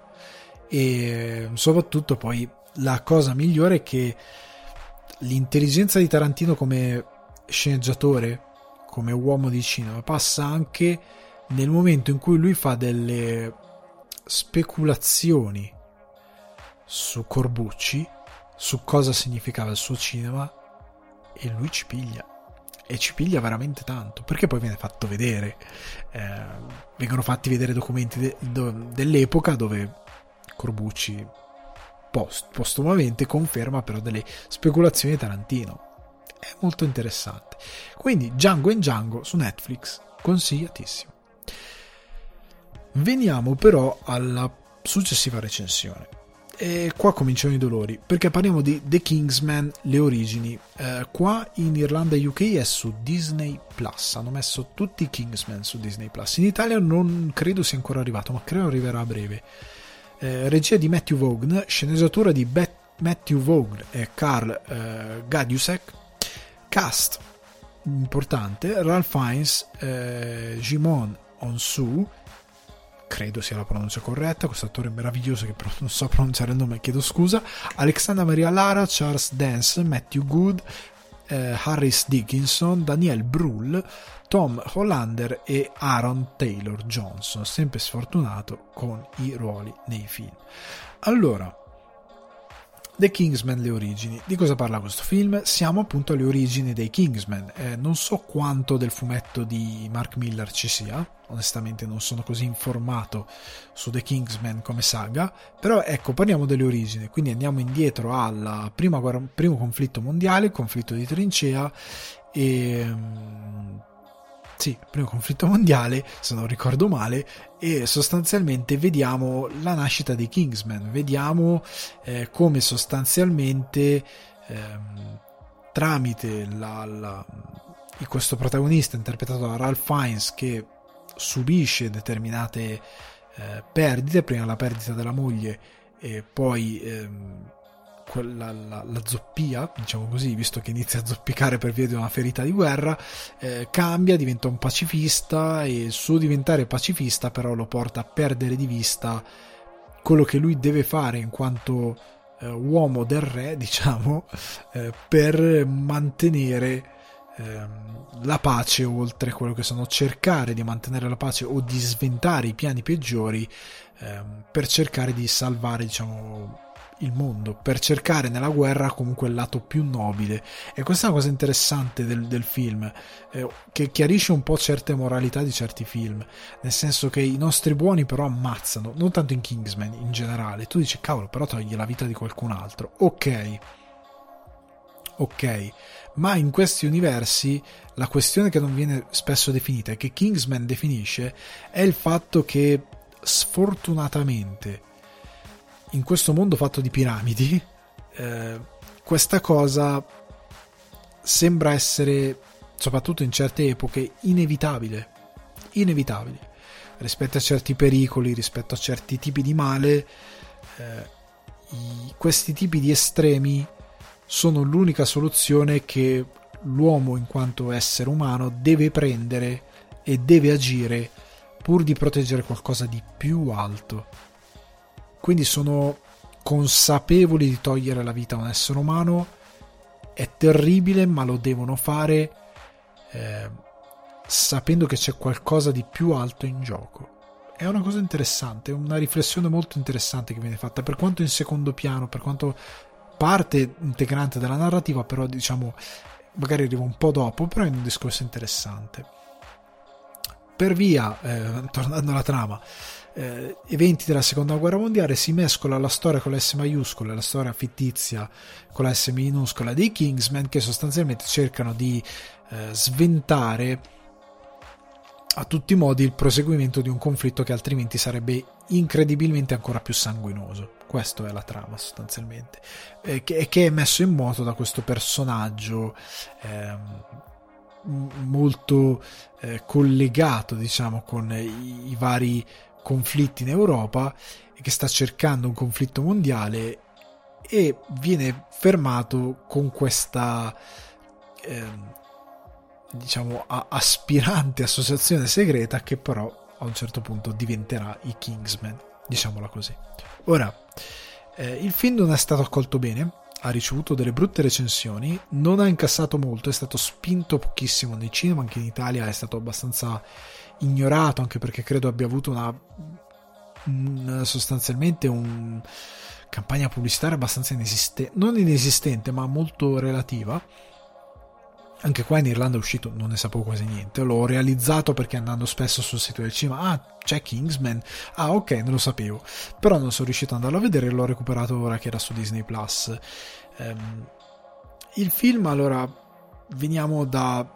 E soprattutto poi la cosa migliore è che l'intelligenza di Tarantino come sceneggiatore, come uomo di cinema, passa anche nel momento in cui lui fa delle speculazioni su Corbucci, su cosa significava il suo cinema, e lui ci piglia. E ci piglia veramente tanto, perché poi viene fatto vedere, vengono fatti vedere documenti dell'epoca dove Corbucci postumamente conferma però delle speculazioni di Tarantino. È molto interessante. Quindi Django and Django su Netflix, consigliatissimo. Veniamo però alla successiva recensione, E qua cominciano i dolori, perché parliamo di The Kingsman, le origini. Qua in Irlanda e UK è su Disney Plus, hanno messo tutti i Kingsman su Disney Plus. In Italia non credo sia ancora arrivato, ma credo arriverà a breve. Regia di Matthew Vaughn, sceneggiatura di Matthew Vaughn e Carl Gadiusek. Cast importante: Ralph Fiennes, Jimon Onsu, credo sia la pronuncia corretta, questo attore meraviglioso che però non so pronunciare il nome, chiedo scusa, Alexandra Maria Lara, Charles Dance, Matthew Good, Harris Dickinson, Daniel Brühl, Tom Hollander e Aaron Taylor Johnson, sempre sfortunato con i ruoli nei film. Allora, The Kingsman, le origini. Di cosa parla questo film? Siamo appunto alle origini dei Kingsman. Non so quanto del fumetto di Mark Millar ci sia, onestamente non sono così informato su The Kingsman come saga, però ecco, parliamo delle origini, quindi andiamo indietro al primo conflitto mondiale, il conflitto di trincea, e sì, primo conflitto mondiale, se non ricordo male, e sostanzialmente vediamo la nascita dei Kingsman, vediamo come sostanzialmente tramite questo protagonista interpretato da Ralph Fiennes, che subisce determinate perdite, prima la perdita della moglie e poi la zoppia, diciamo così, visto che inizia a zoppicare per via di una ferita di guerra, cambia, diventa un pacifista, e il suo diventare pacifista però lo porta a perdere di vista quello che lui deve fare in quanto uomo del re, diciamo, per mantenere la pace, oltre quello che sono cercare di mantenere la pace o di sventare i piani peggiori per cercare di salvare, diciamo, il mondo, per cercare nella guerra comunque il lato più nobile. E questa è una cosa interessante del film, che chiarisce un po' certe moralità di certi film, nel senso che i nostri buoni però ammazzano, non tanto in Kingsman, in generale. Tu dici, cavolo, però togli la vita di qualcun altro, ok, ma in questi universi la questione che non viene spesso definita e che Kingsman definisce è il fatto che sfortunatamente in questo mondo fatto di piramidi questa cosa sembra essere, soprattutto in certe epoche, inevitabile rispetto a certi pericoli, rispetto a certi tipi di male. Questi tipi di estremi sono l'unica soluzione che l'uomo in quanto essere umano deve prendere e deve agire pur di proteggere qualcosa di più alto. Quindi sono consapevoli di togliere la vita a un essere umano, è terribile, ma lo devono fare sapendo che c'è qualcosa di più alto in gioco. È una cosa interessante, è una riflessione molto interessante che viene fatta, per quanto in secondo piano, per quanto parte integrante della narrativa, però diciamo magari arriva un po' dopo, però è un discorso interessante. Per via, tornando alla trama, eventi della seconda guerra mondiale, si mescola la storia con la S maiuscola e la storia fittizia con la S minuscola dei Kingsman, che sostanzialmente cercano di sventare a tutti i modi il proseguimento di un conflitto che altrimenti sarebbe incredibilmente ancora più sanguinoso. Questa è la trama sostanzialmente, che è messo in moto da questo personaggio molto collegato, diciamo, con i vari conflitti in Europa, e che sta cercando un conflitto mondiale e viene fermato con questa diciamo aspirante associazione segreta, che però a un certo punto diventerà i Kingsman, diciamola così. Ora, il film non è stato accolto bene, ha ricevuto delle brutte recensioni, non ha incassato molto, è stato spinto pochissimo nei cinema, anche in Italia è stato abbastanza ignorato, anche perché credo abbia avuto sostanzialmente un campagna pubblicitaria abbastanza non inesistente, ma molto relativa. Anche qua in Irlanda è uscito, non ne sapevo quasi niente, l'ho realizzato perché andando spesso sul sito del cinema, c'è Kingsman, ok, non lo sapevo, però non sono riuscito ad andarlo a vedere, l'ho recuperato ora che era su Disney Plus. Il film, allora, veniamo da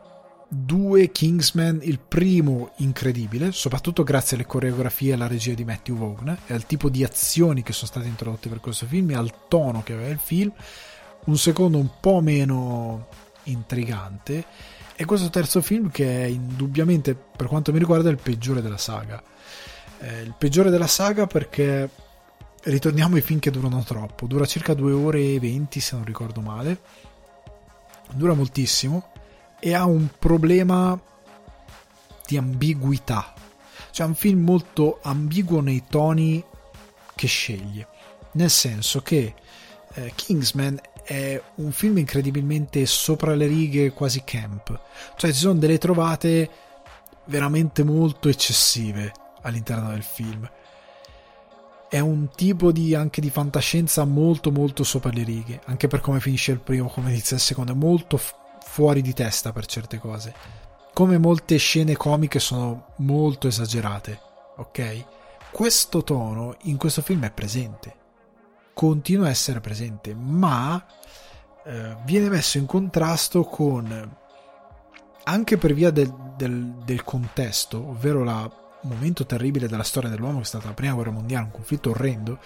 2 Kingsman, il primo incredibile, soprattutto grazie alle coreografie e alla regia di Matthew Vaughn e al tipo di azioni che sono state introdotte per questo film e al tono che aveva il film. Un secondo un po' meno intrigante, e questo terzo film che è indubbiamente, per quanto mi riguarda, il peggiore della saga. Il peggiore della saga perché ritorniamo ai film che durano troppo. Dura circa 2 ore e 20, se non ricordo male, dura moltissimo e ha un problema di ambiguità, cioè è un film molto ambiguo nei toni che sceglie, nel senso che Kingsman è un film incredibilmente sopra le righe, quasi camp, cioè ci sono delle trovate veramente molto eccessive all'interno del film. È un tipo anche di fantascienza molto molto sopra le righe, anche per come finisce il primo, come inizia il secondo, è molto fuori di testa per certe cose, come molte scene comiche sono molto esagerate, ok? Questo tono in questo film è presente, continua a essere presente, ma viene messo in contrasto con, anche per via del contesto, ovvero il momento terribile della storia dell'uomo, che è stata la prima guerra mondiale, un conflitto orrendo,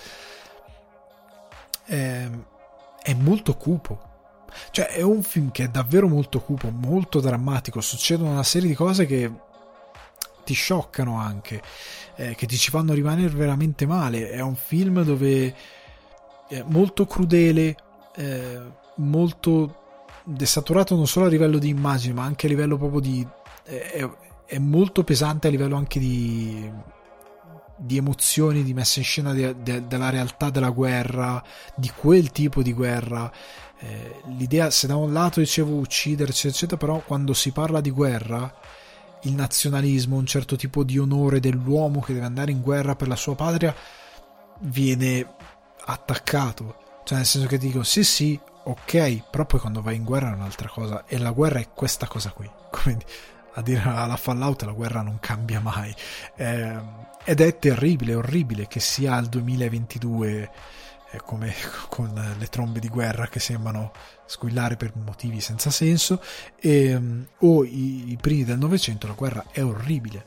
è molto cupo. Cioè è un film che è davvero molto cupo, molto drammatico, succedono una serie di cose che ti scioccano anche, che ti ci fanno rimanere veramente male. È un film dove è molto crudele, molto desaturato non solo a livello di immagine ma anche a livello proprio di è molto pesante a livello anche di emozioni, di messa in scena della realtà della guerra, di quel tipo di guerra. L'idea, se da un lato dicevo ucciderci eccetera, però quando si parla di guerra, il nazionalismo, un certo tipo di onore dell'uomo che deve andare in guerra per la sua patria viene attaccato, cioè nel senso che ti dico sì ok, però poi quando vai in guerra è un'altra cosa, e la guerra è questa cosa qui, quindi a dire alla Fallout la guerra non cambia mai, ed è terribile, orribile che sia al 2022 come con le trombe di guerra che sembrano squillare per motivi senza senso, o i primi del Novecento. La guerra è orribile,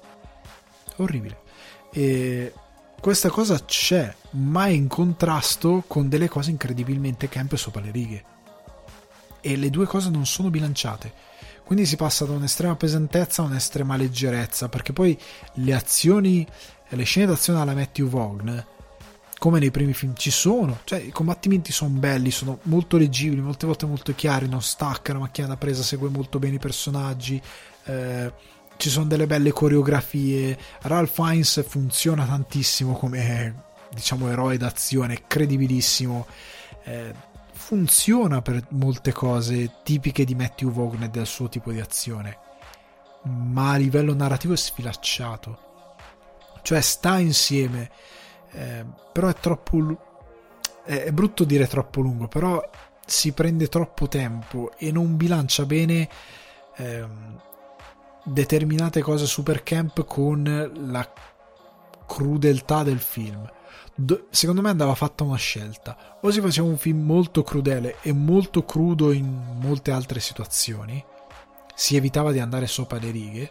e questa cosa c'è, ma è in contrasto con delle cose incredibilmente camp e sopra le righe, e le due cose non sono bilanciate, quindi si passa da un'estrema pesantezza a un'estrema leggerezza, perché poi le azioni e le scene d'azione alla Matthew Vaughn, come nei primi film, ci sono, cioè i combattimenti sono belli, sono molto leggibili, molte volte molto chiari, non stacca, la macchina da presa segue molto bene i personaggi, ci sono delle belle coreografie. Ralph Fiennes funziona tantissimo come, diciamo, eroe d'azione, è credibilissimo, funziona per molte cose tipiche di Matthew Vaughn e del suo tipo di azione, ma a livello narrativo è sfilacciato, cioè sta insieme, però è troppo, è brutto dire troppo lungo, però si prende troppo tempo e non bilancia bene determinate cose super camp con la crudeltà del film. Secondo me andava fatta una scelta: o si faceva un film molto crudele e molto crudo in molte altre situazioni, si evitava di andare sopra le righe,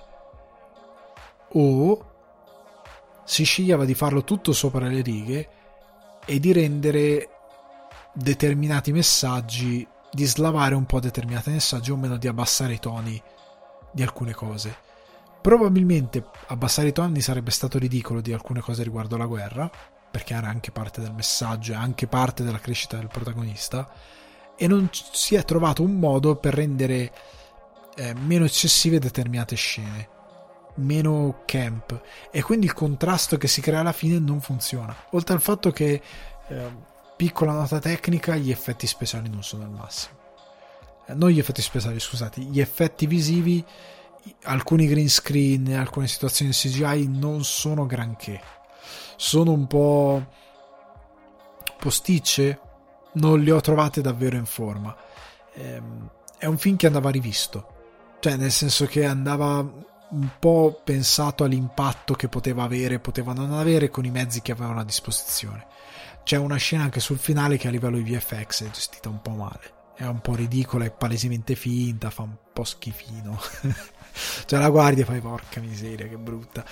o si sceglieva di farlo tutto sopra le righe e di rendere determinati messaggi, di slavare un po' determinati messaggi, o meno di abbassare i toni di alcune cose. Probabilmente abbassare i toni sarebbe stato ridicolo di alcune cose riguardo la guerra, perché era anche parte del messaggio e anche parte della crescita del protagonista, e non si è trovato un modo per rendere meno eccessive determinate scene, meno camp, e quindi il contrasto che si crea alla fine non funziona. Oltre al fatto che, piccola nota tecnica, gli effetti speciali non sono al massimo, non gli effetti speciali, scusate, gli effetti visivi, alcuni green screen, alcune situazioni CGI non sono granché, sono un po' posticce, non le ho trovate davvero in forma. È un film che andava rivisto, cioè nel senso che andava un po' pensato all'impatto che poteva avere, poteva non avere, con i mezzi che avevano a disposizione. C'è una scena anche sul finale che a livello di VFX è gestita un po' male, è un po' ridicola, è palesemente finta, fa un po' schifino Cioè la guardi e fai porca miseria, che brutta.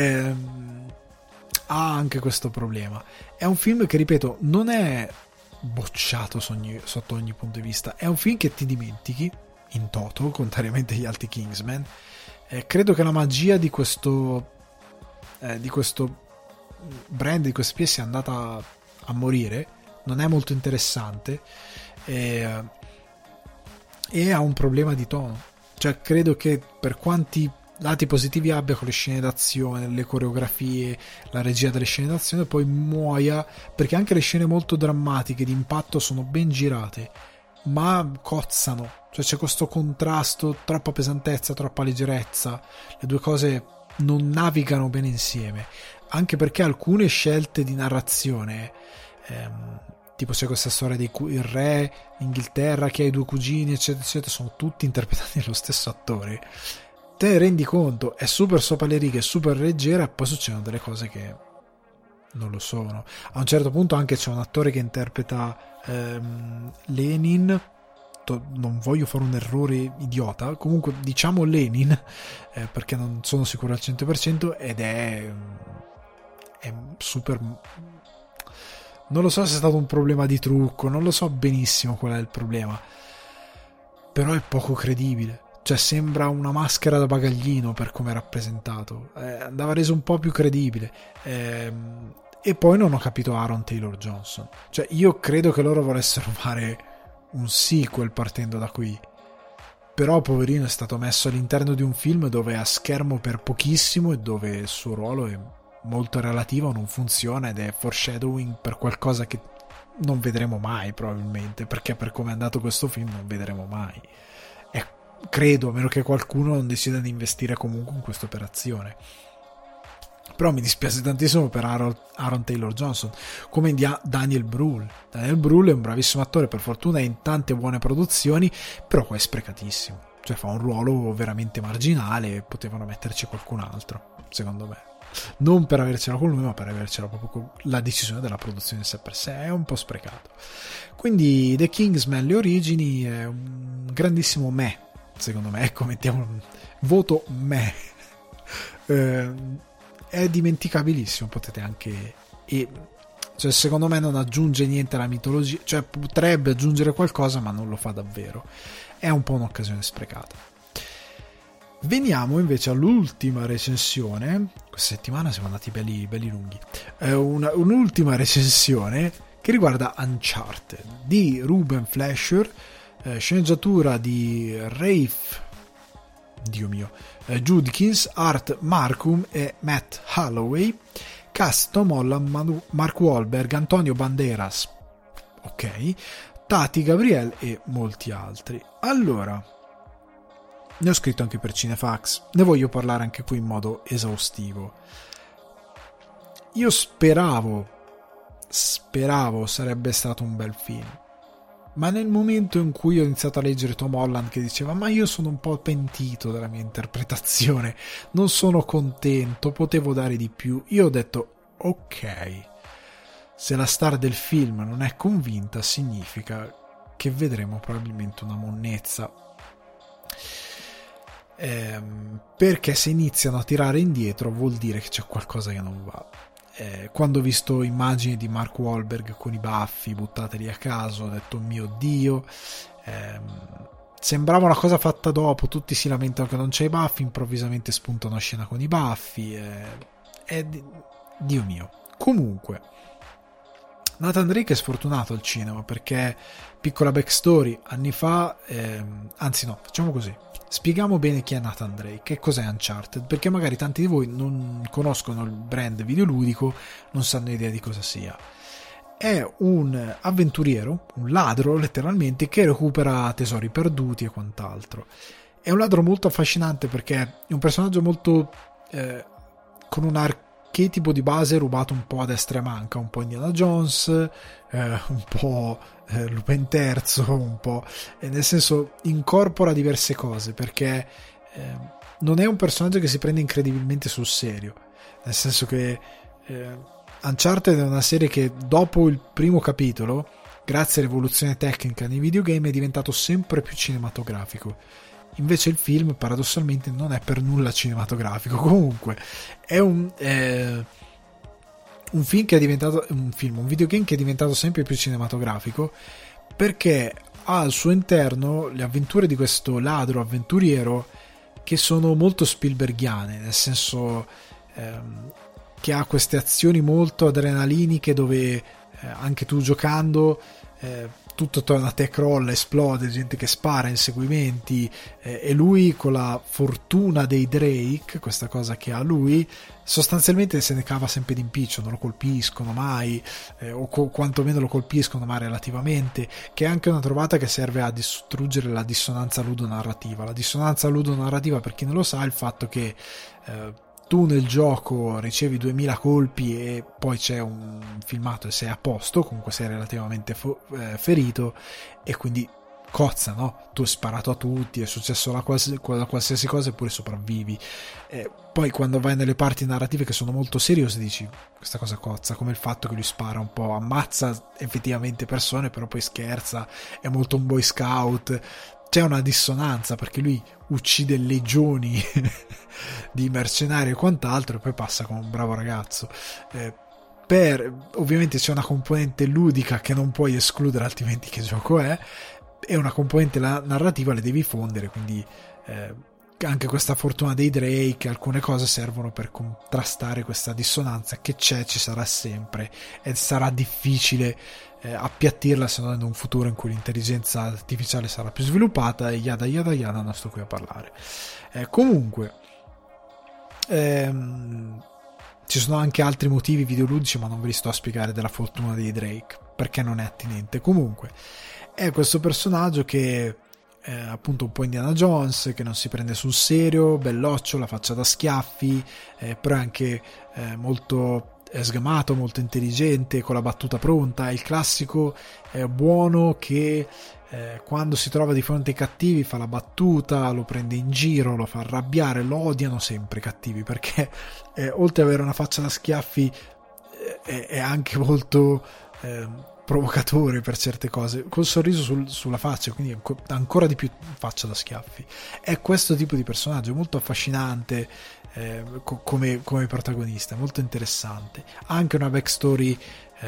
Ha anche questo problema. È un film che, ripeto, non è bocciato sotto ogni punto di vista. È un film che ti dimentichi in toto, contrariamente agli altri Kingsman. Credo che la magia di questo brand, di questa PS, è andata a morire. Non è molto interessante e ha un problema di tono. Cioè credo che, per quanti lati positivi abbia con le scene d'azione, le coreografie, la regia delle scene d'azione, poi muoia, perché anche le scene molto drammatiche di impatto sono ben girate, ma cozzano. Cioè c'è questo contrasto, troppa pesantezza, troppa leggerezza, le due cose non navigano bene insieme, anche perché alcune scelte di narrazione, tipo c'è questa storia del re Inghilterra che ha i due cugini eccetera eccetera, sono tutti interpretati dallo stesso attore. Te rendi conto, è super sopra le righe, super leggera, e poi succedono delle cose che non lo sono. A un certo punto anche c'è un attore che interpreta Lenin, non voglio fare un errore idiota, comunque diciamo Lenin, perché non sono sicuro al 100%, ed è super... Non lo so se è stato un problema di trucco, non lo so benissimo qual è il problema, però è poco credibile. Cioè sembra una maschera da bagaglino per come è rappresentato. Andava reso un po' più credibile. E poi non ho capito Aaron Taylor Johnson. Cioè io credo che loro volessero fare un sequel partendo da qui, però poverino è stato messo all'interno di un film dove è a schermo per pochissimo e dove il suo ruolo è molto relativo, non funziona, ed è foreshadowing per qualcosa che non vedremo mai probabilmente, perché per come è andato questo film non vedremo mai. Credo, a meno che qualcuno non decida di investire comunque in questa operazione. Però mi dispiace tantissimo per Aaron Taylor Johnson, come in Daniel Brühl. Daniel Brühl è un bravissimo attore, per fortuna è in tante buone produzioni, però qua è sprecatissimo. Cioè fa un ruolo veramente marginale, potevano metterci qualcun altro, secondo me. Non per avercela con lui, ma per avercela proprio con la decisione della produzione in sé per sé. È un po' sprecato. Quindi The Kingsman, le origini, è un grandissimo me. Secondo me, ecco, mettiamo un voto me. È dimenticabilissimo, potete anche, cioè secondo me non aggiunge niente alla mitologia, cioè potrebbe aggiungere qualcosa ma non lo fa davvero, è un po' un'occasione sprecata. Veniamo invece all'ultima recensione. Questa settimana siamo andati belli lunghi. Un'ultima recensione che riguarda Uncharted di Ruben Fleischer, sceneggiatura di Rafe, Dio mio, Judkins, Art Marcum e Matt Holloway, cast Tom Holland, Mark Wahlberg, Antonio Banderas, ok, Tati Gabriel e molti altri. Allora, ne ho scritto anche per Cinefax, ne voglio parlare anche qui in modo esaustivo. Io speravo sarebbe stato un bel film, ma nel momento in cui ho iniziato a leggere Tom Holland che diceva ma io sono un po' pentito della mia interpretazione, non sono contento, potevo dare di più, io ho detto ok, se la star del film non è convinta significa che vedremo probabilmente una monnezza, perché se iniziano a tirare indietro vuol dire che c'è qualcosa che non va. Quando ho visto immagini di Mark Wahlberg con i baffi buttate lì a caso, ho detto mio Dio, sembrava una cosa fatta dopo, tutti si lamentano che non c'è i baffi, improvvisamente spunta una scena con i baffi, Dio mio. Comunque Nathan Drake è sfortunato al cinema, perché, piccola backstory, anni fa, anzi no, facciamo così, spieghiamo bene chi è Nathan Drake e cos'è Uncharted, perché magari tanti di voi non conoscono il brand videoludico, non sanno idea di cosa sia. È un avventuriero, un ladro letteralmente, che recupera tesori perduti e quant'altro. È un ladro molto affascinante perché è un personaggio molto con un archetipo di base rubato un po' a destra e manca, un po' Indiana Jones, un po' Lupin III, un po', nel senso incorpora diverse cose, perché non è un personaggio che si prende incredibilmente sul serio, nel senso che Uncharted è una serie che dopo il primo capitolo, grazie all'evoluzione tecnica nei videogame, è diventato sempre più cinematografico, invece il film paradossalmente non è per nulla cinematografico. Comunque è un film che è diventato un videogame che è diventato sempre più cinematografico, perché ha al suo interno le avventure di questo ladro avventuriero che sono molto Spielbergiane, nel senso che ha queste azioni molto adrenaliniche dove anche tu giocando tutto attorno a te crolla, esplode, gente che spara, inseguimenti, e lui con la fortuna dei Drake, questa cosa che ha lui, sostanzialmente se ne cava sempre d'impiccio, non lo colpiscono mai, o quantomeno lo colpiscono ma relativamente, che è anche una trovata che serve a distruggere la dissonanza ludonarrativa. La dissonanza ludonarrativa, per chi non lo sa, è il fatto che tu nel gioco ricevi 2000 colpi e poi c'è un filmato e sei a posto, comunque sei relativamente ferito, e quindi cozza, no? Tu hai sparato a tutti, è successo qualsiasi cosa eppure sopravvivi. Poi quando vai nelle parti narrative che sono molto seriose dici questa cosa cozza, come il fatto che lui spara un po', ammazza effettivamente persone però poi scherza, è molto un boy scout. C'è una dissonanza perché lui uccide legioni di mercenari e quant'altro e poi passa come un bravo ragazzo. Ovviamente c'è una componente ludica che non puoi escludere, altrimenti che gioco è, e una componente narrativa le devi fondere, quindi anche questa fortuna dei Drake, alcune cose servono per contrastare questa dissonanza che c'è, ci sarà sempre, e sarà difficile appiattirla, se non in un futuro in cui l'intelligenza artificiale sarà più sviluppata, e yada yada yada, non sto qui a parlare. Comunque ci sono anche altri motivi videoludici, ma non ve li sto a spiegare, della fortuna dei Drake, perché non è attinente. Comunque è questo personaggio che appunto un po' Indiana Jones, che non si prende sul serio, belloccio, la faccia da schiaffi, però è anche molto sgamato, molto intelligente, con la battuta pronta, è il classico buono che quando si trova di fronte ai cattivi fa la battuta, lo prende in giro, lo fa arrabbiare, lo odiano sempre i cattivi, perché oltre ad avere una faccia da schiaffi è anche molto provocatore per certe cose, col sorriso sulla faccia, quindi ancora di più faccia da schiaffi. È questo tipo di personaggio molto affascinante come protagonista, molto interessante. Ha anche una backstory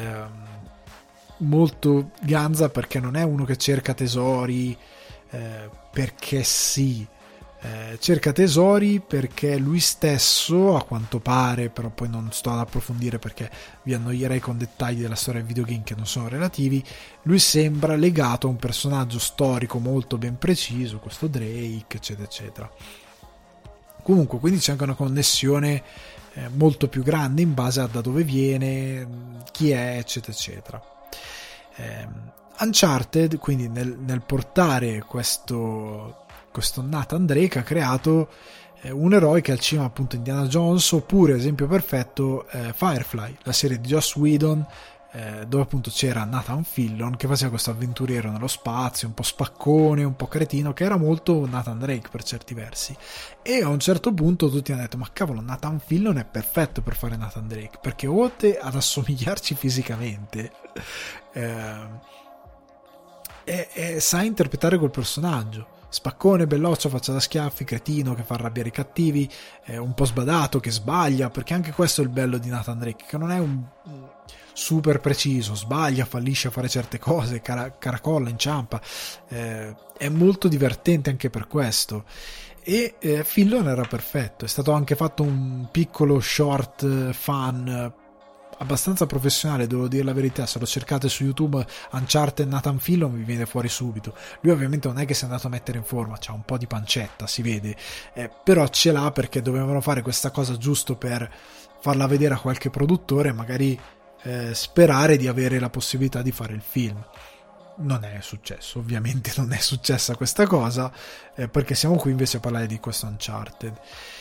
molto ganza, perché non è uno che cerca tesori perché sì, cerca tesori perché lui stesso, a quanto pare, però poi non sto ad approfondire perché vi annoierei con dettagli della storia del videogame che non sono relativi. Lui sembra legato a un personaggio storico molto ben preciso, questo Drake, eccetera eccetera. Comunque, quindi c'è anche una connessione molto più grande in base a da dove viene, chi è, eccetera eccetera. Uncharted, quindi nel portare questo Nathan Drake, ha creato un eroe che al cinema appunto Indiana Jones, oppure esempio perfetto Firefly, la serie di Joss Whedon, dove appunto c'era Nathan Fillion che faceva questo avventuriero nello spazio, un po' spaccone, un po' cretino, che era molto Nathan Drake per certi versi. E a un certo punto tutti hanno detto: ma cavolo, Nathan Fillion è perfetto per fare Nathan Drake, perché oltre ad assomigliarci fisicamente sa interpretare quel personaggio. Spaccone, belloccio, faccia da schiaffi, cretino che fa arrabbiare i cattivi, un po' sbadato, che sbaglia, perché anche questo è il bello di Nathan Drake, che non è un super preciso, sbaglia, fallisce a fare certe cose, caracolla, inciampa, è molto divertente anche per questo. E Fillion era perfetto. È stato anche fatto un piccolo short fan abbastanza professionale, devo dire la verità. Se lo cercate su YouTube, Uncharted Nathan Fillion, vi viene fuori subito. Lui ovviamente non è che si è andato a mettere in forma, c'ha un po' di pancetta, si vede, però ce l'ha perché dovevano fare questa cosa giusto per farla vedere a qualche produttore, magari sperare di avere la possibilità di fare il film. Non è successo, ovviamente non è successa questa cosa, perché siamo qui invece a parlare di questo Uncharted.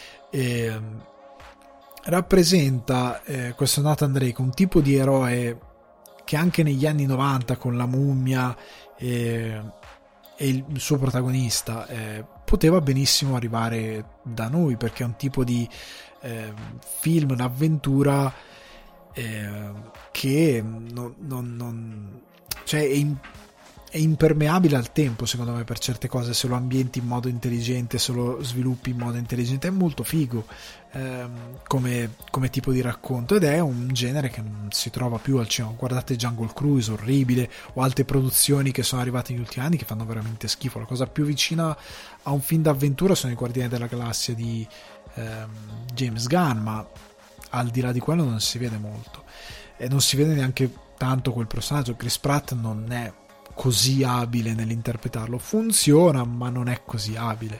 Rappresenta questo Nathan Drake un tipo di eroe che anche negli anni 90 con la mummia e il suo protagonista poteva benissimo arrivare da noi, perché è un tipo di film, un'avventura che cioè è impermeabile al tempo, secondo me, per certe cose, se lo ambienti in modo intelligente, se lo sviluppi in modo intelligente. È molto figo come tipo di racconto, ed è un genere che non si trova più al cinema. Guardate Jungle Cruise, orribile, o altre produzioni che sono arrivate negli ultimi anni che fanno veramente schifo. La cosa più vicina a un film d'avventura sono i Guardiani della Galassia di James Gunn, ma al di là di quello non si vede molto, e non si vede neanche tanto quel personaggio. Chris Pratt non è così abile nell'interpretarlo, funziona ma non è così abile.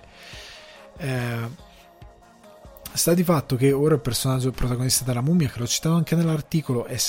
Sta di fatto che ora il personaggio protagonista della Mummia, che l'ho citato anche nell'articolo, è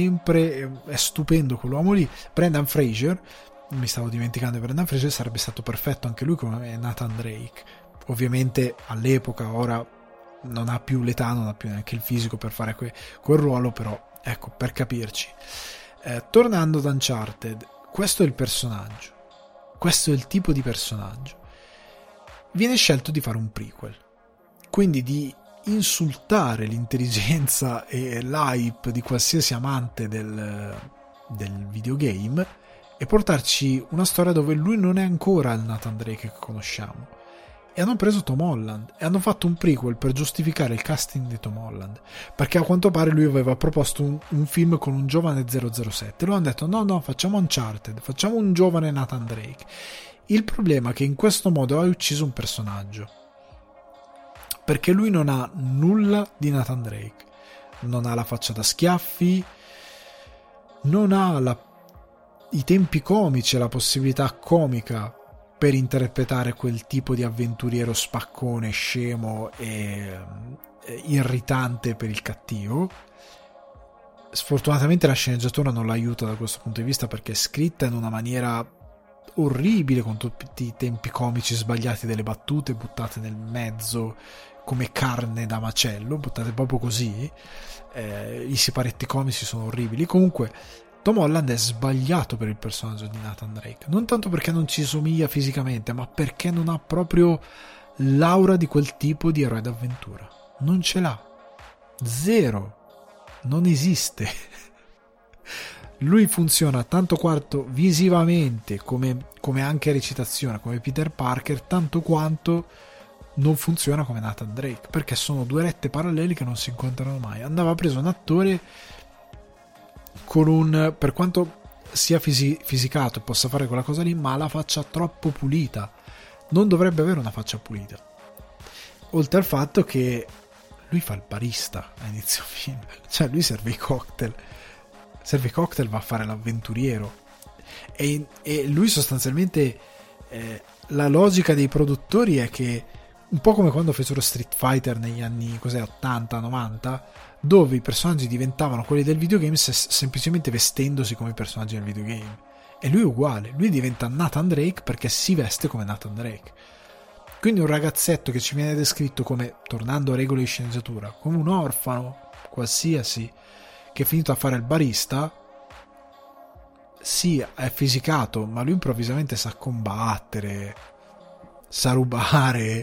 stupendo quell'uomo lì. Brendan Fraser, mi stavo dimenticando di Brendan Fraser, sarebbe stato perfetto anche lui come Nathan Drake. Ovviamente all'epoca, ora non ha più l'età, non ha più neanche il fisico per fare quel ruolo, però ecco, per capirci. Tornando ad Uncharted, questo è il personaggio, questo è il tipo di personaggio. Viene scelto di fare un prequel, quindi di insultare l'intelligenza e l'hype di qualsiasi amante del videogame e portarci una storia dove lui non è ancora il Nathan Drake che conosciamo. E hanno preso Tom Holland e hanno fatto un prequel per giustificare il casting di Tom Holland, perché a quanto pare lui aveva proposto un film con un giovane 007. Loro hanno detto no, facciamo Uncharted, facciamo un giovane Nathan Drake. Il problema è che in questo modo hai ucciso un personaggio, perché lui non ha nulla di Nathan Drake, non ha la faccia da schiaffi, non ha i tempi comici e la possibilità comica per interpretare quel tipo di avventuriero spaccone, scemo e irritante per il cattivo. Sfortunatamente la sceneggiatura non l'aiuta da questo punto di vista, perché è scritta in una maniera orribile, con tutti i tempi comici sbagliati delle battute buttate nel mezzo come carne da macello, buttate proprio così. I siparetti comici sono orribili. Comunque Tom Holland è sbagliato per il personaggio di Nathan Drake, non tanto perché non ci somiglia fisicamente, ma perché non ha proprio l'aura di quel tipo di eroe d'avventura. Non ce l'ha, zero, non esiste. Lui funziona tanto quanto visivamente come anche recitazione, come Peter Parker, tanto quanto non funziona come Nathan Drake, perché sono due rette parallele che non si incontrano mai. Andava preso un attore con per quanto sia fisicato e possa fare quella cosa lì, ma ha la faccia troppo pulita, non dovrebbe avere una faccia pulita. Oltre al fatto che lui fa il barista a inizio film, cioè lui serve i cocktail, va a fare l'avventuriero, e lui sostanzialmente la logica dei produttori è che, un po' come quando fecero Street Fighter negli anni 80-90, dove i personaggi diventavano quelli del videogame semplicemente vestendosi come i personaggi del videogame. E lui è uguale, lui diventa Nathan Drake perché si veste come Nathan Drake. Quindi un ragazzetto che ci viene descritto come, tornando a regole di sceneggiatura, come un orfano qualsiasi che è finito a fare il barista, sì, è fisicato, ma lui improvvisamente sa combattere, sa rubare,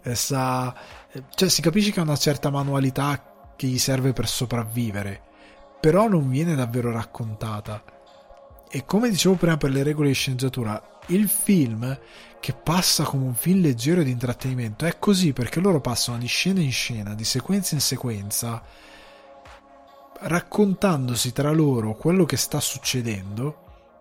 cioè si capisce che ha una certa manualità che gli serve per sopravvivere, però non viene davvero raccontata. E come dicevo prima, per le regole di sceneggiatura, il film, che passa come un film leggero di intrattenimento, è così perché loro passano di scena in scena, di sequenza in sequenza, raccontandosi tra loro quello che sta succedendo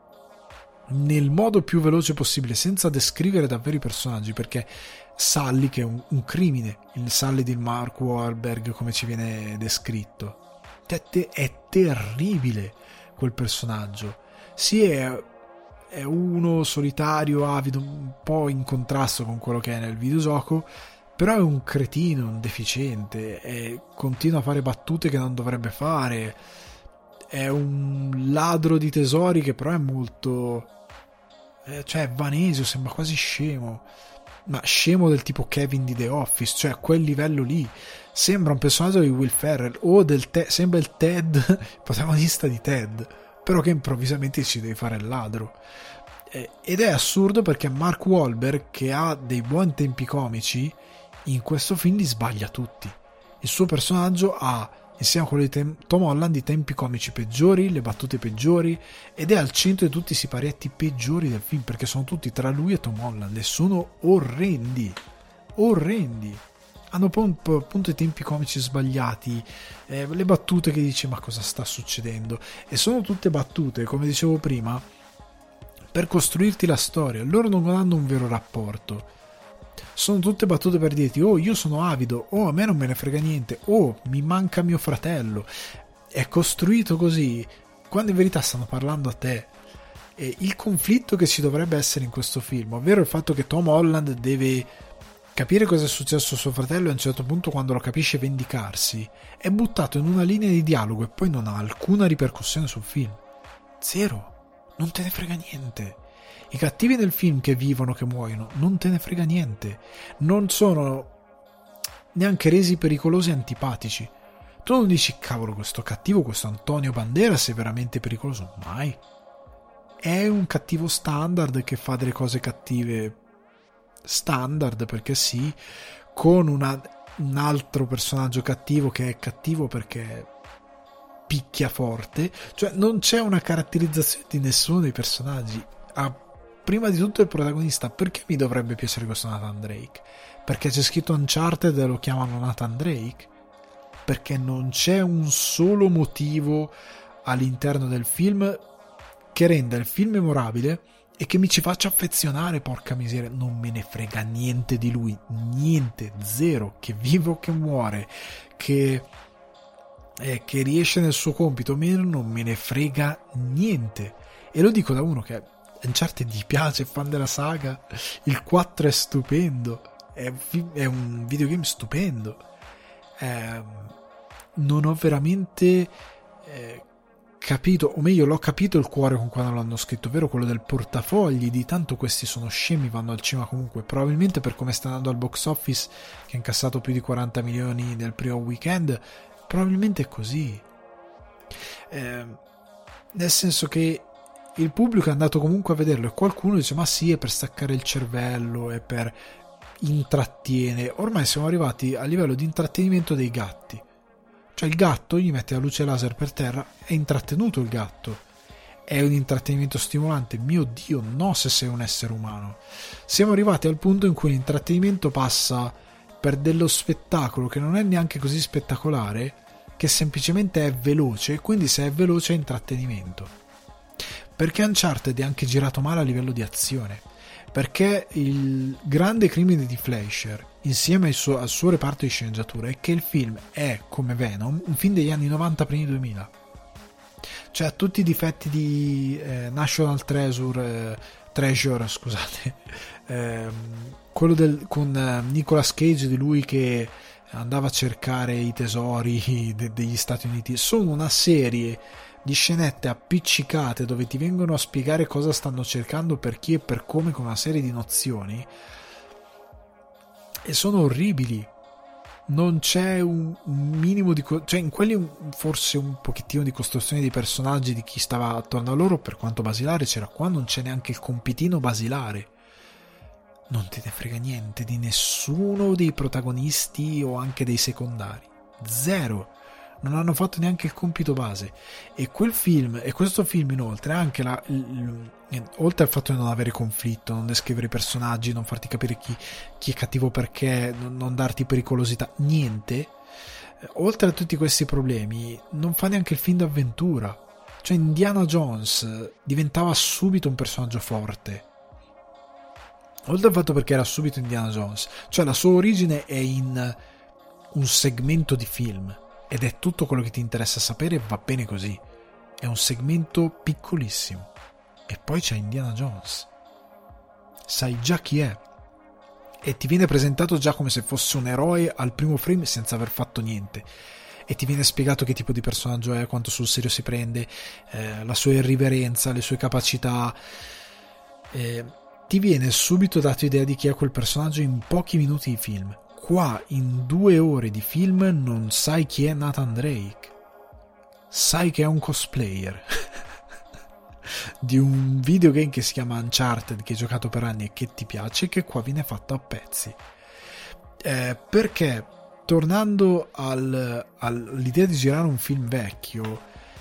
nel modo più veloce possibile, senza descrivere davvero i personaggi, perché Sully, che è un crimine, il Sully di Mark Wahlberg come ci viene descritto, è terribile quel personaggio. Sì, è uno solitario, avido, un po' in contrasto con quello che è nel videogioco, però è un cretino, un deficiente, e continua a fare battute che non dovrebbe fare. È un ladro di tesori che però è molto, cioè è vanesio, sembra quasi scemo, ma scemo del tipo Kevin di The Office, cioè a quel livello lì. Sembra un personaggio di Will Ferrell o sembra il Ted, il protagonista di Ted, però che improvvisamente ci deve fare il ladro. Ed è assurdo perché Mark Wahlberg, che ha dei buoni tempi comici, in questo film li sbaglia tutti. Il suo personaggio ha insieme a quello di Tom Holland, i tempi comici peggiori, le battute peggiori, ed è al centro di tutti i siparietti peggiori del film, perché sono tutti tra lui e Tom Holland e sono orrendi. Hanno appunto i tempi comici sbagliati, le battute che dici ma cosa sta succedendo, e sono tutte battute, come dicevo prima, per costruirti la storia. Loro non hanno un vero rapporto, sono tutte battute per dirti oh io sono avido, oh a me non me ne frega niente, oh mi manca mio fratello. È costruito così, quando in verità stanno parlando a te. E il conflitto che ci dovrebbe essere in questo film, ovvero il fatto che Tom Holland deve capire cosa è successo a suo fratello e a un certo punto, quando lo capisce, vendicarsi, è buttato in una linea di dialogo e poi non ha alcuna ripercussione sul film. Zero. Non te ne frega niente. I cattivi del film che vivono, che muoiono, non te ne frega niente. Non sono neanche resi pericolosi e antipatici. Tu non dici cavolo, questo cattivo, questo Antonio Banderas è veramente pericoloso. Mai. È un cattivo standard che fa delle cose cattive standard perché sì, con un altro personaggio cattivo che è cattivo perché picchia forte. Cioè non c'è una caratterizzazione di nessuno dei personaggi. Prima di tutto il protagonista. Perché mi dovrebbe piacere questo Nathan Drake? Perché c'è scritto Uncharted e lo chiamano Nathan Drake? Perché non c'è un solo motivo all'interno del film che renda il film memorabile e che mi ci faccia affezionare. Porca miseria, non me ne frega niente di lui, niente, zero, che vive o che muore, che riesce nel suo compito o meno, non me ne frega niente. E lo dico da uno che Uncharted gli piace, è fan della saga, il 4 è stupendo, è un videogame stupendo. Non ho veramente capito, o meglio l'ho capito il cuore con quando l'hanno scritto, ovvero quello del portafogli, di tanto questi sono scemi, vanno al cinema comunque, probabilmente per come sta andando al box office, che ha incassato più di 40 milioni nel primo weekend, probabilmente è così, nel senso che il pubblico è andato comunque a vederlo e qualcuno dice ma sì, è per staccare il cervello, è per intrattiene. Ormai siamo arrivati a livello di intrattenimento dei gatti. Cioè il gatto, gli mette la luce laser per terra, è intrattenuto il gatto. È un intrattenimento stimolante? Mio Dio, no, se sei un essere umano. Siamo arrivati al punto in cui l'intrattenimento passa per dello spettacolo che non è neanche così spettacolare, che semplicemente è veloce, e quindi se è veloce è intrattenimento. Perché Uncharted è anche girato male a livello di azione, perché il grande crimine di Fleischer insieme al suo reparto di sceneggiatura è che il film è, come Venom, un film degli anni 90 primi 2000, cioè ha tutti i difetti di National Treasure, scusate, quello con Nicolas Cage, di lui che andava a cercare i tesori degli Stati Uniti. Sono una serie di scenette appiccicate dove ti vengono a spiegare cosa stanno cercando, per chi e per come, con una serie di nozioni, e sono orribili. Non c'è un minimo di cioè in quelli forse un pochettino di costruzione di personaggi, di chi stava attorno a loro, per quanto basilare c'era. Qua non c'è neanche il compitino basilare, non te ne frega niente di nessuno dei protagonisti o anche dei secondari, zero. Non hanno fatto neanche il compito base. E quel film, e questo film inoltre, anche oltre al fatto di non avere conflitto, non descrivere i personaggi, non farti capire chi è cattivo perché, non darti pericolosità, niente, oltre a tutti questi problemi non fa neanche il film d'avventura. Cioè Indiana Jones diventava subito un personaggio forte, oltre al fatto perché era subito Indiana Jones, cioè la sua origine è in un segmento di film ed è tutto quello che ti interessa sapere, va bene così, è un segmento piccolissimo. E poi c'è Indiana Jones, sai già chi è e ti viene presentato già come se fosse un eroe al primo frame senza aver fatto niente, e ti viene spiegato che tipo di personaggio è, quanto sul serio si prende, la sua irriverenza, le sue capacità, ti viene subito dato idea di chi è quel personaggio in pochi minuti di film. Qua in 2 ore di film non sai chi è Nathan Drake, sai che è un cosplayer di un videogame che si chiama Uncharted, che hai giocato per anni e che ti piace, che qua viene fatto a pezzi, perché tornando all'idea di girare un film vecchio,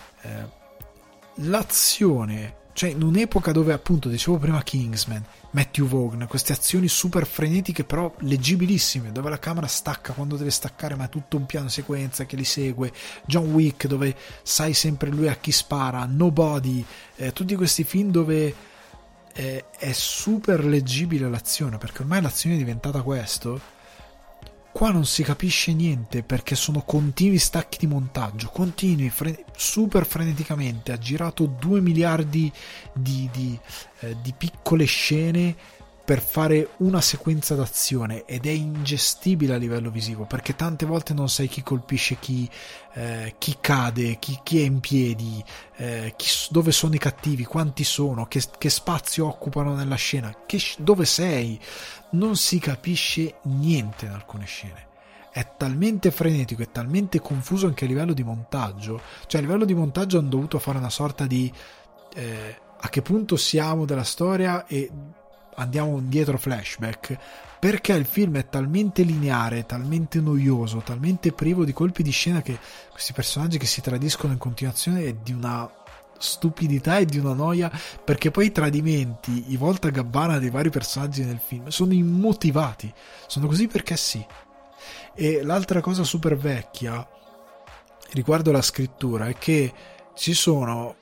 l'azione, cioè in un'epoca dove, appunto, dicevo prima, Kingsman, Matthew Vaughn, queste azioni super frenetiche però leggibilissime, dove la camera stacca quando deve staccare, ma è tutto un piano sequenza che li segue, John Wick, dove sai sempre lui a chi spara, Nobody, tutti questi film dove è super leggibile l'azione, perché ormai l'azione è diventata questo. Qua non si capisce niente, perché sono continui stacchi di montaggio, continui, super freneticamente. Ha girato 2 miliardi di piccole scene per fare una sequenza d'azione, ed è ingestibile a livello visivo, perché tante volte non sai chi colpisce chi cade, chi è in piedi, dove sono i cattivi, quanti sono, che spazio occupano nella scena, dove sei. Non si capisce niente in alcune scene. È talmente frenetico, è talmente confuso anche a livello di montaggio. Cioè, a livello di montaggio hanno dovuto fare una sorta di a che punto siamo della storia e andiamo indietro, flashback, perché il film è talmente lineare, talmente noioso, talmente privo di colpi di scena, che questi personaggi che si tradiscono in continuazione è di una stupidità e di una noia, perché poi i tradimenti, i voltagabbana dei vari personaggi nel film sono immotivati, sono così perché sì. E l'altra cosa super vecchia riguardo la scrittura è che ci sono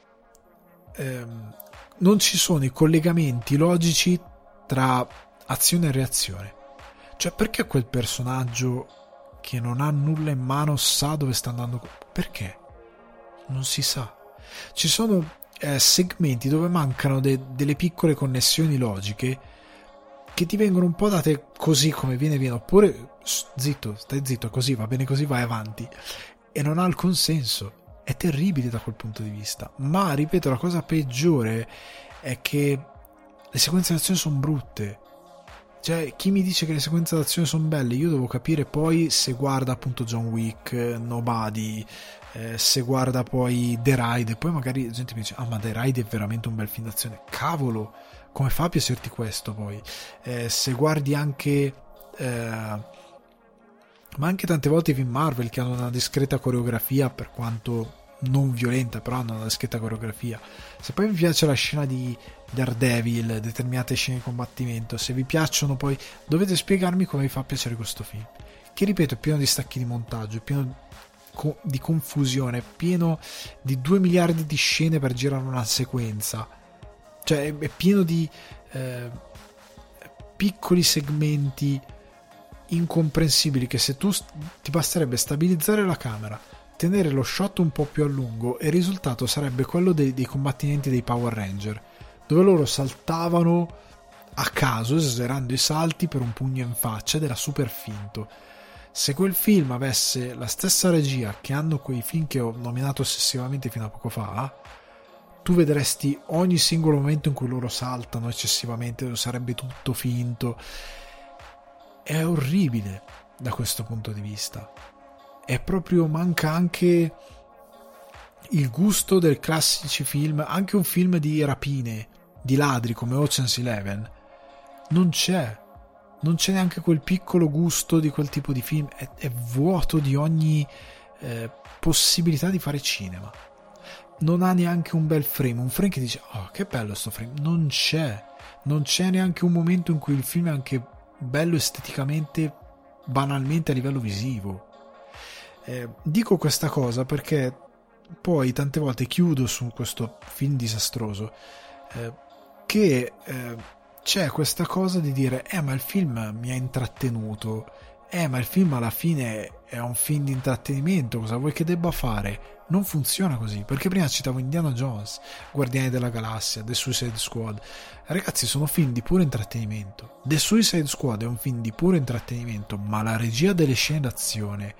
non ci sono i collegamenti logici tra azione e reazione. Cioè, perché quel personaggio che non ha nulla in mano sa dove sta andando? Perché? Non si sa. Ci sono segmenti dove mancano delle piccole connessioni logiche che ti vengono un po' date così come viene, oppure zitto, stai zitto, così va bene, così vai avanti, e non ha alcun senso. È terribile da quel punto di vista. Ma ripeto, la cosa peggiore è che le sequenze d'azione sono brutte. Cioè, chi mi dice che le sequenze d'azione sono belle, io devo capire poi se guarda appunto John Wick, Nobody, se guarda poi The Ride, e poi magari la gente mi dice: ah, ma The Ride è veramente un bel film d'azione. Cavolo, come fa a piacerti questo? Poi se guardi anche ma anche tante volte i film Marvel, che hanno una discreta coreografia, per quanto non violenta, però hanno una discreta coreografia. Se poi vi piace la scena di Daredevil, determinate scene di combattimento, se vi piacciono, poi dovete spiegarmi come vi fa piacere questo film, che ripeto è pieno di stacchi di montaggio, è pieno di confusione, è pieno di 2 miliardi di scene per girare una sequenza, cioè è pieno di piccoli segmenti incomprensibili, che se tu ti basterebbe stabilizzare la camera, tenere lo shot un po' più a lungo, e il risultato sarebbe quello dei combattimenti dei Power Ranger, dove loro saltavano a caso, esagerando i salti per un pugno in faccia, ed era super finto. Se quel film avesse la stessa regia che hanno quei film che ho nominato ossessivamente fino a poco fa, tu vedresti ogni singolo momento in cui loro saltano eccessivamente, sarebbe tutto finto. È orribile da questo punto di vista. È proprio, manca anche il gusto del classici film, anche un film di rapine, di ladri come Ocean's Eleven. Non c'è neanche quel piccolo gusto di quel tipo di film, è vuoto di ogni possibilità di fare cinema. Non ha neanche un bel frame, un frame che dice: oh, che bello sto frame. Non c'è neanche un momento in cui il film è anche bello esteticamente, banalmente a livello visivo. Dico questa cosa perché poi tante volte chiudo su questo film disastroso, che c'è questa cosa di dire: ma il film mi ha intrattenuto, ma il film alla fine è un film di intrattenimento, cosa vuoi che debba fare? Non funziona così, perché prima citavo Indiana Jones, Guardiani della Galassia, The Suicide Squad. Ragazzi, sono film di puro intrattenimento. The Suicide Squad è un film di puro intrattenimento, ma la regia delle scene d'azione,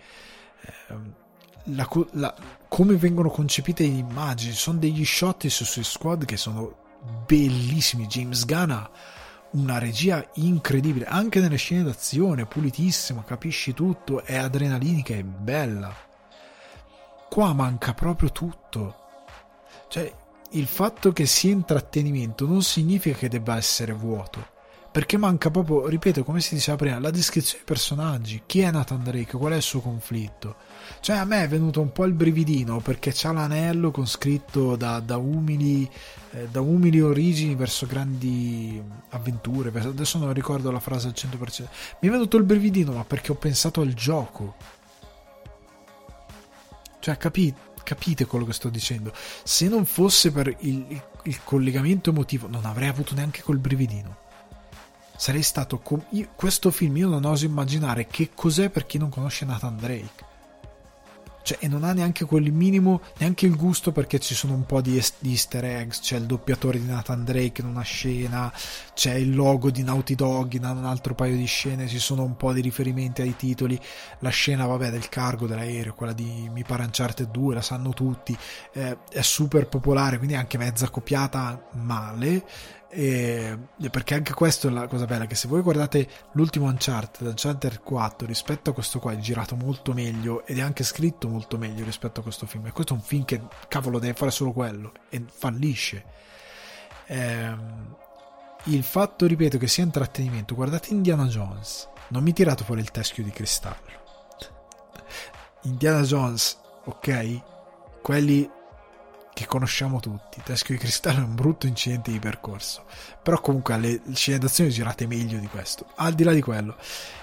come vengono concepite le immagini, sono degli shot su Suicide Squad che sono bellissimi. James Gunn ha una regia incredibile, anche nelle scene d'azione, pulitissima, capisci tutto, è adrenalinica, è bella. Qua manca proprio tutto. Cioè, il fatto che sia intrattenimento non significa che debba essere vuoto, perché manca proprio, ripeto, come si diceva prima, la descrizione dei personaggi. Chi è Nathan Drake? Qual è il suo conflitto? Cioè, a me è venuto un po' il brividino perché c'ha l'anello con scritto da umili origini verso grandi avventure. Adesso non ricordo la frase al 100%. Mi è venuto il brividino, ma perché ho pensato al gioco. Cioè, capite quello che sto dicendo? Se non fosse per il collegamento emotivo, non avrei avuto neanche quel brividino. Sarei stato questo film, io non oso immaginare che cos'è per chi non conosce Nathan Drake. Cioè, e non ha neanche quel minimo, neanche il gusto, perché ci sono un po' di easter eggs. C'è il doppiatore di Nathan Drake in una scena, c'è il logo di Naughty Dog in un altro paio di scene, ci sono un po' di riferimenti ai titoli. La scena, vabbè, del cargo dell'aereo, quella di mi pare Uncharted 2, la sanno tutti, è super popolare, quindi è anche mezza copiata male. Perché anche questo è la cosa bella, che se voi guardate l'ultimo Uncharted 4 rispetto a questo qua, è girato molto meglio ed è anche scritto molto meglio rispetto a questo film, e questo è un film che cavolo deve fare solo quello e fallisce. Il fatto, ripeto, che sia intrattenimento, guardate Indiana Jones, non mi tirate fuori il teschio di cristallo. Indiana Jones, ok, quelli che conosciamo tutti. Teschio di cristallo è un brutto incidente di percorso, però comunque le scene d'azione girate meglio di questo. Al di là di quello,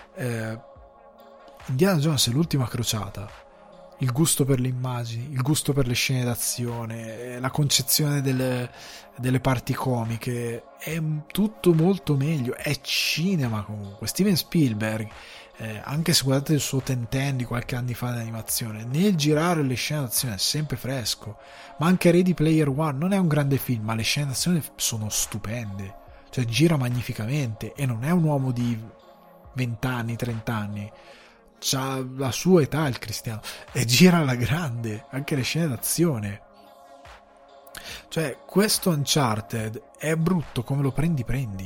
Indiana Jones è l'ultima crociata. Il gusto per le immagini, il gusto per le scene d'azione, la concezione delle parti comiche, è tutto molto meglio. È cinema comunque. Steven Spielberg, anche se guardate il suo Tintin di qualche anni fa in animazione, nel girare le scene d'azione è sempre fresco. Ma anche Ready Player One non è un grande film, ma le scene d'azione sono stupende, cioè gira magnificamente, e non è un uomo di 20 anni, 30 anni, c'ha la sua età il Cristiano, e gira alla grande anche le scene d'azione. Cioè, questo Uncharted è brutto come lo prendi,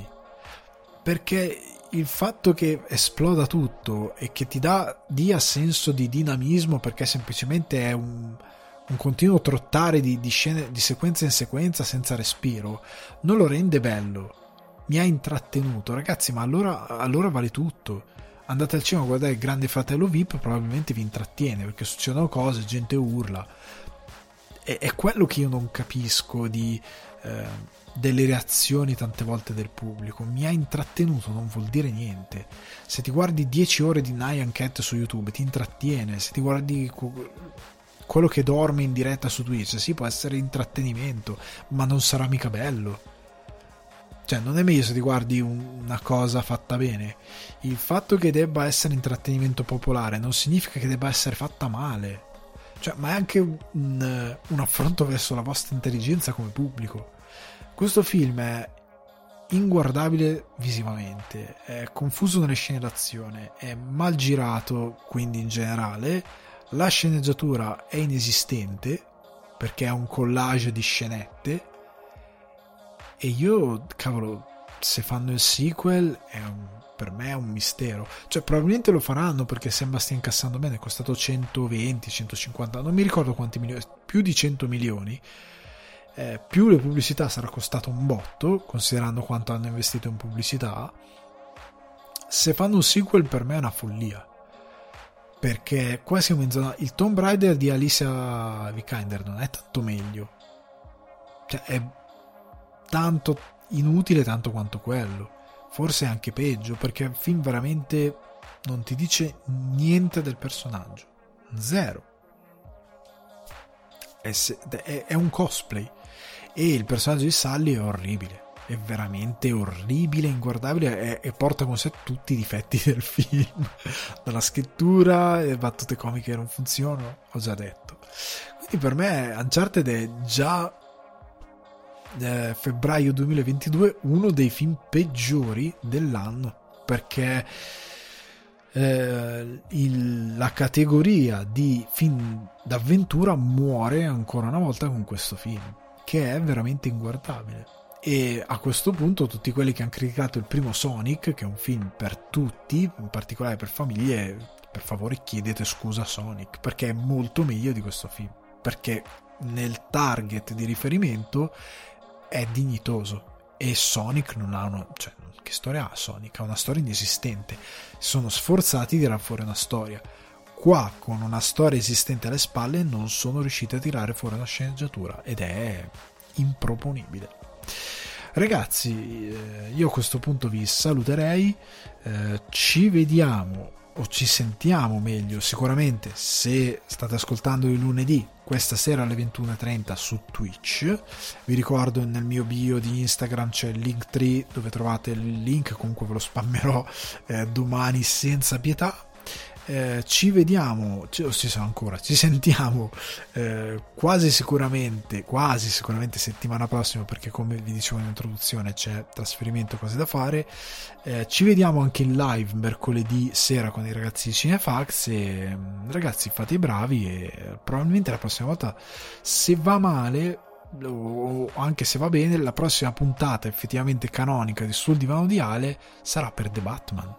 perché il fatto che esploda tutto e che ti dia senso di dinamismo, perché semplicemente è un continuo trottare di scene, di sequenza in sequenza senza respiro, non lo rende bello. Mi ha intrattenuto, ragazzi, ma allora vale tutto. Andate al cinema a guardare il Grande Fratello VIP, probabilmente vi intrattiene, perché succedono cose, gente urla. È quello che io non capisco delle reazioni tante volte del pubblico. Mi ha intrattenuto non vuol dire niente. Se ti guardi 10 ore di Nyan Cat su YouTube ti intrattiene. Se ti guardi quello che dorme in diretta su Twitch, sì, può essere intrattenimento, ma non sarà mica bello. Cioè, non è meglio se ti guardi una cosa fatta bene. Il fatto che debba essere intrattenimento popolare non significa che debba essere fatta male. Cioè, ma è anche un affronto verso la vostra intelligenza come pubblico. Questo film è inguardabile visivamente, è confuso nelle scene d'azione, è mal girato, quindi in generale la sceneggiatura è inesistente perché è un collage di scenette, e io, cavolo, se fanno il sequel per me è un mistero. Cioè, probabilmente lo faranno perché sembra stia incassando bene, è costato 120, 150, non mi ricordo quanti milioni, più di 100 milioni. Più le pubblicità sarà costato un botto, considerando quanto hanno investito in pubblicità. Se fanno un sequel per me è una follia, perché qua siamo in zona, il Tomb Raider di Alicia Vikander non è tanto meglio, cioè è tanto inutile tanto quanto quello, forse anche peggio, perché il film veramente non ti dice niente del personaggio, zero. È un cosplay, e il personaggio di Sully è orribile, è veramente orribile, inguardabile, e porta con sé tutti i difetti del film, dalla scrittura, le battute comiche che non funzionano, ho già detto. Quindi per me Uncharted è già febbraio 2022 uno dei film peggiori dell'anno, perché la categoria di film d'avventura muore ancora una volta con questo film, che è veramente inguardabile. E a questo punto tutti quelli che hanno criticato il primo Sonic, che è un film per tutti, in particolare per famiglie, per favore chiedete scusa a Sonic, perché è molto meglio di questo film, perché nel target di riferimento è dignitoso e Sonic non ha cioè, che storia ha Sonic? Ha una storia inesistente. Si sono sforzati di tirare fuori una storia. Qua, con una storia esistente alle spalle, non sono riusciti a tirare fuori una sceneggiatura, ed è improponibile. Ragazzi, io a questo punto vi saluterei, ci vediamo o ci sentiamo meglio sicuramente, se state ascoltando il lunedì, questa sera alle 21:30 su Twitch. Vi ricordo, nel mio bio di Instagram c'è il Linktree dove trovate il link, comunque ve lo spammerò domani senza pietà. Ci vediamo, ci sentiamo quasi sicuramente settimana prossima, perché come vi dicevo in introduzione c'è trasferimento, cose da fare. Ci vediamo anche in live mercoledì sera con i ragazzi di Cinefax, e ragazzi, fate i bravi, e probabilmente la prossima volta, se va male o anche se va bene, la prossima puntata effettivamente canonica di Sul Divano di Ale sarà per The Batman.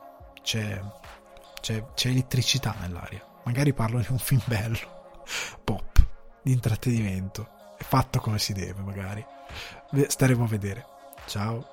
C'è elettricità nell'aria. Magari parlo di un film bello, pop, di intrattenimento, è fatto come si deve, magari. Staremo a vedere. Ciao.